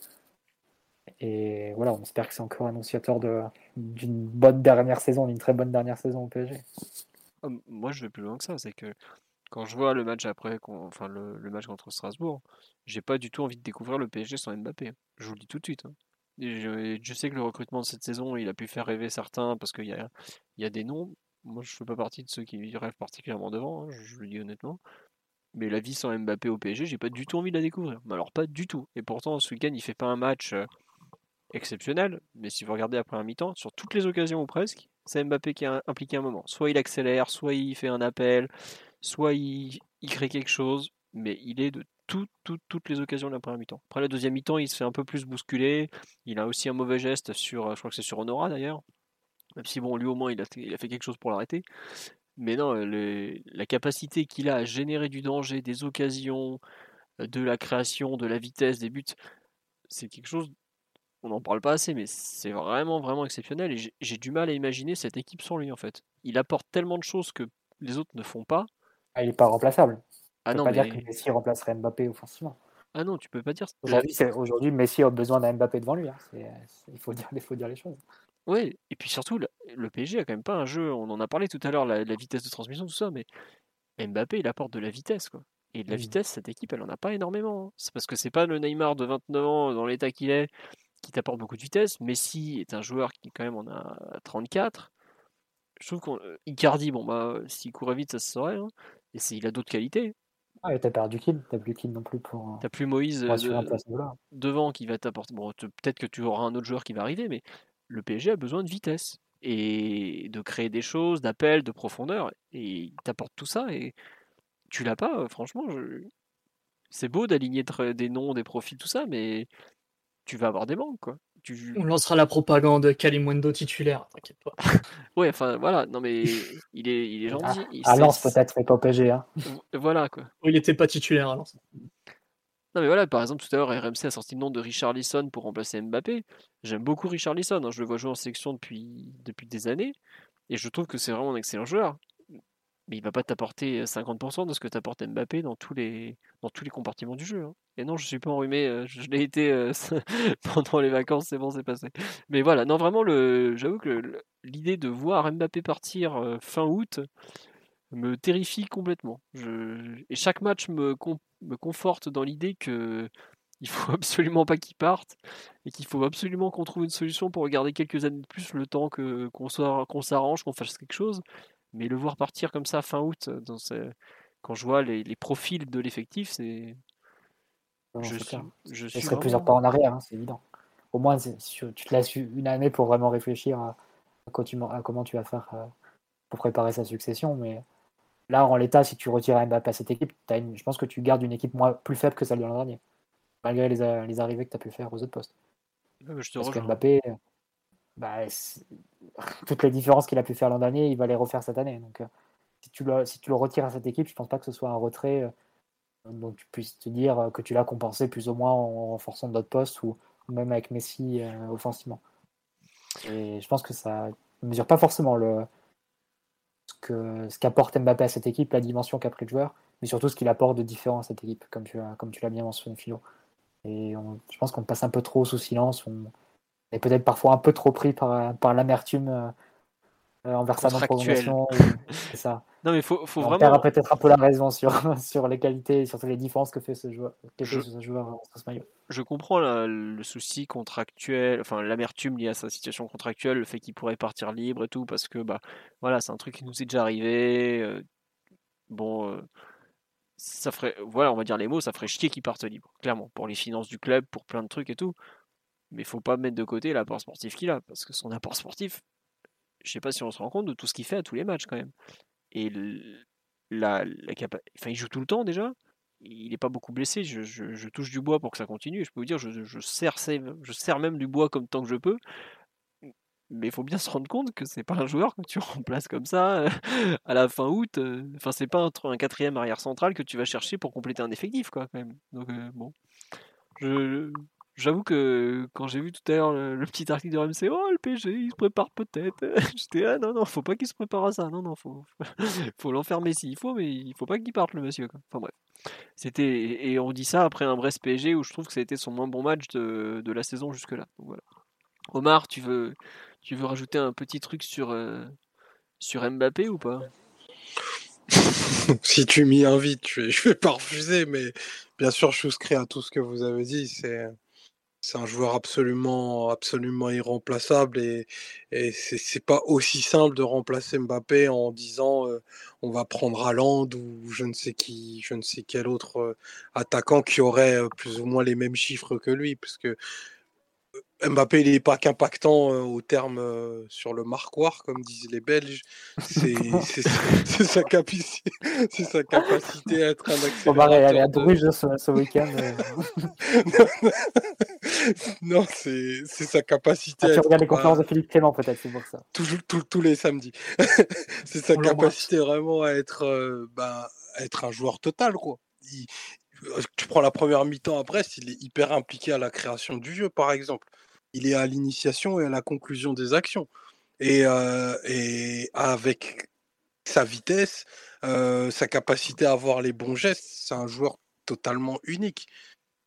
Et voilà, on espère que c'est encore annonciateur de, d'une bonne dernière saison, d'une très bonne dernière saison au P S G.
Ah, moi, je vais plus loin que ça, c'est que quand je vois le match après, qu'on- enfin le, le match contre Strasbourg, j'ai pas du tout envie de découvrir le P S G sans Mbappé. hein. Je vous le dis tout de suite. hein. Et Je, je sais que le recrutement de cette saison, il a pu faire rêver certains parce qu'il y a, il y a des noms. Moi, je fais pas partie de ceux qui rêvent particulièrement devant, hein, je, je le dis honnêtement. Mais la vie sans Mbappé au P S G, j'ai pas du tout envie de la découvrir. Mais alors pas du tout. Et pourtant, ce week-end, il fait pas un match euh, exceptionnel. Mais si vous regardez après un mi-temps, sur toutes les occasions ou presque, c'est Mbappé qui est impliqué un moment. Soit il accélère, soit il fait un appel, soit il, il crée quelque chose, mais il est de tout, tout, toutes les occasions de la première mi-temps. Après la deuxième mi-temps, il se fait un peu plus bousculer. Il a aussi un mauvais geste sur, je crois que c'est sur Honora d'ailleurs. Même si bon, lui au moins il a, il a fait quelque chose pour l'arrêter. Mais non, le- la capacité qu'il a à générer du danger, des occasions, de la création, de la vitesse, des buts, c'est quelque chose, on n'en parle pas assez, mais c'est vraiment, vraiment exceptionnel. Et j'ai j'ai du mal à imaginer cette équipe sans lui en fait. Il apporte tellement de choses que les autres ne font pas.
Ah, il n'est pas remplaçable.
Ah
On ne peut
non,
pas dire que
mais
Messi remplacerait Mbappé offensivement.
Ah non, tu peux pas dire ça. La-
Aujourd'hui, c'est, aujourd'hui Messi a besoin d'un Mbappé devant lui. Hein. C'est, c'est- il faut dire, il faut dire les choses.
Ouais, et puis surtout, le, le P S G a quand même pas un jeu, on en a parlé tout à l'heure, la, la vitesse de transmission, tout ça, mais Mbappé, il apporte de la vitesse, quoi. Et de la
Mm.
vitesse, cette équipe, elle en a pas énormément. hein. C'est parce que c'est pas le Neymar de vingt-neuf ans, dans l'état qu'il est, qui t'apporte beaucoup de vitesse. Messi est un joueur qui, quand même, en a trente-quatre. Je trouve qu'on. euh, Icardi, bon, bah, s'il courait vite, ça se saurait. hein. Et c'est, il a d'autres qualités.
Ah, et t'as perdu Kid, t'as plus Kid non plus pour, euh,
T'as plus Moïse
pour
euh,
assurer un peu
de-
à ce niveau-là.
devant qui va t'apporter. Bon, te- peut-être que tu auras un autre joueur qui va arriver, mais le P S G a besoin de vitesse et de créer des choses, d'appel, de profondeur. Et il t'apporte tout ça et tu l'as pas, euh, franchement. je- C'est beau d'aligner tr- des noms, des profils, tout ça, mais tu vas avoir des manques, quoi. Tu...
On lancera la propagande Kalimundo titulaire, t'inquiète pas.
Ouais, enfin, voilà. Non, mais il est, il est
À,
gentil. Il
à
sait-
Lens peut-être, mais pas au P S G. Hein.
Voilà, quoi.
Oh, il était pas titulaire alors.
Non mais voilà, par exemple tout à l'heure R M C a sorti le nom de Richarlison pour remplacer Mbappé. J'aime beaucoup Richarlison, hein, je le vois jouer en sélection depuis, depuis des années, et je trouve que c'est vraiment un excellent joueur. Mais il va pas t'apporter cinquante pour cent de ce que t'apporte Mbappé dans tous les, dans tous les compartiments du jeu. hein. Et non, je suis pas enrhumé, euh, je l'ai été euh, pendant les vacances, c'est bon, c'est passé. Mais voilà, non vraiment, le, j'avoue que le- l'idée de voir Mbappé partir euh, fin août me terrifie complètement. Je... Et chaque match me, con- me conforte dans l'idée que il faut absolument pas qu'il parte et qu'il faut absolument qu'on trouve une solution pour regarder quelques années de plus le temps que qu'on soit qu'on s'arrange, qu'on fasse quelque chose. Mais le voir partir comme ça fin août, dans ce- quand je vois les, les profils de l'effectif, c'est
Non,
je
c'est clair.
suis je
Ce
suis
serait plusieurs
vraiment
pas en arrière, hein, c'est évident. Au moins, c'est- tu tu te laisses une année pour vraiment réfléchir à, à quoi tu- à comment tu vas faire euh, pour préparer sa succession. Mais là, en l'état, si tu retires Mbappé à cette équipe, t'as une- je pense que tu gardes une équipe moins, plus faible que celle de l'an dernier, malgré les, a- les arrivées que tu as pu faire aux autres postes.
je te
Parce que
rejoins.
Mbappé, euh, bah, c'est- toutes les différences qu'il a pu faire l'an dernier, il va les refaire cette année. Donc, euh, si tu le, si tu le retires à cette équipe, je pense pas que ce soit un retrait euh, dont tu puisses te dire euh, que tu l'as compensé plus ou moins en renforçant d'autres postes ou, ou même avec Messi euh, offensivement. Et je pense que ça ne mesure pas forcément le, ce que ce qu'apporte Mbappé à cette équipe, la dimension qu'a pris le joueur, mais surtout ce qu'il apporte de différent à cette équipe, comme tu, as, comme tu l'as bien mentionné, Philo. Et on- je pense qu'on passe un peu trop sous silence. On est peut-être parfois un peu trop pris par, par l'amertume euh, envers sa
Contractuel.
non-prolongation. ou- C'est ça.
Non mais faut faut
Et on perd
vraiment
peut-être un peu la raison sur, sur les qualités et sur les différences que fait ce joueur, que fait
je,
ce joueur euh, sur ce maillot.
je comprends la- le souci contractuel, enfin l'amertume liée à sa situation contractuelle, le fait qu'il pourrait partir libre et tout, parce que bah voilà, c'est un truc qui nous est déjà arrivé. euh, bon, euh, ça ferait, voilà, on va dire les mots, ça ferait chier qu'il parte libre, clairement, pour les finances du club, pour plein de trucs et tout. Mais faut pas mettre de côté l'apport sportif qu'il a, parce que son apport sportif, je sais pas si on se rend compte de tout ce qu'il fait à tous les matchs quand même. Et l- la, la capa- enfin, il joue tout le temps déjà. Il n'est pas beaucoup blessé. Je, je- je touche du bois pour que ça continue. Et je peux vous dire, je, je serre, je serre même du bois comme tant que je peux. Mais il faut bien se rendre compte que c'est pas un joueur que tu remplaces comme ça euh, à la fin août. euh. Enfin, c'est pas un, un quatrième arrière central que tu vas chercher pour compléter un effectif, quoi, quand même. Donc, euh, bon. Je, j'avoue que quand j'ai vu tout à l'heure le, le petit article de R M C, oh le P S G il se prépare peut-être. J'étais ah non non faut pas qu'il se prépare à ça, non non faut faut l'enfermer s'il faut mais il faut pas qu'il parte le monsieur quoi. Enfin bref, c'était et on dit ça après un Brest P S G où je trouve que ça a été son moins bon match de, de la saison jusque là. Donc, voilà. Omar, tu veux tu veux rajouter un petit truc sur euh, sur Mbappé ou pas?
Si tu m'y invites, je vais, je vais pas refuser, mais bien sûr, je souscris à tout ce que vous avez dit. C'est, c'est un joueur absolument, absolument irremplaçable et, et c'est, c'est pas aussi simple de remplacer Mbappé en disant euh, on va prendre Haaland ou je ne sais qui, je ne sais quel autre euh, attaquant qui aurait euh, plus ou moins les mêmes chiffres que lui, parce que Mbappé, il n'est pas qu'impactant euh, au terme euh, sur le marquoir, comme disent les Belges. C'est c'est sa, c'est sa capacité, c'est sa capacité à être un
Omar est allé
accélérateur
à
de.
Bruges ce, ce week-end. euh.
Non, c'est c'est sa capacité
Ah,
à
tu
être
regardes les conférences de
bah,
Philippe Clément, peut-être, c'est pour ça.
toujours- tout- tous les samedis. C'est sa
On l'embrasse.
capacité vraiment à être, euh, bah, à être un joueur total, quoi. Il- euh, tu prends la première mi-temps à Brest, il est hyper impliqué à la création du jeu, par exemple. Il est à l'initiation et à la conclusion des actions. Et, euh, et avec sa vitesse, euh, sa capacité à avoir les bons gestes, c'est un joueur totalement unique.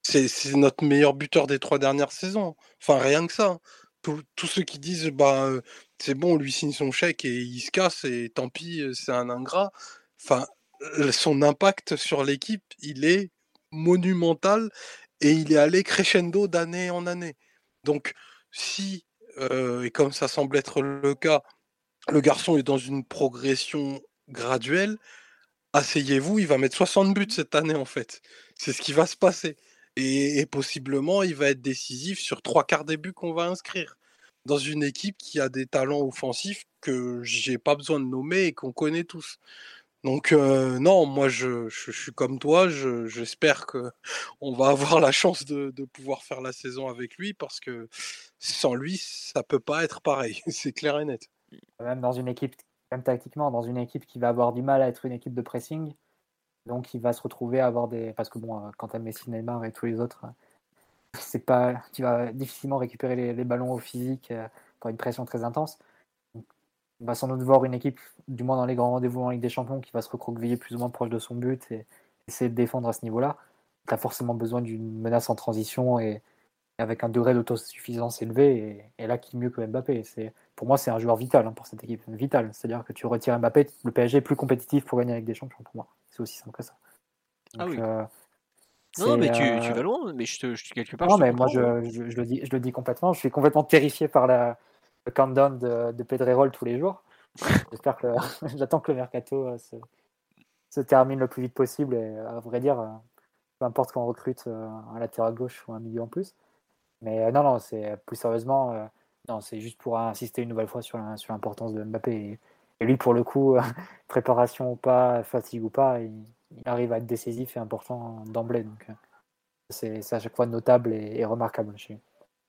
C'est, c'est notre meilleur buteur des trois dernières saisons. Enfin, rien que ça. Tous, tous ceux qui disent bah euh, c'est bon, on lui signe son chèque et il se casse et tant pis, euh, c'est un ingrat. Enfin, euh, son impact sur l'équipe, il est monumental et il est allé crescendo d'année en année. Donc, si, euh, et comme ça semble être le cas, le garçon est dans une progression graduelle, asseyez-vous, il va mettre soixante buts cette année en fait. C'est ce qui va se passer. Et, et possiblement, il va être décisif sur trois quarts des buts qu'on va inscrire. Dans une équipe qui a des talents offensifs que j'ai pas besoin de nommer et qu'on connaît tous. Donc euh, non, moi je, je, je suis comme toi, je, j'espère que on va avoir la chance de, de pouvoir faire la saison avec lui parce que sans lui, ça peut pas être pareil, c'est clair et net.
Même dans une équipe, même tactiquement, dans une équipe qui va avoir du mal à être une équipe de pressing, donc il va se retrouver à avoir des. Parce que bon, euh, quand tu as Messi, Neymar et tous les autres, euh, c'est pas, tu vas difficilement récupérer les, les ballons au physique euh, pour une pression très intense. Donc, on va sans doute voir une équipe, du moins dans les grands rendez-vous en Ligue des Champions, qui va se recroqueviller plus ou moins proche de son but et essayer de défendre à ce niveau-là. Tu as forcément besoin d'une menace en transition et avec un degré d'autosuffisance élevé. Et, et là, qui mieux que Mbappé c'est, pour moi, c'est un joueur vital hein, pour cette équipe. Vital. C'est-à-dire que tu retires Mbappé, le P S G est plus compétitif pour gagner avec des champions pour moi. C'est aussi simple que ça. Donc,
Ah oui.
euh,
Non, non, mais tu,
euh...
tu vas loin, mais je te, je, quelque part,
non,
je te
mais moi,
comprends.
je, je, je, le dis, je le dis complètement. Je suis complètement terrifié par la, le countdown de, de Pedrerol tous les jours. J'espère que j'attends que le mercato euh, se, se termine le plus vite possible. Et à vrai dire, euh, peu importe qu'on recrute euh, un latéral gauche ou un milieu en plus. Mais euh, non, non, c'est plus sérieusement, euh, non, c'est juste pour insister une nouvelle fois sur, la, sur l'importance de Mbappé. Et, et lui, pour le coup, préparation ou pas, fatigue ou pas, il, il arrive à être décisif et important d'emblée. Donc, euh, c'est, c'est à chaque fois notable et, et remarquable chez lui.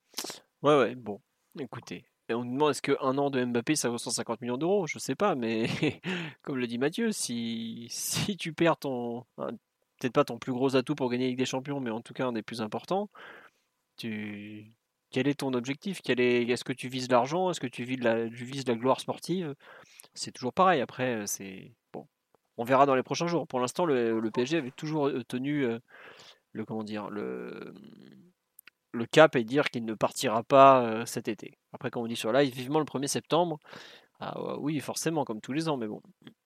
Ouais, ouais, bon, écoutez. Et on nous demande est-ce qu'un an de Mbappé ça vaut cent cinquante millions d'euros? Je sais pas, mais comme le dit Mathieu, si, si tu perds ton. Enfin, peut-être pas ton plus gros atout pour gagner avec des champions, mais en tout cas un des plus importants, tu. Quel est ton objectif? Quel est... Est-ce que tu vises l'argent? Est-ce que tu vises la... tu vises la gloire sportive? C'est toujours pareil. Après, c'est. Bon. On verra dans les prochains jours. Pour l'instant, le, le P S G avait toujours tenu euh, le. Comment dire? Le le cap et dire qu'il ne partira pas euh, cet été. Après, comme on dit sur live, vivement le premier septembre. Ah, ouais, oui, forcément, comme tous les ans, mais bon.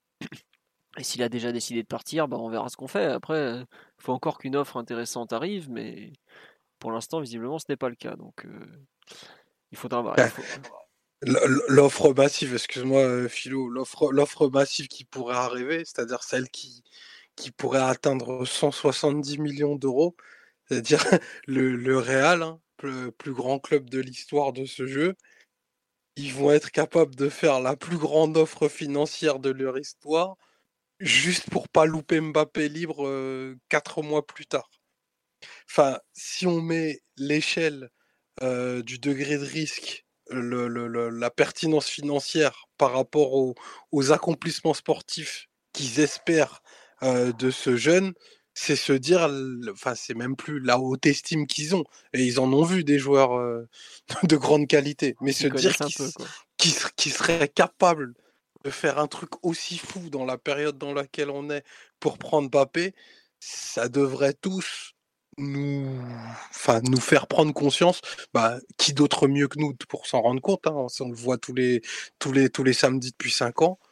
Et s'il a déjà décidé de partir, bah, on verra ce qu'on fait. Après, il faut encore qu'une offre intéressante arrive, mais pour l'instant, visiblement, ce n'est pas le cas. Donc, euh, il faudra voir. Il faut...
L'offre massive, excuse-moi Philo, l'offre, l'offre massive qui pourrait arriver, c'est-à-dire celle qui, qui pourrait atteindre cent soixante-dix millions d'euros, c'est-à-dire le, le Real, hein, le plus grand club de l'histoire de ce jeu, ils vont être capables de faire la plus grande offre financière de leur histoire, juste pour pas louper Mbappé libre euh, quatre mois plus tard. Enfin, si on met l'échelle euh, du degré de risque, le, le, le, la pertinence financière par rapport aux, aux accomplissements sportifs qu'ils espèrent euh, de ce jeune, c'est se dire, enfin, c'est même plus la haute estime qu'ils ont. Et ils en ont vu des joueurs euh, de grande qualité. Mais se dire qu'ils, qu'ils, qu'ils seraient capables de faire un truc aussi fou dans la période dans laquelle on est pour prendre Mbappé, ça devrait tous nous, enfin, nous faire prendre conscience, bah, qui d'autre mieux que nous pour s'en rendre compte, hein, on le voit tous les, tous les, tous les samedis depuis cinq ans,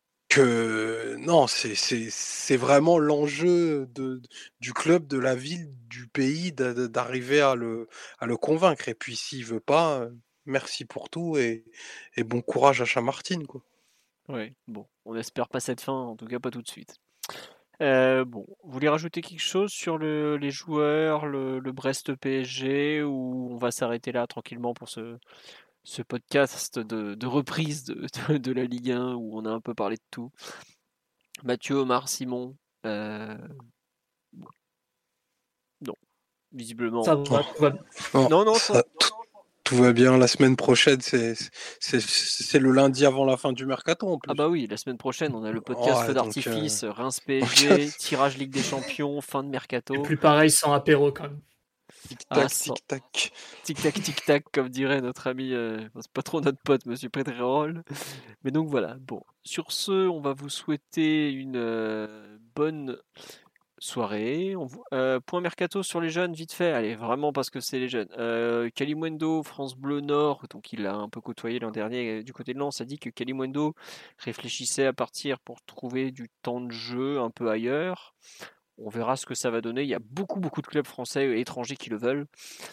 que non, c'est, c'est, c'est vraiment l'enjeu de, du club, de la ville, du pays, de, d'arriver à le, à le convaincre. Et puis s'il veut pas, merci pour tout et, et bon courage à Chamartine, quoi.
Ouais, bon, on espère pas cette fin, en tout cas pas tout de suite. Euh, bon, vous voulez rajouter quelque chose sur le, les joueurs, le, le Brest P S G, ou on va s'arrêter là tranquillement pour ce, ce podcast de, de reprise de, de, de la Ligue un où on a un peu parlé de tout. Mathieu, Omar, Simon, euh... bon. Non, visiblement.
Ça va, tout va bien.
Non,
non, non,
ça, tout, tout va bien. La semaine prochaine, c'est, c'est, c'est le lundi avant la fin du mercato en plus.
Ah bah oui, la semaine prochaine, on a le podcast
ouais,
Feu d'artifice,
euh...
Reims P S G, tirage Ligue des Champions, fin de mercato.
Et plus pareil sans apéro quand même.
Tic-tac,
Ah, sans...
tic-tac.
Tic-tac, tic-tac, comme dirait notre ami, euh... c'est pas trop notre pote, monsieur Pedrerol. Mais donc voilà, bon. Sur ce, on va vous souhaiter une euh, bonne soirée. On vo- euh, point mercato sur les jeunes, vite fait. Allez, vraiment parce que c'est les jeunes. Euh, Kalimundo, France Bleu Nord, donc il a un peu côtoyé l'an dernier euh, du côté de Lens, a dit que Kalimundo réfléchissait à partir pour trouver du temps de jeu un peu ailleurs. On verra ce que ça va donner. Il y a beaucoup, beaucoup de clubs français et étrangers qui le veulent,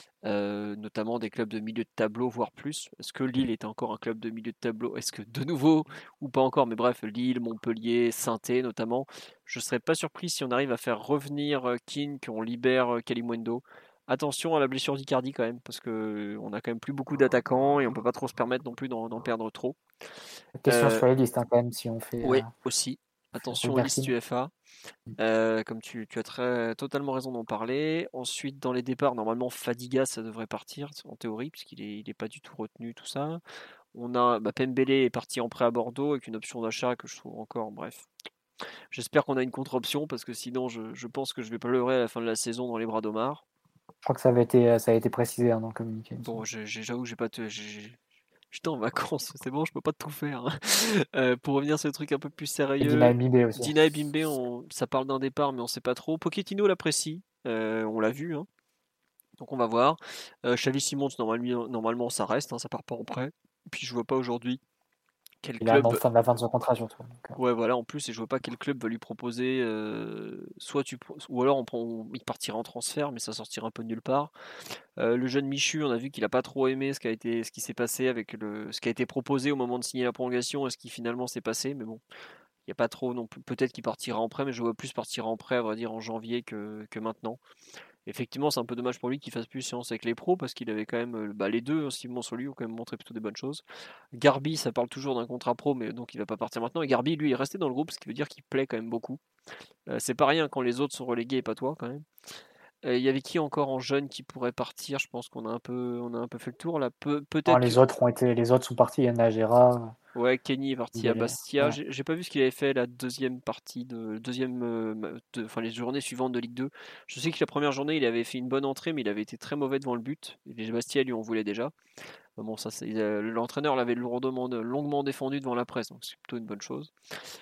euh, notamment des clubs de milieu de tableau, voire plus. Est-ce que Lille est encore un club de milieu de tableau? Est-ce que de nouveau, ou pas encore? Mais bref, Lille, Montpellier, Saint-Étienne notamment. Je ne serais pas surpris si on arrive à faire revenir euh, Keane, qu'on libère euh, Kalimundo. Attention à la blessure d'Icardi quand même, parce que on a quand même plus beaucoup d'attaquants et on peut pas trop se permettre non plus d'en, d'en perdre trop.
Question
Euh,
sur les listes, hein, quand même, si on fait, euh,
ouais, aussi.
fait
Attention aux
revenir
listes
Keane.
U F A. Euh, comme tu, tu as très, totalement raison d'en parler. Ensuite, dans les départs, normalement, Fadiga, ça devrait partir, en théorie, puisqu'il n'est il est pas du tout retenu, tout ça. On a bah, Pembele est parti en prêt à Bordeaux avec une option d'achat que je trouve encore, bref. J'espère qu'on a une contre-option, parce que sinon, je, je pense que je vais pleurer à la fin de la saison dans les bras d'Omar.
Je crois que ça avait été, ça a été précisé hein, dans le communiqué.
Bon, je- j'ai- j'avoue, j'ai pas te, j'ai- j'étais en vacances, c'est bon, je peux pas tout faire, hein. Euh, pour revenir sur le truc un peu plus
Et
sérieux,
Dina Mibé aussi.
Dina et Bimbe, on- ça parle d'un départ, mais on sait pas trop. Pochettino l'apprécie, euh, on l'a vu, hein. Donc on va voir. Euh, Xavi Simons, normalement, normalement ça reste, hein, ça part pas en prêt. Puis je vois pas aujourd'hui quel
Il a un an de
club.
fin de la fin de son contrat surtout. Donc, euh,
Ouais, voilà, en plus, et je vois pas quel club va lui proposer. euh, soit tu, ou alors on prend, on- il partira en transfert, mais ça sortira un peu de nulle part. Euh, le jeune Michu, on a vu qu'il a pas trop aimé ce qui a été, ce qui s'est passé avec le, ce qui a été proposé au moment de signer la prolongation et ce qui finalement s'est passé. Mais bon, il y a pas trop non plus. Peut-être qu'il partira en prêt, mais je vois plus partir en prêt, à vrai dire, en janvier que, que maintenant. Effectivement, c'est un peu dommage pour lui qu'il fasse plus séance avec les pros parce qu'il avait quand même euh, bah, les deux, hein, Simon sur lui, ont quand même montré plutôt des bonnes choses. Garbi, ça parle toujours d'un contrat pro, mais donc il va pas partir maintenant. Et Garbi, lui, est resté dans le groupe, ce qui veut dire qu'il plaît quand même beaucoup. Euh, c'est pas rien quand les autres sont relégués et pas toi quand même. Euh, Il y avait qui encore en jeune qui pourrait partir? Je pense qu'on a un peu, on a un peu fait le tour là. Pe-
non,
peut-être
les
que
autres ont été, les autres sont partis. Il y en a Gérard.
ouais, Kenny est
Il
parti
y
à
a les-
Bastia.
ouais.
J'ai j'ai pas vu ce qu'il avait fait la deuxième partie de deuxième, euh, ma- de- enfin les journées suivantes de Ligue deux. Je sais que la première journée, il avait fait une bonne entrée, mais il avait été très mauvais devant le but. Et les Bastia lui en voulaient déjà. Mais bon, ça, c'est- euh, l'entraîneur l'avait lourdement, longuement défendu devant la presse, donc c'est plutôt une bonne chose.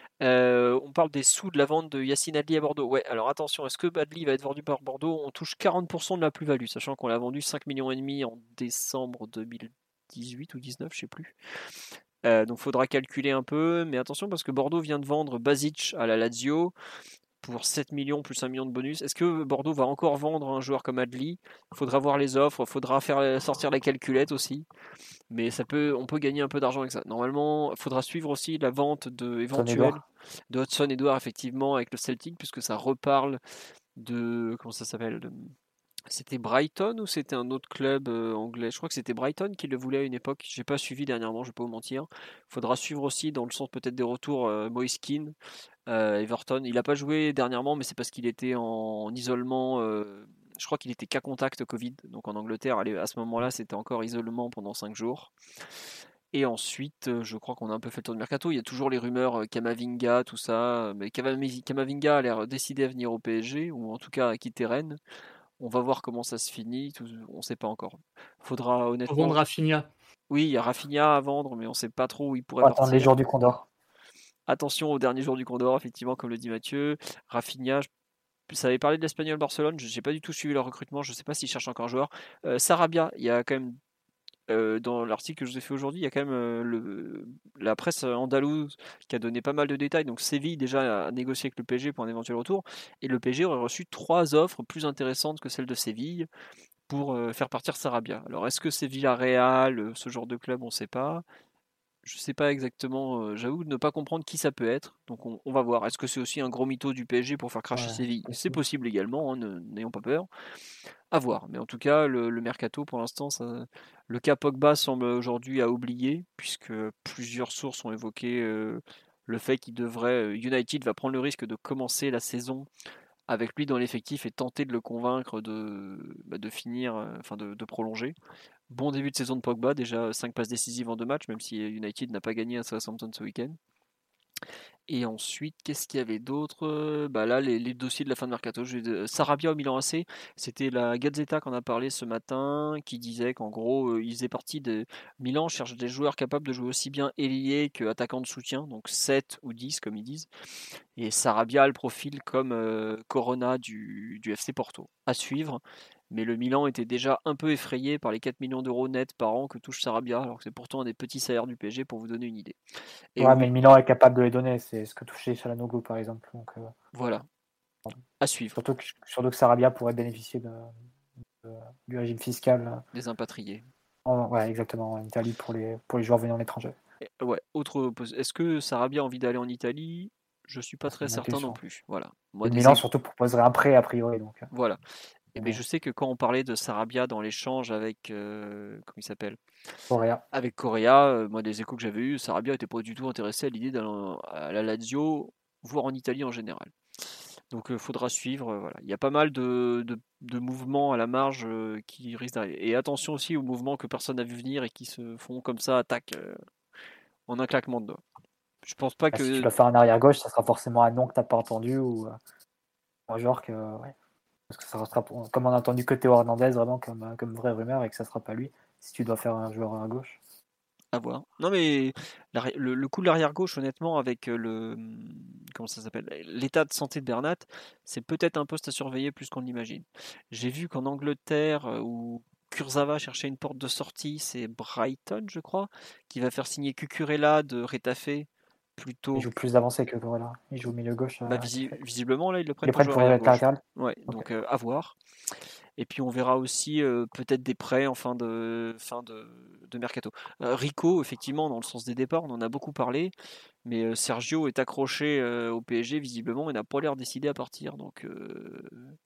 Euh, on parle des sous de la vente de Yacine Adli à Bordeaux. Ouais, alors attention, est-ce que Adli va être vendu par Bordeaux? On touche quarante pour cent de la plus-value, sachant qu'on l'a vendu cinq millions et demi en décembre deux mille dix-huit ou dix-neuf, je sais plus. Euh, donc faudra calculer un peu, mais attention parce que Bordeaux vient de vendre Basic à la Lazio pour sept millions plus un million de bonus. Est-ce que Bordeaux va encore vendre un joueur comme Adli? Faudra voir les offres, faudra faire sortir la calculette aussi, mais ça peut, on peut gagner un peu d'argent avec ça. Normalement, il faudra suivre aussi la vente de
Son
éventuelle
Edouard.
de Hudson Edouard effectivement avec le Celtic, puisque ça reparle de comment ça s'appelle de- C'était Brighton ou c'était un autre club euh, anglais? Je crois que c'était Brighton qui le voulait à une époque. J'ai pas suivi dernièrement, je vais pas vous mentir. Faudra suivre aussi dans le sens peut-être des retours euh, Moise Kean, euh, Everton. Il a pas joué dernièrement, mais c'est parce qu'il était en, en isolement. euh, je crois qu'il était cas contact Covid, donc en Angleterre, allez, à ce moment-là, c'était encore isolement pendant cinq jours. Et ensuite, euh, je crois qu'on a un peu fait le tour de mercato. Il y a toujours les rumeurs euh, Kamavinga, tout ça. Mais Kamami- Kamavinga a l'air décidé à venir au P S G, ou en tout cas à quitter Rennes. On va voir comment ça se finit. Tout- on ne sait pas encore. Faudra
Pour
honnêtement.
vendre Rafinha.
Oui, il y a Rafinha à vendre, mais on ne sait pas trop où il pourrait
Faut attendre les
partir.
jours du Condor.
Attention au dernier jour du Condor, effectivement, comme le dit Mathieu. Rafinha, je- ça avait parlé de l'Espagnol Barcelone. Je n'ai pas du tout suivi leur recrutement. Je ne sais pas s'ils cherchent encore un joueur. Euh, Sarabia, il y a quand même. Euh, dans l'article que je vous ai fait aujourd'hui, il y a quand même euh, le, la presse andalouse qui a donné pas mal de détails. Donc Séville déjà a négocié avec le P S G pour un éventuel retour. Et le P S G aurait reçu trois offres plus intéressantes que celles de Séville pour euh, faire partir Sarabia. Alors est-ce que c'est Villarreal, euh, ce genre de club, on ne sait pas. Je ne sais pas exactement, euh, j'avoue de ne pas comprendre qui ça peut être. Donc on, on va voir. Est-ce que c'est aussi un gros mytho du P S G pour faire cracher
Ouais,
Séville? C'est
possible.
possible également, hein, ne- n'ayons pas peur. À voir. Mais en tout cas, le, le mercato pour l'instant, ça- le cas Pogba semble aujourd'hui à oublier, puisque plusieurs sources ont évoqué euh, le fait qu'il devrait. euh, United va prendre le risque de commencer la saison avec lui dans l'effectif et tenter de le convaincre de, bah, de finir, euh, enfin de, de prolonger. Bon début de saison de Pogba, déjà cinq passes décisives en deux matchs, même si United n'a pas gagné à Southampton ce week-end. Et ensuite, qu'est-ce qu'il y avait d'autre? Euh, Bah là, les, les dossiers de la fin de mercato. J'ai de- Sarabia au Milan A C, c'était la Gazzetta qu'on a parlé ce matin, qui disait qu'en gros, euh, il faisait partie de Milan cherche des joueurs capables de jouer aussi bien ailier que attaquant de soutien, donc sept ou dix comme ils disent. Et Sarabia le profile comme euh, Corona du, du F C Porto. À suivre. Mais le Milan était déjà un peu effrayé par les quatre millions d'euros nets par an que touche Sarabia, alors que c'est pourtant un des petits salaires du P S G pour vous donner une idée. Et
ouais,
oui,
mais le Milan est capable de les donner, c'est ce que touchait Çalhanoğlu par exemple. Donc, euh,
voilà. À suivre.
surtout, que, surtout que Sarabia pourrait bénéficier de, de, du régime fiscal. euh,
Des impatriés.
en, ouais, exactement, en Italie pour les, pour les joueurs venant de l'étranger.
Et, ouais, autre pos- Est-ce que Sarabia a envie d'aller en Italie? Je suis pas
C'est
très
une bonne
certain
question.
non plus. Voilà.
Et
Moi,
le
des
Milan
ex-
surtout proposerait un prêt a priori. Donc, euh,
Voilà. Et ben,
bon.
je sais que quand on parlait de Sarabia dans l'échange avec euh, comment il s'appelle?
Correa.
Avec Correa, euh, moi des échos que j'avais eu, Sarabia était pas du tout intéressé à l'idée d'aller à la Lazio, voire en Italie en général. Donc il faudra suivre. euh, voilà. Il y a pas mal de, de, de mouvements à la marge euh, qui risquent d'arriver. Et attention aussi aux mouvements que personne n'a vu venir et qui se font comme ça, attaque euh, en un claquement de doigts. Je pense pas
Bah, si tu
que.
dois faire un arrière gauche, ça sera forcément un nom que t'as pas entendu ou euh, un joueur que ouais. Parce que ça restera pour- comme on a entendu que Théo Hernandez vraiment comme, euh, comme vraie rumeur et que ça sera pas lui. Si tu dois faire un joueur à gauche.
À voir. Non mais l'arri- le, le coup de l'arrière gauche, honnêtement, avec euh, le comment ça s'appelle, l'état de santé de Bernat, c'est peut-être un poste à surveiller plus qu'on l'imagine. J'ai vu qu'en Angleterre, euh, où Kurzawa cherchait une porte de sortie, c'est Brighton, je crois, qui va faire signer Cucurella de Retafe
Il
plutôt.
joue plus avancé que Correa. Il joue au milieu gauche.
Bah,
euh,
visi-
Retafe.
visiblement là, ils le
Ils
prennent
le
pour
prennent
jouer
pour
arrière
être
gauche.
latéral.
Ouais,
Ok.
donc euh, à voir. Et puis on verra aussi euh, peut-être des prêts en fin de, fin de, de mercato. Euh, Rico, effectivement, dans le sens des départs, on en a beaucoup parlé, mais euh, Sergio est accroché euh, au P S G visiblement et n'a pas l'air décidé à partir. Donc euh,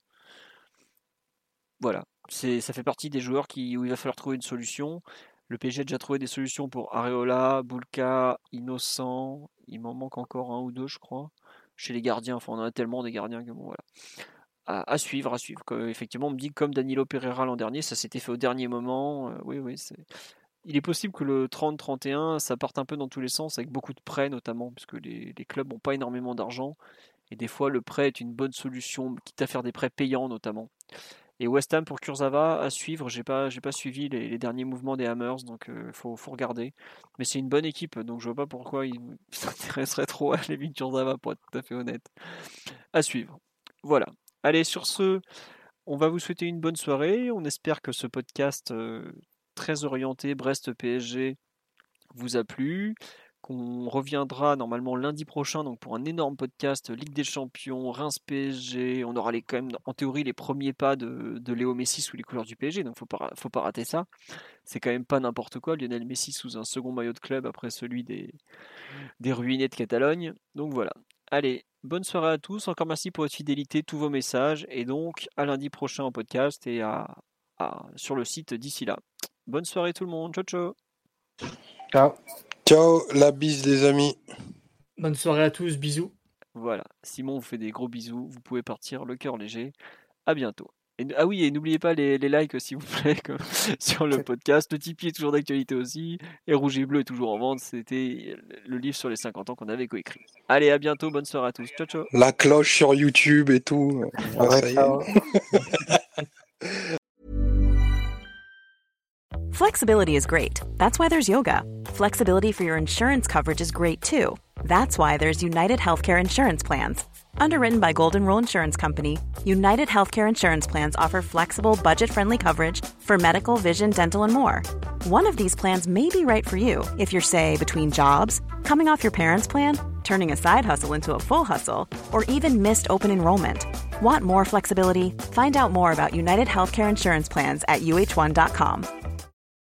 voilà, c'est, ça fait partie des joueurs qui, où il va falloir trouver une solution. Le P S G a déjà trouvé des solutions pour Areola, Bulka, Innocent. Il m'en manque encore un ou deux, je crois. Chez les gardiens, enfin on en a tellement des gardiens que bon voilà. À, à suivre, à suivre. Que, effectivement, on me dit que comme Danilo Pereira l'an dernier, ça s'était fait au dernier moment. Euh, oui, oui, c'est... Il est possible que le trente trente et un, ça parte un peu dans tous les sens, avec beaucoup de prêts notamment, puisque les, les clubs n'ont pas énormément d'argent. Et des fois, le prêt est une bonne solution, quitte à faire des prêts payants notamment. Et West Ham pour Kurzawa, à suivre. J'ai pas, j'ai pas suivi les, les derniers mouvements des Hammers, donc il euh, faut, faut regarder. Mais c'est une bonne équipe, donc je vois pas pourquoi il s'intéresserait trop à Levin Kurzawa, pour être tout à fait honnête. À suivre. Voilà. Allez, sur ce, on va vous souhaiter une bonne soirée. On espère que ce podcast euh, très orienté Brest-P S G vous a plu. Qu'on reviendra normalement lundi prochain donc pour un énorme podcast Ligue des Champions, Reims-P S G. On aura les, quand même en théorie les premiers pas de, de Léo Messi sous les couleurs du P S G, donc faut pas, faut pas rater ça. C'est quand même pas n'importe quoi, Lionel Messi sous un second maillot de club après celui des, des ruinés de Catalogne. Donc voilà. Allez, bonne soirée à tous. Encore merci pour votre fidélité, tous vos messages. Et donc, à lundi prochain au podcast et à, à, sur le site d'ici là. Bonne soirée tout le monde. Ciao, ciao.
Ciao.
Ciao, la bise les amis.
Bonne soirée à tous, bisous.
Voilà, Simon vous fait des gros bisous. Vous pouvez partir le cœur léger. À bientôt. Et, ah oui, et n'oubliez pas les, les likes s'il vous plaît comme, sur le podcast. Le Tipeee est toujours d'actualité aussi. Et Rouge et Bleu est toujours en vente. C'était le livre sur les cinquante ans qu'on avait coécrit. Allez, à bientôt. Bonne soirée à tous. Ciao, ciao.
La cloche sur YouTube et tout. Ah, ça y est.
Flexibility is great. That's why there's yoga. Flexibility for your insurance coverage is great too. That's why there's United Healthcare Insurance Plans. Underwritten by Golden Rule Insurance Company, United Healthcare Insurance Plans offer flexible, budget-friendly coverage for medical, vision, dental, and more. One of these plans may be right for you if you're, say, between jobs, coming off your parents' plan, turning a side hustle into a full hustle, or even missed open enrollment. Want more flexibility? Find out more about United Healthcare Insurance Plans at U H one dot com.